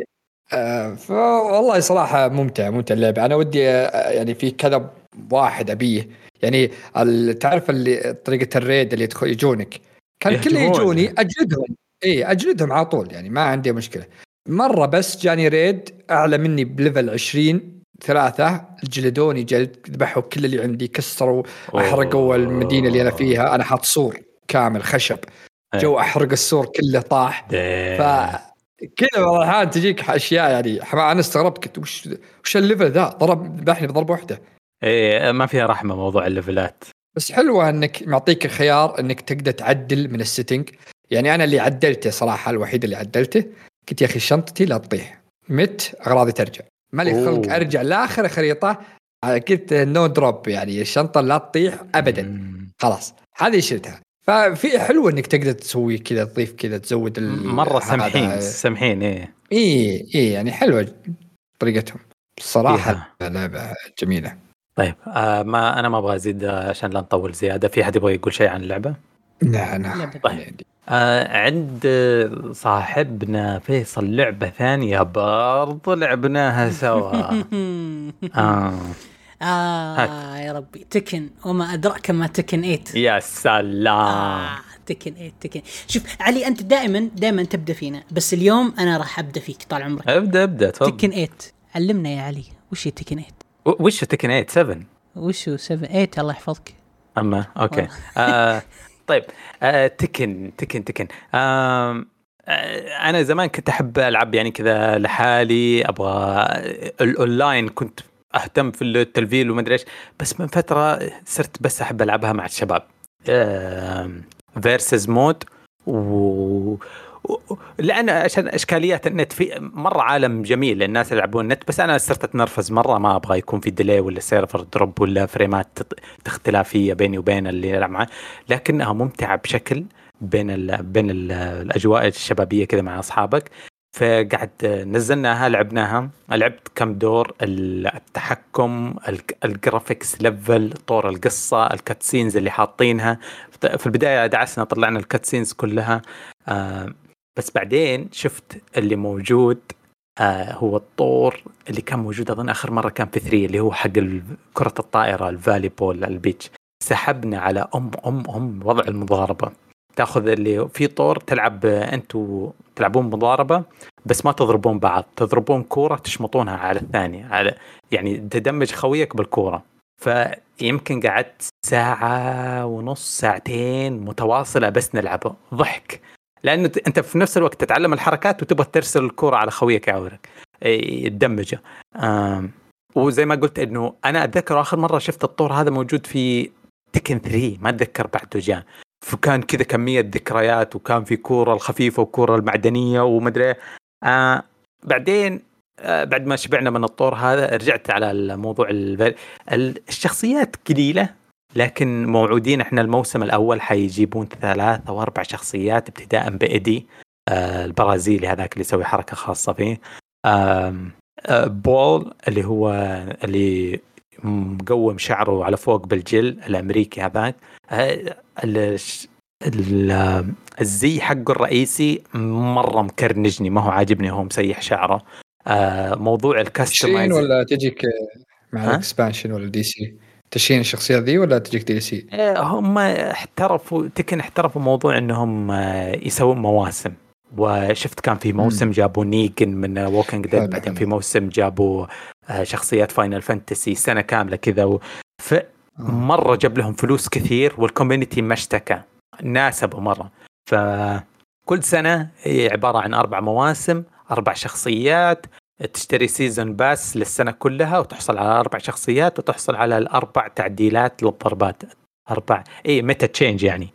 والله صراحه ممتع اللعبه. انا ودي يعني في كذا واحد ابيه يعني تعرف اللي طريقه الريد اللي يجونك كان كله يجوني اجلدهم اي اجلدهم على طول يعني ما عندي مشكله. مره بس جاني ريد اعلى مني بليفل 20 3 جلدوني جلد، ذبحوا كل اللي عندي، كسروا احرقوا المدينه اللي انا فيها. انا حاط سور كامل خشب، جو احرق السور كله طاح. ف كذا والله الحين تجيك اشياء يعني انا استغربت، قلت وش الليفل ذا ضرب ذبحني بضربه واحده. ايه ما فيها رحمه موضوع الليفلات. بس حلوه انك معطيك الخيار انك تقدر تعدل من السيتنج. يعني انا اللي عدلته صراحه، الوحيد اللي عدلته قلت يا اخي شنطتي لا تطيح، مت اغراضي ترجع، ما لي خلق ارجع لاخر خريطه. قلت نو دروب، يعني الشنطه لا تطيح ابدا. خلاص هذه شلتها. ففي حلو انك تقدر تسوي كذا، تضيف كذا، تزود مره سمحين ايه يعني حلوه طريقتهم الصراحه. لعبه جميله. طيب ما انا ما ابغى ازيد عشان لا نطول زياده. في حد يبغى يقول شيء عن اللعبه؟ لا انا طيب. عند صاحبنا فيصل لعبه ثانيه برضو لعبناها سوا. يا ربي، تكن وما أدراك ما تكن 8. يا سلام. تكن 8 تكن. شوف علي، أنت دائما تبدأ فينا، بس اليوم أنا راح أبدأ فيك طال عمرك. ابدأ تفضل. تكن 8 علمنا يا علي، وش هي تكن 8؟ وش تكن 8 7؟ وش 7 8 الله يحفظك. أما أوكي. طيب تكن أنا زمان كنت أحب ألعب يعني كذا لحالي، أبغى الأونلاين كنت أهتم في التلفيل وما أدري إيش. بس من فترة صرت بس أحب ألعبها مع الشباب، فيرسز مود لأن عشان إشكاليات النت في مرة عالم جميل الناس يلعبون النت، بس أنا صرت أتنرفز مرة، ما أبغى يكون في ديلي ولا سيرفر دروب ولا فريمات اختلافية بيني وبين اللي يلعب معه. لكنها ممتعة بشكل بين الأجواء الشبابية كذا مع أصحابك. فقعد نزلناها لعبناها، لعبت كم دور، التحكم، الجرافيكس ليفل، طور القصة، الكاتسينز اللي حاطينها. في البداية دعسنا طلعنا الكاتسينز كلها، بس بعدين شفت اللي موجود هو الطور اللي كان موجود أظن آخر مرة كان في 3 اللي هو حق كرة الطائرة الفالي بول البيتش. سحبنا على وضع المضاربة. تأخذ اللي في طور تلعب أنتوا تلعبون مضاربة بس ما تضربون بعض، تضربون كورة تشمطونها على الثانية، على يعني تدمج خويك بالكورة. فيمكن قعدت 1.5 ساعة ساعتين متواصلة بس نلعبه ضحك، لأنه أنت في نفس الوقت تتعلم الحركات وتبغى ترسل الكورة على خويك يعورك يتدمجه. وزي ما قلت إنه أنا أتذكر آخر مرة شفت الطور هذا موجود في تكن 3، ما أتذكر بعده جاء. فكان كذا كمية ذكريات، وكان في كورة الخفيفة وكورة المعدنية ومدري. بعدين بعد ما شبعنا من الطور هذا رجعت على الموضوع الشخصيات قليلة، لكن موعودين احنا الموسم الأول حيجيبون 3 أو 4 شخصيات ابتداء بإيدي البرازيلي هذاك اللي يسوي حركة خاصة فيه، بول اللي هو اللي مقوم شعره على فوق بالجل الأمريكي هذاك، الزي حقه الرئيسي مرة مكرنجني، ما هو عاجبني، هو مسيح شعره. موضوع الكاستمايز ولا تجيك مع الاكسبانشن ولا دي سي تشين الشخصيات ذي ولا تجيك دي سي؟ هم احترفوا موضوع انهم يسوون مواسم. وشفت كان في موسم جابوا نيجن من ووكينج ديد، بعدين في موسم جابوا شخصيات فاينل فانتسي سنة كاملة كذا. مرة جاب لهم فلوس كثير، والكوميونيتي مشتكى ناسبوا مرة. فكل سنة هي عبارة عن 4 مواسم 4 شخصيات، تشتري سيزن باس للسنة كلها وتحصل على 4 شخصيات وتحصل على 4 تعديلات للضربات 4 ميتا تشينج يعني.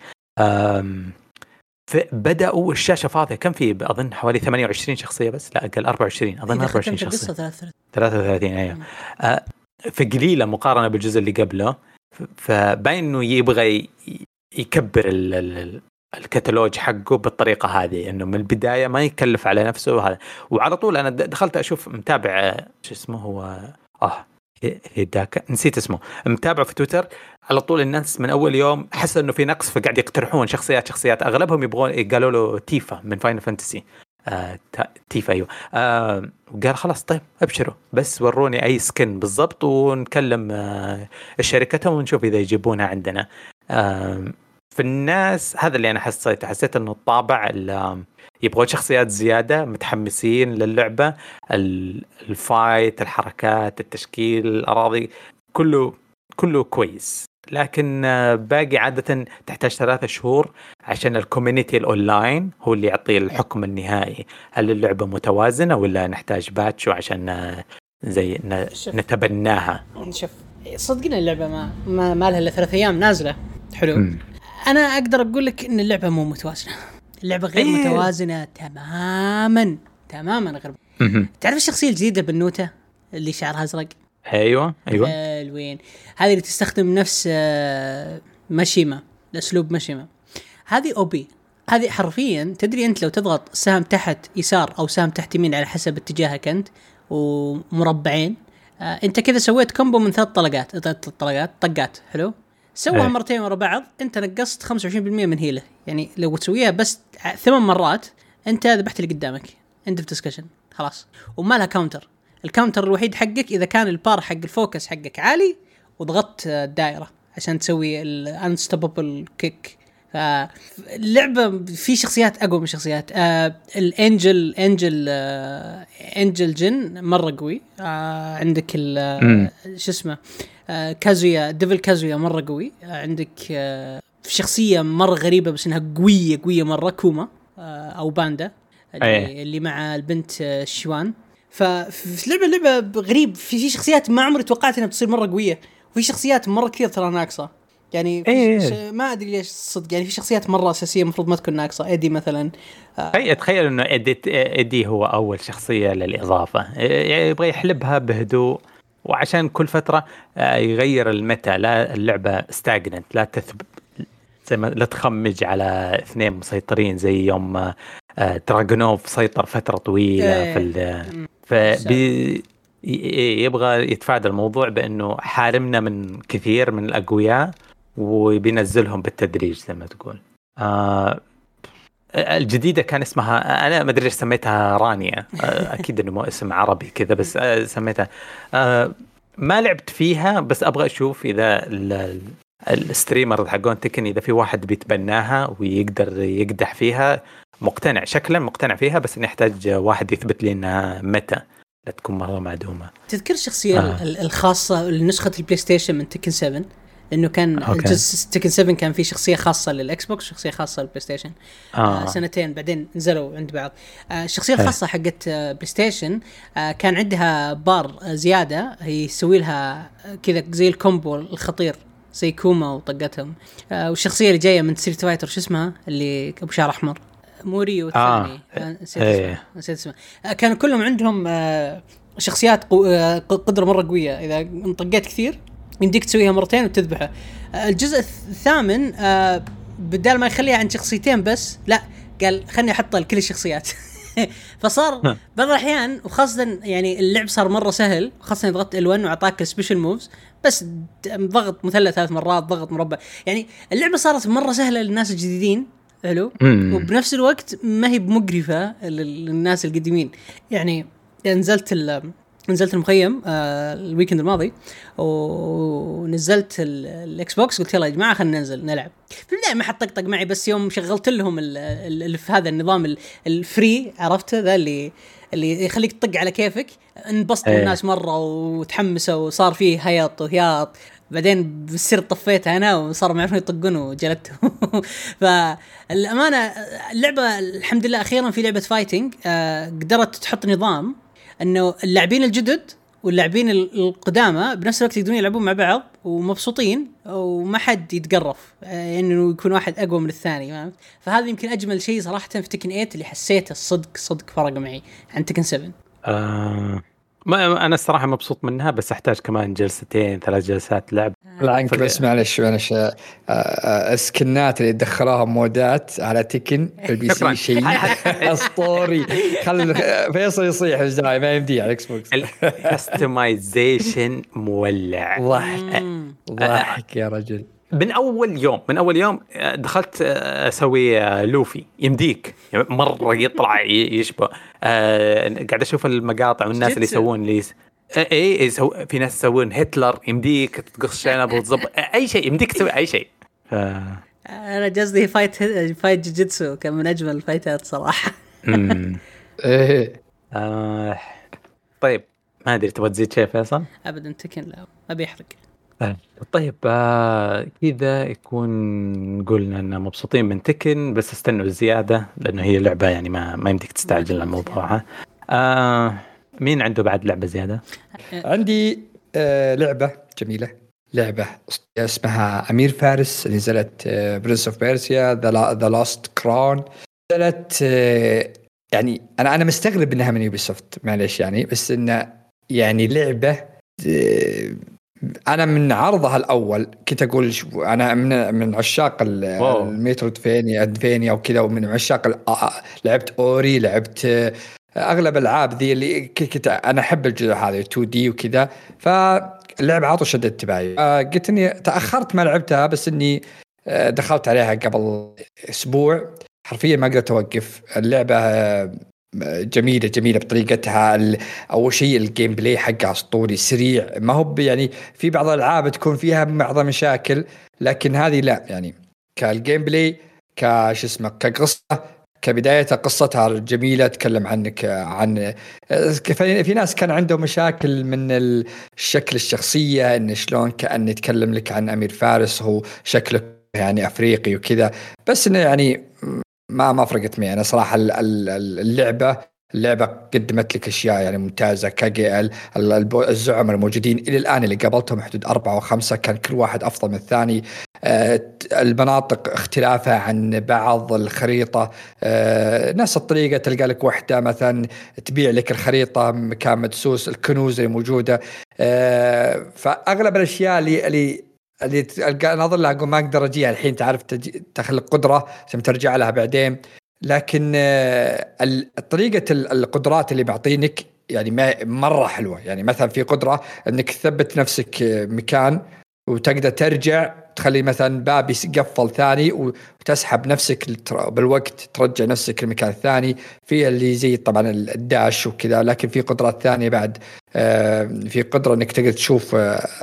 فبدأوا الشاشة فاضية، كم في أظن حوالي 28 شخصية بس، لا أقل 24 أظن 24 شخصية 33 أيوة. فقليلة مقارنة بالجزء اللي قبله. فباين إنه يبغى يكبر الكتالوج حقه بالطريقة هذه، إنه من البداية ما يكلف على نفسه هذا. وعلى طول أنا دخلت أشوف متابع شو اسمه هو هيداكا نسيت اسمه، متابع في تويتر على طول. الناس من أول يوم حسوا إنه في نقص، فقاعد يقترحون شخصيات أغلبهم يبغون، قالوا له تيفا من فاينل فانتسي تيفا أيوه. وقال خلاص طيب أبشروا، بس وروني أي سكن بالضبط ونكلم شركتهم ونشوف إذا يجيبونها عندنا. في الناس هذا اللي أنا حسيت إنه الطابع يبغون شخصيات زيادة، متحمسين للعبة، الفايت، الحركات، التشكيل، الأراضي، كله كويس. لكن باقي عادة تحتاج 3 شهور عشان الكوميونيتي الأونلاين هو اللي يعطي الحكم النهائي، هل اللعبة متوازنة ولا نحتاج باتشو عشان زي نتبناها. شوف صدقني اللعبة ما لها إلا 3 أيام نازلة. حلو. أنا أقدر أقول لك إن اللعبة مو متوازنة، اللعبة غير متوازنة تماما غير. تعرف الشخصية الجديدة بنوتة اللي شعرها أزرق؟ أيوة وين هذه اللي تستخدم نفس ماشيما، الأسلوب ماشيما. هذه أوبي، هذه حرفيا تدري أنت لو تضغط سهم تحت يسار أو سهم تحت يمين على حسب اتجاهك أنت ومربعين، أنت كذا سويت كومبو من 3 طقات. حلو. سوها مرتين ورا بعض، أنت نقصت 25% من هيله. يعني لو تسويها بس 8 مرات أنت ذبحت اللي قدامك. end of discussion خلاص. وما لها كاونتر. الكاونتر الوحيد حقك إذا كان البار حق الفوكس حقك عالي وضغطت الدائرة عشان تسوي الانستوبابل كيك. فاللعبة في شخصيات أقوى من شخصيات. انجل جن مرة قوي. عندك شو اسمه كازويا، ديفل كازويا مرة قوي. عندك شخصية مرة غريبة بس إنها قوية مرة، كوما أو باندا اللي مع البنت شوان. ففي اللعبة غريب، في شخصيات ما عمري توقعت انها بتصير مرة قوية، وفي شخصيات مرة كثير ترى ناقصة. يعني ما ادري ليش الصدق، يعني في شخصيات مرة اساسية المفروض ما تكون ناقصة. ايدي مثلا، تخيل انه ايدي هو اول شخصية للإضافة، يبغى يحلبها بهدوء، وعشان كل فترة يغير الميتا. لا اللعبة ستاجننت، لا تثبت زي ما لا تخمج على 2 مسيطرين زي يوم دراغونوف سيطر فترة طويلة يبغى يتفادى الموضوع بأنه حارمنا من كثير من الأقوياء وبينزلهم بالتدريج زي ما تقول. الجديدة كان اسمها، أنا ما أدري إيش سميتها، رانيا. أكيد إنه مو اسم عربي كذا، بس سميتها. ما لعبت فيها، بس أبغى أشوف إذا الستريمر حقون تكن إذا في واحد بيتبناها ويقدر يقدح فيها. شكلا مقتنع فيها، بس نحتاج واحد يثبت لي انها متى لا تكون مرة معدومة. تذكر الشخصية الخاصة لنسخة البلاي ستيشن من تكن 7؟ لأنه كان الجزء تكن 7 كان في شخصية خاصة للإكس بوكس، شخصية خاصة للبلاي ستيشن. سنتين بعدين نزلوا عند بعض. الشخصية الخاصة حقت بلاي ستيشن كان عندها بار زيادة، هي يسوي لها كذا زي الكومبو الخطير زي كوما وطقتهم. والشخصية اللي جاية من ستريت فايتر شو اسمها اللي أبو شعر أحمر، موريو الثاني، نسيت اسمه. كانوا كلهم عندهم شخصيات قدرة مرة قوية، إذا انطقيت كثير يمديك تسويها مرتين وتذبحها. الجزء الثامن بدال ما يخليها عن شخصيتين بس، لا قال خلني أحطها لكل الشخصيات. فصار بعض الأحيان، وخاصة يعني اللعب صار مرة سهل، خاصة ضغطت L1 وعطاك السبيشل موفز، بس ضغط مثلث 3 مرات، ضغط مربع. يعني اللعبة صارت مرة سهلة للناس الجديدين. حلو. وبنفس الوقت ما هي بمقرفة للناس القديمين. يعني نزلت المخيم الويكند الماضي، ونزلت الاكس بوكس، قلت يلا يا جماعة خلينا ننزل نلعب. في البداية ما حطقطق معي، بس يوم شغلت لهم اللي في هذا النظام الفري، عرفته ذا اللي يخليك تطق على كيفك، انبسطوا الناس مرة وتحمسوا، وصار فيه هياط وهياط. بعدين بالسر طفيتها أنا وصاروا ما يعرفون يطقون وجلدتهم. فالأمانة اللعبة الحمد لله أخيرا في لعبة فايتنج قدرت تحط نظام أنه اللاعبين الجدد واللاعبين القدامى بنفس الوقت يقدرون يلعبون مع بعض ومبسوطين، وما حد يتقرف إنه يكون واحد أقوى من الثاني. فهذا يمكن أجمل شيء صراحة في تكن 8 اللي حسيته الصدق فرق معي عن تكن 7. ما أنا الصراحة مبسوط منها، بس أحتاج كمان 2-3 جلسات لعب. لا عنك بس معلش السكنات اللي دخلوها مودات على تكن البي سي شيء أسطوري. خل فيصل يصيح الجاي ما يمدي على الاكس بوكس. الكستمايزيشن مولع. ضحك يا رجل. من أول يوم دخلت أسوي لوفي، يمديك مرة يطلع يشبه. قاعد أشوف المقاطع والناس اللي يسوون ليس في ناس يسوون هتلر، يمديك تقص شنب وتضبط أي شيء، يمديك تسوي أي شيء. أنا جزدي فايت جيجيتسو كان من أجمل الفايتات صراحة. أمم. ايه آه. طيب ما ادري تبغى تزيد شيء فيصل؟ ابدا تكن لا ما بيحرق. طيب كذا يكون قلنا ان مبسوطين من تكن، بس استنوا الزياده لانه هي لعبه يعني ما يمديك تستعجل الموضوع. مين عنده بعد لعبه زياده؟ عندي لعبة جميلة، لعبة اسمها أمير فارس، نزلت برنس اوف بيرسيا ذا لاست كراون. نزلت يعني أنا مستغرب إنها من يوبيسوفت، معليش يعني، بس إنه يعني لعبة أنا من عرضها الأول كنت أقول أنا من عشاق الميترويدفينيا وكذا، ومن عشاق لعبت أوري، لعبت اغلب العاب ذي اللي كنت انا احب الجزء هذا 2 دي وكذا، فاللعبه عطوا شدت انتباهي. قلت اني تاخرت ما لعبتها، بس اني دخلت عليها قبل اسبوع، حرفيا ما قدرت اوقف اللعبه. جميله جميله بطريقتها. اول شيء الجيم بلاي حقها اسطوري سريع، ما هو يعني في بعض الالعاب تكون فيها بعض المشاكل، لكن هذه لا، يعني كالجيم بلاي كش اسمه كقصه، كبداية قصتها جميلة، تكلم عنك عن في ناس كان عندهم مشاكل من الشكل الشخصية، إن شلون كأن يتكلم لك عن أمير فارس هو شكله يعني أفريقي وكذا، بس إنه يعني ما فرقت معي أنا صراحة. اللعبة قدمت لك أشياء يعني ممتازة. كجيل الزعماء الموجودين إلى الآن اللي قابلتهم حدود 4 و5، كان كل واحد أفضل من الثاني. المناطق اختلافها عن بعض، الخريطة نفس الطريقة، تلقى لك وحدة مثلا تبيع لك الخريطة مكان مدسوس، الكنوز اللي موجودة. فأغلب الأشياء اللي أنا أظن أقول ما أقدر أجيها الحين، تعرف تخلق قدرة ثم ترجع لها بعدين، لكن طريقة القدرات اللي بعطينك يعني مرة حلوة. يعني مثلا في قدرة أنك تثبت نفسك مكان وتقدر ترجع، تخلي مثلا باب يقفل ثاني وتسحب نفسك بالوقت، ترجع نفسك المكان الثاني. في اللي زي طبعا الداش وكذا، لكن في قدرات ثانية بعد. في قدرة انك تقدر تشوف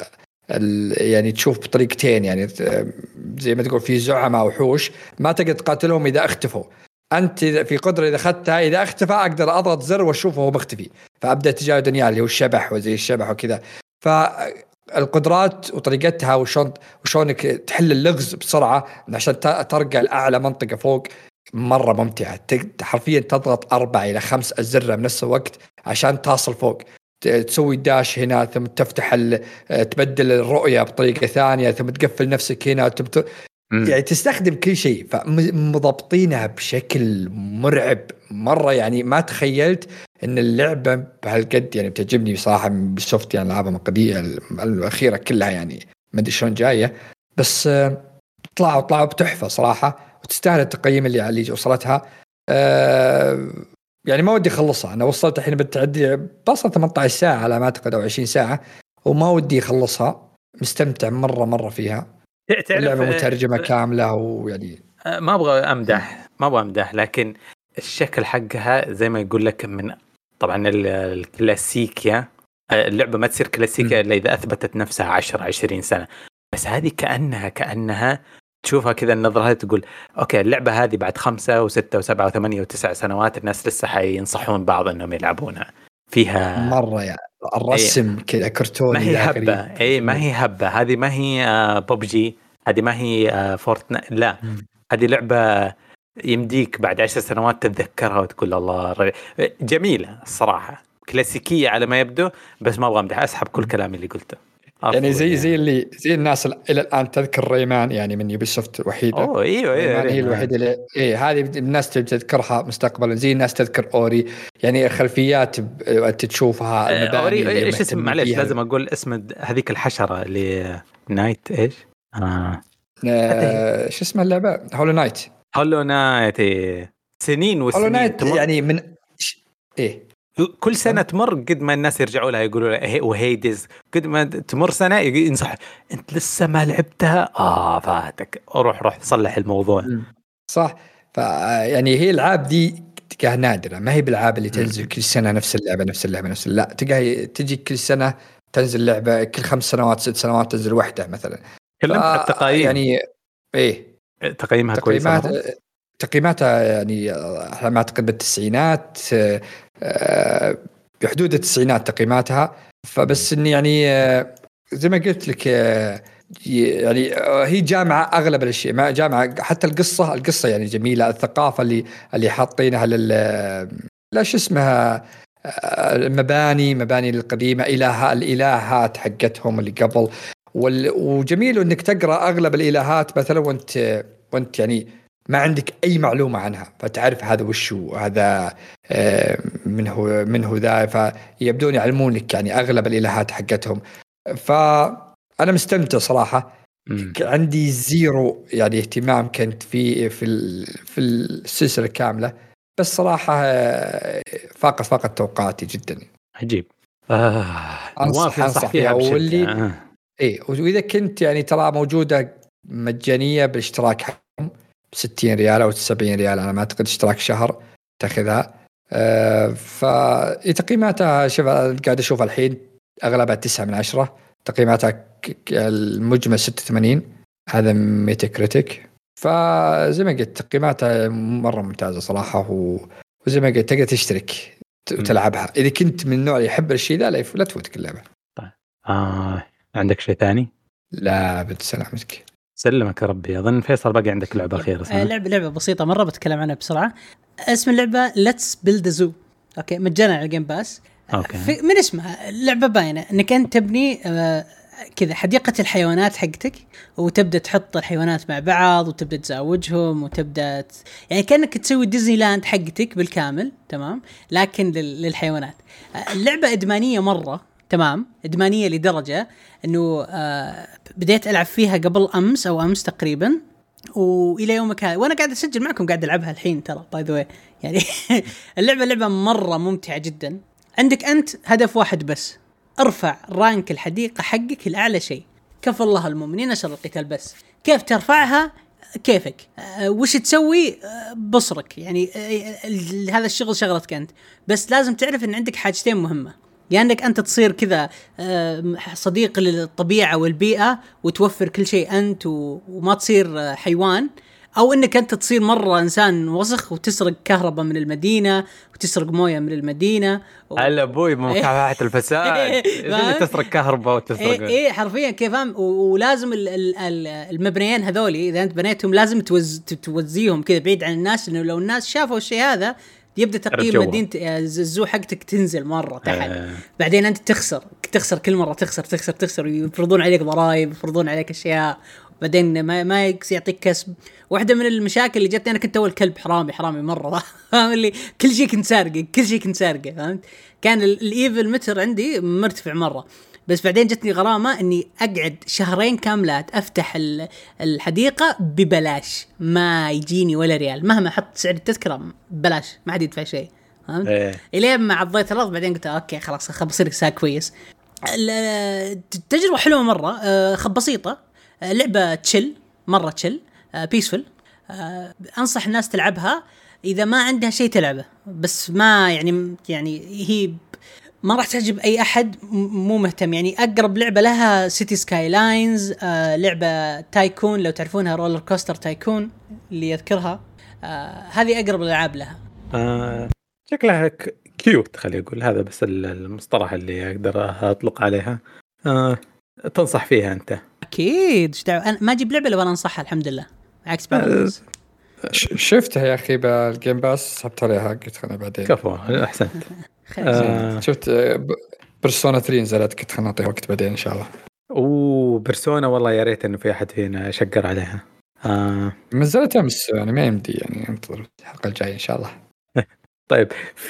يعني تشوف بطريقتين، يعني زي ما تقول في زعماء وحوش ما تقدر تقاتلهم اذا اختفوا. انت في قدرة اذا اخذتها اذا اختفى اقدر اضغط زر واشوفه وهو مختفي، فابدا اتجاه دنيا اللي هو الشبح وزي الشبح وكذا. القدرات وطريقتها وشونك تحل اللغز بسرعة عشان ترقى لأعلى منطقة فوق، مرة ممتعة. حرفيا تضغط 4 إلى 5 أزرة بنفس الوقت عشان تصل فوق، تسوي داش هنا، ثم تفتح تبدل الرؤية بطريقة ثانية، ثم تقفل نفسك هنا، يعني تستخدم كل شيء. فمضبطينها بشكل مرعب مرة، يعني ما تخيلت ان اللعبة بهالقد يعني بتعجبني بصراحة. بسوفت يعني العابها القديمة الأخيرة كلها يعني ما ادري شلون جاية، بس طلعوا بتحفة صراحة، وتستاهل التقييم اللي وصلتها. يعني ما ودي أخلصها، أنا وصلت الحين بتعدي بصل 18 ساعة على ما أعتقد أو 20 ساعة، وما ودي أخلصها. مستمتع مرة فيها. اللعبة مترجمة كاملة، ويعني ما ابغى امدح لكن الشكل حقها زي ما يقول لك من طبعا الكلاسيكيا. اللعبة ما تصير كلاسيكيا الا اذا اثبتت نفسها 10-20 سنة، بس هذه كأنها تشوفها كذا النظرة هذه تقول اوكي اللعبة هذه بعد 5 و6 و7 و8 و9 سنوات الناس لسه حينصحون بعض انهم يلعبونها. فيها مرة يعني الرسم كذا كرتوني، ما هي هبة. ما هي هبة، هذه ما هي ببجي، هذه ما هي فورتنايت، لا هذه لعبة يمديك بعد 10 سنوات تتذكرها وتقول الله جميلة الصراحة، كلاسيكية على ما يبدو، بس ما أبغى أمدح، أسحب كل كلامي اللي قلته. يعني زي الناس إلى الآن تذكر ريمان يعني من يوبيسوفت الوحيدة. أيوة ريمان هي الوحيدة اللي هذه الناس تذكرها مستقبلا، زي الناس تذكر أوري. يعني خلفيات أنت تشوفها، المباني أوري إيش اسم، معليش لازم أقول اسم هذيك الحشرة اللي نايت إيش شو اسمها اللعبة؟ هولو نايت. سنين وسنين يعني من كل سنة تمر قد ما الناس يرجعوا لها يقولوا لها وهيدز، قد ما تمر سنة ينصح انت لسه ما لعبتها فاتك، روح صلح الموضوع. صح. يعني هي العاب دي تلقاها نادرة، ما هي بالعاب اللي تنزل كل سنة نفس اللعبة لا، تلقاها تجي كل سنة تنزل لعبة، كل 5 سنوات 6 سنوات تنزل واحدة مثلا. كلمت التقييم يعني تقييمها كويسة. تقييماتها يعني على ما أعتقد بالتسعينات، بحدود التسعينات تقييماتها. فبس إني يعني زي ما قلت لك يعني هي جامعة أغلب الأشياء، ما جامعة حتى القصة يعني جميلة. الثقافة اللي حاطينها لا شو اسمها، مباني القديمة، الإلهات حقتهم اللي قبل. وجميل إنك تقرأ أغلب الإلهات مثلا وانت يعني ما عندك أي معلومة عنها، فتعرف هذا وشو هذا، منه ذا، فيبدون يعلمونك يعني أغلب الإلهات حقتهم. فأنا مستمتع صراحة. عندي زيرو يعني اهتمام كنت في السلسلة كاملة، بس صراحة فاقت توقعاتي جدا. عجيب. أنصح فيها واللي إيه. وإذا كنت يعني ترى موجودة مجانية بالاشتراك حقهم ب60 ريال أو 70 ريال، أنا ما أعتقد اشتراك شهر تأخذها. فتقييماتها شوف قاعد أشوف الحين أغلبها 9/10. تقييماتها المجمل 86، هذا ميتا كريتيك. فزي ما قلت تقييماتها مرة ممتازة صراحة. وزي ما قلت تقدر تشترك وتلعبها إذا كنت من النوع اللي يحب الشيء ذا، لا تفوتك اللعبة. طيب عندك شيء ثاني؟ لا بتسلامتك. سلمك ربي. أظن فيصل باقي عندك لعبة أخيرة. لعبة بسيطة مرة بتكلم عنها بسرعة. اسم اللعبة Let's Build a Zoo. أوكي، مجانا على الجيم باس. من اسمها اللعبة باينة إنك أنت تبني كذا حديقة الحيوانات حقتك، وتبدأ تحط الحيوانات مع بعض وتبدأ تزاوجهم وتبدأ يعني كأنك تسوي ديزني لاند حقتك بالكامل، تمام، لكن للحيوانات. اللعبة إدمانية مرة، تمام، إدمانية لدرجة إنه بديت ألعب فيها قبل أمس تقريبا، وإلى يومك هذا وأنا قاعد أسجل معكم قاعد ألعبها الحين ترى باي ذا واي يعني. اللعبة مرة ممتعة جدا. عندك أنت هدف واحد بس، ارفع رانك الحديقة حقك الأعلى شيء. كفى الله المؤمنين شر القتال. بس كيف ترفعها كيفك، وش تسوي بصرك يعني، هذا الشغل شغلتك أنت. بس لازم تعرف أن عندك حاجتين مهمة، يعني أنك أنت تصير كذا صديق للطبيعة والبيئة وتوفر كل شيء أنت وما تصير حيوان، أو أنك أنت تصير مرة إنسان وسخ وتسرق كهرباء من المدينة وتسرق موية من المدينة على أبوي مكافحة الفساد. تسرق كهرباء وتسرق إيه حرفيا كيف فهم. ولازم المبنيين هذولي إذا أنت بنيتهم لازم توزيهم كذا بعيد عن الناس، إنه لو الناس شافوا الشيء هذا يبدأ تقييم مدينة الزو حقتك تنزل مرة تحت. بعدين أنت تخسر كل مرة، تخسر ويفرضون عليك ضرائب، يفرضون عليك أشياء، بعدين ما يعطيك كسب. واحدة من المشاكل اللي جتني أنا كنت أول كلب حرامي مرة، فاهم اللي كل شيء كنت سارقه، فهمت. كان الإيفل متر عندي مرتفع مرة. بس بعدين جتني غرامة إني أقعد شهرين كاملات أفتح الحديقة ببلاش، ما يجيني ولا ريال، مهما أحط سعر التذكرة ببلاش، ما حد يدفع شيء، فهمت. إلين ما عضيت الأرض بعدين قلت أوكي خلاص بصير ساك كويس. التجربة حلوة مرة، بسيطة، لعبة مرة تشل، بيسفل. أنصح الناس تلعبها إذا ما عندها شيء تلعبه، بس ما يعني هي ما راح تعجب أي أحد مو مهتم. يعني أقرب لعبة لها سيتي سكاي لاينز، لعبة تايكون لو تعرفونها، رولر كوستر تايكون اللي يذكرها، هذه أقرب الألعاب لها. شكلها كيوت، خلي أقول هذا بس المصطلح اللي أقدر أطلق عليها. تنصح فيها أنت؟ أكيد. أنا ما أجيب لعبة لو أنا أنصحها، الحمد لله، عكس بعض شفتها يا أخي بالجيم باس، سحبت عليها قلت أنا بعدين. كفو، أحسنت. شفت بيرسونا 3 نزلت، قلت خلنا نعطيها وقت بعدين إن شاء الله. بيرسونا والله يا ريت إنه في أحد فينا شقر عليها. نزلت أمس يعني ما يمدي، يعني انتظر الحلقة الجاية إن شاء الله. طيب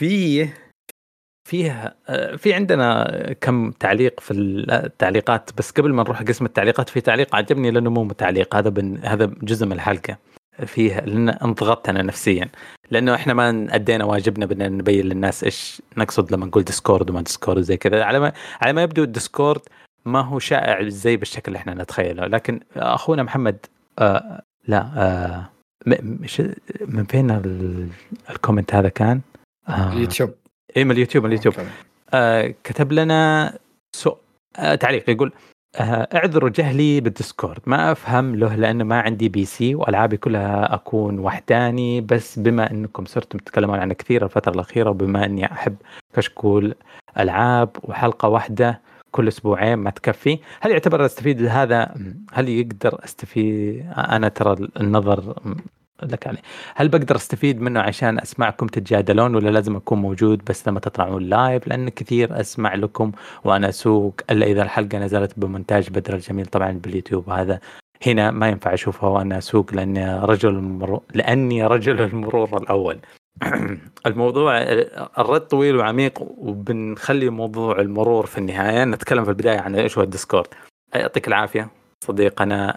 في عندنا كم تعليق في التعليقات، بس قبل ما نروح قسم التعليقات في تعليق عجبني لأنه مو تعليق، هذا جزء من الحلقة فيه، لأن انضغطت أنا نفسيا، لأنه إحنا ما أدينا واجبنا بدنا نبين للناس إيش نقصد لما نقول ديسكورد وما ديسكورد زي كذا. على ما يبدو الديسكورد ما هو شائع زي بالشكل اللي إحنا نتخيله. لكن أخونا محمد من فين الكومنت هذا كان؟ اليوتيوب. إيه من اليوتيوب. كتب لنا تعليق يقول اعذروا جهلي بالديسكورد، ما افهم له لانه ما عندي بي سي والعابي كلها اكون وحداني، بس بما انكم صرتم تتكلمون عنه كثير الفتره الاخيره، وبما اني احب كشكول العاب وحلقه واحده كل اسبوعين ما تكفي، هل يعتبر استفيد هذا؟ هل يقدر استفيد انا؟ ترى النظر لك عليه، هل بقدر استفيد منه عشان اسمعكم تتجادلون، ولا لازم اكون موجود بس لما تطلعون لايف؟ لان كثير اسمع لكم وانا اسوق، الا اذا الحلقه نزلت بمونتاج بدر الجميل طبعا باليوتيوب، هذا هنا ما ينفع اشوفها وانا اسوق لاني رجل المرور الاول. الموضوع الرد طويل وعميق، وبنخلي موضوع المرور في النهايه. نتكلم في البدايه عن ايش هو الديسكورد. يعطيك العافيه صديقنا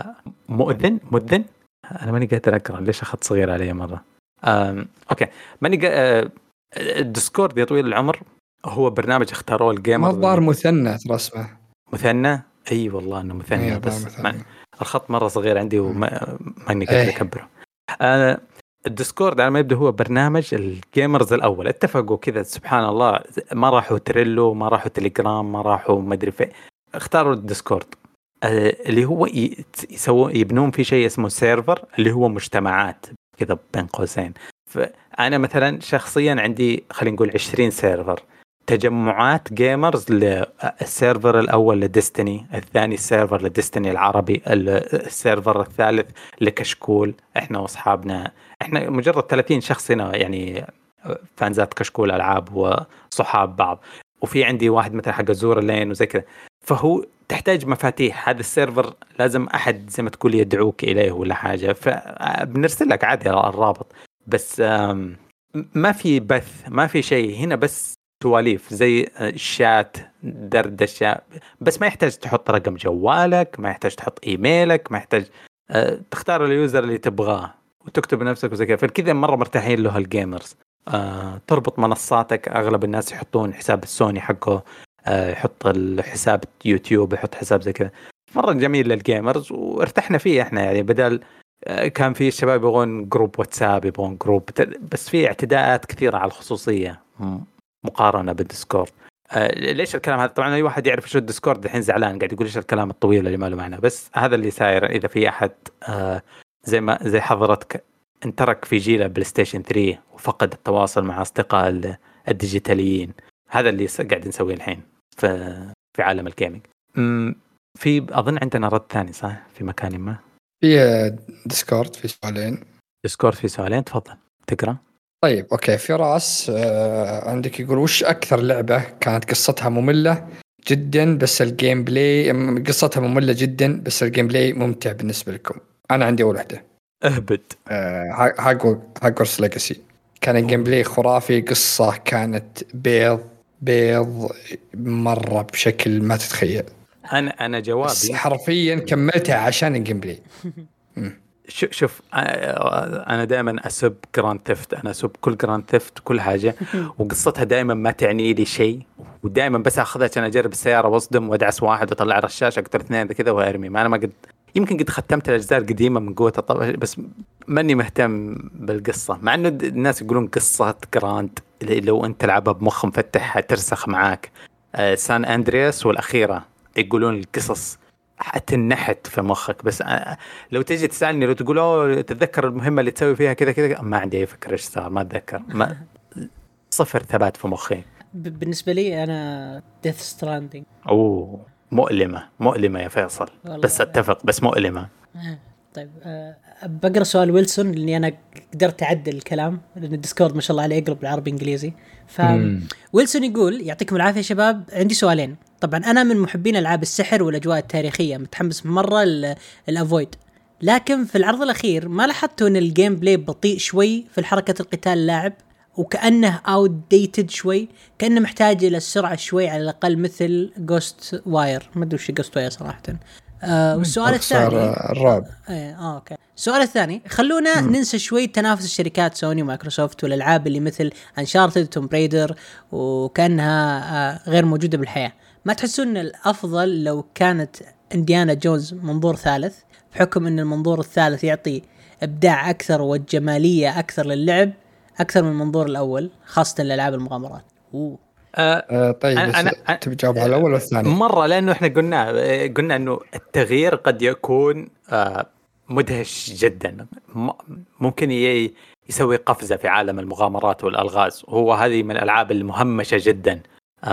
مؤذن. أنا ماني قادر أقرأ، ليش أخذت صغير علي مرة؟ أوكي، الديسكورد يا طويل العمر هو برنامج اختاروه الجيمر. مصدر مثنى رسمه مثنى؟ أي والله إنه مثنى، بس الخط مرة صغير عندي وماني قادر أكبره. الديسكورد على ما يبدو هو برنامج الجيمرز الأول، اتفقوا كذا سبحان الله، ما راحوا تريلو، ما راحوا تليجرام، ما راحوا مدري فين، اختاروا الديسكورد اللي هو يبنون في شيء اسمه سيرفر، اللي هو مجتمعات كذا بين قوسين. فأنا مثلا شخصيا عندي خلينا نقول 20 سيرفر، تجمعات جيمرز. السيرفر الأول لديستني، الثاني السيرفر لديستني العربي، السيرفر الثالث لكشكول، احنا واصحابنا، احنا مجرد 30 شخص هنا يعني فانزات كشكول ألعاب وصحاب بعض. وفي عندي واحد مثلا حق زور اللين وزي كذا، فهو تحتاج مفاتيح. هذا السيرفر لازم أحد زي ما تقول يدعوك إليه ولا حاجة، فبنرسل لك عادي الرابط، بس ما في بث، ما في شيء هنا، بس سواليف زي الشات، دردشة، بس ما يحتاج تحط رقم جوالك، ما يحتاج تحط إيميلك، ما يحتاج تختار اليوزر اللي تبغاه وتكتب نفسك وزي كذا. فكذا مرة مرتاحين له الجيمرز. تربط منصاتك، أغلب الناس يحطون حساب السوني حقه، يحط الحساب يوتيوب، يحط حساب زي كذا، مرة جميل للجيمرز وارتحنا فيه احنا. يعني بدل كان في الشباب يبغون جروب واتساب، يبغون جروب، بس في اعتداءات كثيرة على الخصوصية مقارنة بالديسكورد. ليش الكلام هذا؟ طبعا اي واحد يعرف شو الديسكورد الحين زعلان قاعد يقول ايش الكلام الطويل اللي ما له معنى، بس هذا اللي ساير. اذا في احد زي حضرتك انترك في جيل بلاي ستيشن 3 وفقد التواصل مع اصدقاء الديجيتاليين، هذا اللي قاعد نسويه الحين في عالم الجيمنج. في أظن عندنا رد ثاني صح في مكان ما، في ديسكورد في سؤالين. ديسكورد في سؤالين، تفضل تقرأ. طيب أوكي، فراس عندك يقول وش أكثر لعبة كانت قصتها مملة جدا بس الجيم بلاي، قصتها مملة جدا بس الجيم بلاي ممتع بالنسبة لكم؟ أنا عندي أول واحدة اهبد، هاجورس ليجاسي. كان الجيم بلاي خرافي، قصة كانت بيض مرة بشكل ما تتخيل. أنا جوابي حرفيا كملتها عشان الجيم بلاي. شوف أنا دائما أسب جراند ثيفت، أنا أسب كل جراند ثيفت كل حاجة، وقصتها دائما ما تعني لي شيء، ودائما بس أخذها عشان أجرب السيارة وأصدم وأدعس واحد وأطلع رشاش أقتل اثنين كذا وأرمي. ما أنا ما قد يمكن قد ختمت الأجزاء القديمة من قوة الطبع، بس ماني مهتم بالقصة، مع إنه الناس يقولون قصة جراند لو أنت تلعبها بمخ مفتح ترسخ معاك. سان أندرياس والأخيرة يقولون القصص حتنحت في مخك، بس لو تيجي تسألني لو تقول تتذكر المهمة اللي تسوي فيها كذا كذا، ما عندي أي فكرة إيش صار، ما أتذكر، صفر ثبات في مخي. بالنسبة لي أنا ديث ستراندينج. أوه مؤلمة يا فيصل، بس أتفق، بس مؤلمة. طيب بقرأ سؤال ويلسون لأني أنا قدرت أعدل الكلام، لأن الديسكورد ما شاء الله عليه يقلب العربي إنجليزي. فويلسون يقول يعطيكم العافية شباب، عندي سؤالين. طبعا أنا من محبين ألعاب السحر والأجواء التاريخية، متحمس مرة الأفويد، لكن في العرض الأخير ما لاحظتوا أن الجيم بلاي بطيء شوي في الحركة القتال اللاعب، وكأنه outdated شوي، كأنه محتاج إلى السرعة شوي على الأقل، مثل Ghost Wire. ما أدري وش Ghost Wire صراحة. والسؤال الثاني الرعب. اوكي، السؤال الثاني، خلونا ننسى شوي تنافس الشركات سوني ومايكروسوفت والالعاب اللي مثل انشارتد توم بريدر وكانها غير موجوده بالحياه. ما تحسون ان الافضل لو كانت انديانا جونز منظور ثالث، بحكم ان المنظور الثالث يعطي ابداع اكثر والجماليه اكثر للعب اكثر من المنظور الاول، خاصه لالعاب المغامرات؟ طيب أنا تبي تجاوب على الاول والثاني؟ مره، لانه احنا قلنا انه التغيير قد يكون مدهش جدا، ممكن يسوي قفزه في عالم المغامرات والالغاز. هو هذه من الالعاب المهمشه جدا.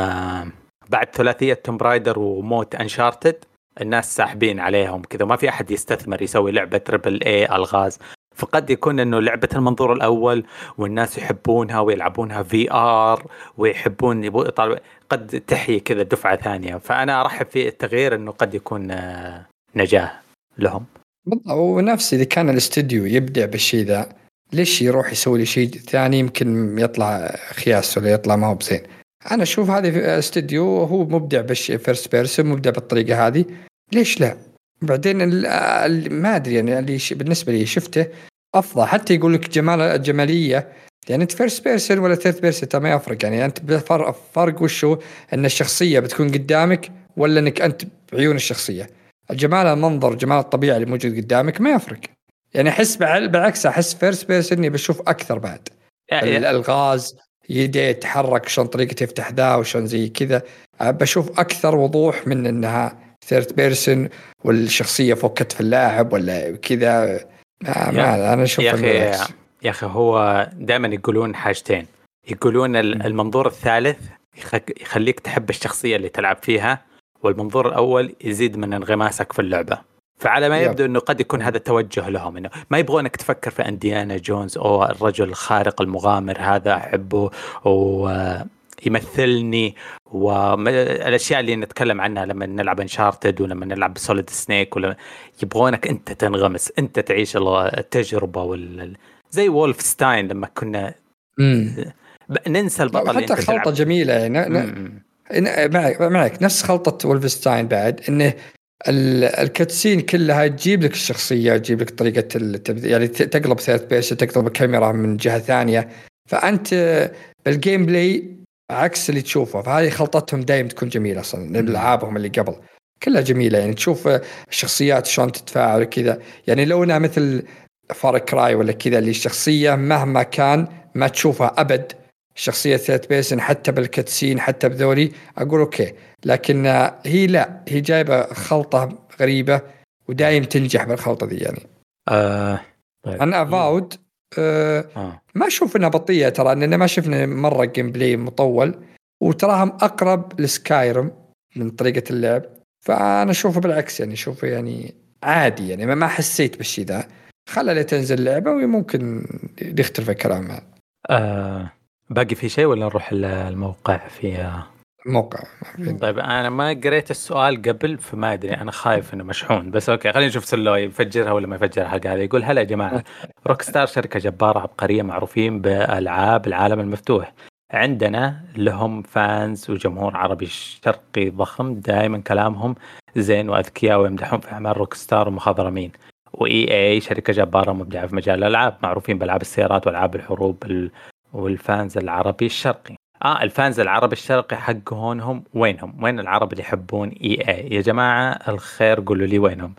بعد ثلاثيه توم برايدر وموت انشارتد الناس ساحبين عليهم كذا، ما في احد يستثمر يسوي لعبه تربل اي الغاز. فقد يكون انه لعبه المنظور الاول والناس يحبونها ويلعبونها في ار ويحبون قد تحيي كذا دفعه ثانيه. فانا ارحب في التغيير، انه قد يكون نجاح لهم. بالضبط. ونفس إذا كان الاستوديو يبدع بالشيء ذا، ليش يروح يسوي لي شيء ثاني يمكن يطلع خياس ولا يطلع ما هو بزين؟ أنا أشوف هذه استوديو هو مبدع بالشيء، فيرست بيرسون مبدع بالطريقة هذه، ليش لا؟ بعدين ما أدري يعني اللي بالنسبة لي شفته أفضل. حتى يقول لك الجمالية، يعني أنت فيرست بيرسون ولا ثيرد بيرسون ما يفرق. يعني أنت فرق وشو؟ أن الشخصية بتكون قدامك ولا أنك أنت بعيون الشخصية. الجمال المنظر، جمال الطبيعة اللي موجود قدامك ما يفرق. يعني أحس بالعكس، أحس فيرست بيرسون إني بشوف أكثر بعد الغاز يدي يتحرك، شلون طريقة يفتح ذا وشلون زي كذا، بشوف أكثر وضوح من إنها ثيرد بيرسون والشخصية فوق كتف اللاعب ولا كذا. ما أنا أشوف يا أخي هو دائما يقولون حاجتين، يقولون المنظور الثالث يخليك تحب الشخصية اللي تلعب فيها، والمنظور الأول يزيد من انغماسك في اللعبة. فعلى ما يبدو أنه قد يكون هذا التوجه لهم، أنه ما يبغونك تفكر في أنديانا جونز أو الرجل الخارق المغامر هذا أحبه ويمثلني، والأشياء اللي نتكلم عنها لما نلعب انشارتد ولما نلعب سوليد سنيك، ولا يبغونك أنت تنغمس، أنت تعيش التجربة زي وولفستاين لما كنا ننسى البطل. حتى خلطة جميلة يعني معك نفس خلطة وولفستاين بعد، إنه الكاتسين كلها تجيب لك الشخصية، تجيب لك طريقة يعني تقلب ثيرد بيرسون، تقلب الكاميرا من جهة ثانية، فأنت بالجيم بلاي عكس اللي تشوفه. فهذه خلطتهم دايم تكون جميلة أصلا. ألعابهم اللي قبل كلها جميلة، يعني تشوف الشخصيات شلون تتفاعل كذا. يعني لو أنا مثل فار كراي ولا كذا، اللي الشخصية مهما كان ما تشوفها أبد شخصية ثيرد بيرسون، حتى بالكاتسين حتى بذولي أقول أوكي. لكن هي لا، هي جايبة خلطة غريبة ودايم تنجح بالخلطة دي يعني. طيب. أنا أفاود ما أشوف إنها بطيئة، ترى إننا ما شفنا مرة جيم بلاي مطول، وتراهم أقرب لسكايرم من طريقة اللعب. فأنا أشوفه بالعكس، يعني أشوفه يعني عادي، يعني ما حسيت بالشي ذا. خلى تنزل لعبة وممكن يختلف الكلام معه. باقي في شيء ولا نروح الموقع؟ في موقع. طيب أنا ما قريت السؤال قبل فما أدري، أنا خايف إنه مشحون، بس أوكي خلينا نشوف سلو يفجرها ولا ما يفجرها الحلقة هذه. يقول هلا يا جماعة، روكستار شركة جبارة عبقرية معروفين بألعاب العالم المفتوح، عندنا لهم فانز وجمهور عربي شرقي ضخم، دائما كلامهم زين وأذكياء ويمدحون في أعمال روكستار ومخضرمين. وإي اي شركة جبارة مبدعة في مجال الألعاب، معروفين بألعاب السيارات وألعاب الحروب. والفانز العربي الشرقي، الفانز العربي الشرقي حق هونهم وينهم؟ وين العرب اللي يحبون اي اي يا جماعة الخير؟ قولوا لي وينهم.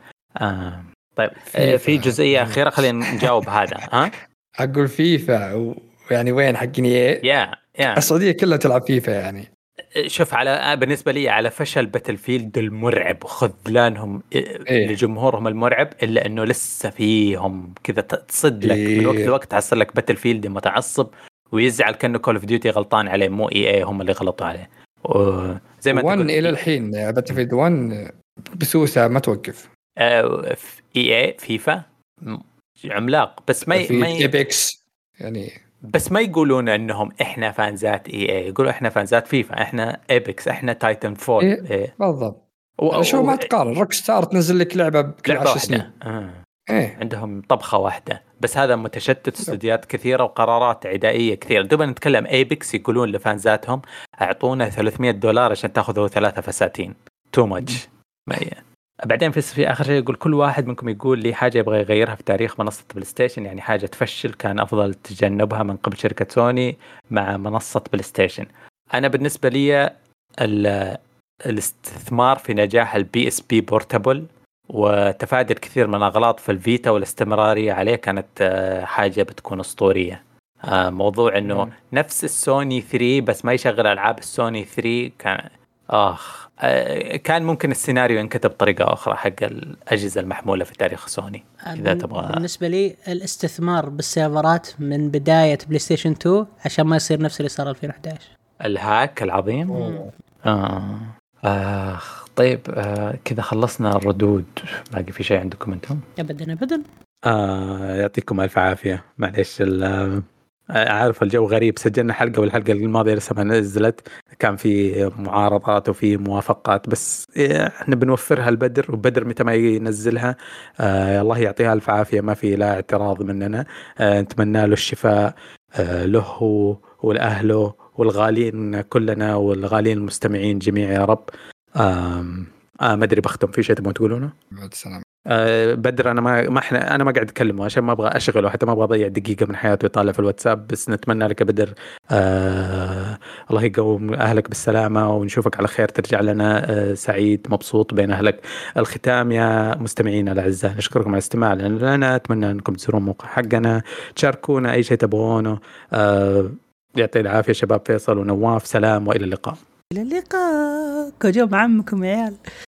طيب في جزئية أخيرة خلينا نجاوب هذا. أقول فيفا يعني وين حقني ايه؟ السعودية كلها تلعب فيفا يعني. شوف، على بالنسبة لي على فشل باتلفيلد المرعب وخذلانهم لجمهورهم المرعب، إلا إنه لسه فيهم كذا تصد لك من وقت لوقت، حصل لك باتلفيلد متعصب ويزعل كأنه كول اوف ديوتي غلطان عليه، مو اي اي هم اللي غلطوا عليه. وزي ما تقول الى الحين باتلفيلد 1 بسوسه ما توقف. اي اي فيفا عملاق، بس ما ايبكس يعني، بس ما يقولون انهم احنا فانزات اي اي، يقولوا احنا فانزات فيفا، احنا ايبكس، احنا تايتن فول. بالضبط. شو ما تقارن، روك ستار تنزل لك لعبه بكل 10 سنين. عندهم طبخة واحدة، بس هذا متشتت، استوديوهات كثيرة وقرارات عدائية كثيرة. دوبنا نتكلم ايبكس يقولون لفانزاتهم اعطونا $300 عشان تاخذوا 3 فساتين، تو ماتش. بعدين في اخر شيء يقول كل واحد منكم يقول لي حاجة يبغى يغيرها في تاريخ منصة بلاي ستيشن، يعني حاجة تفشل كان افضل تجنبها من قبل شركة سوني مع منصة بلاي ستيشن. انا بالنسبة لي الاستثمار في نجاح البي اس بي بورتابل وتفادي الكثير من الأغلاط في الفيتا والاستمرارية عليه كانت حاجة بتكون أسطورية. موضوع انه نفس السوني 3 بس ما يشغل العاب السوني 3 كان كان ممكن السيناريو ينكتب بطريقه اخرى حق الاجهزه المحموله في تاريخ سوني. اذا تبغى بالنسبه لي الاستثمار بالسيرفرات من بدايه بلاي ستيشن 2 عشان ما يصير نفس اللي صار 2011 الهاك العظيم. طيب كذا خلصنا الردود. باقي في شيء عندكم انتم؟ ابدا. يعطيكم الف عافيه. معليش عارف الجو غريب، سجلنا حلقة والحلقة الماضية لسه ما نزلت، كان في معارضات وفي موافقات، بس احنا بنوفرها البدر، وبدر متى ما ينزلها الله يعطيها الف عافية، ما في لا اعتراض مننا. نتمنى له الشفاء له والأهله والغالين كلنا والغالين المستمعين جميع يا رب. ما ادري بختم في شيء تبغون تقولونه؟ بعد السلام. بدر انا ما قاعد اكلمه عشان ما ابغى اشغله، حتى ما ابغى اضيع دقيقه من حياته يطالع في الواتساب، بس نتمنى لك بدر الله يقوم اهلك بالسلامه ونشوفك على خير، ترجع لنا سعيد مبسوط بين اهلك. الختام يا مستمعينا الاعزاء، نشكركم على الاستماع لنا، اتمنى انكم تزورون الموقع حقنا، تشاركونا اي شيء تبغونه. يعطي العافيه شباب فيصل ونواف، سلام والى اللقاء. الى اللقاء. كجو عمكم يا عيال.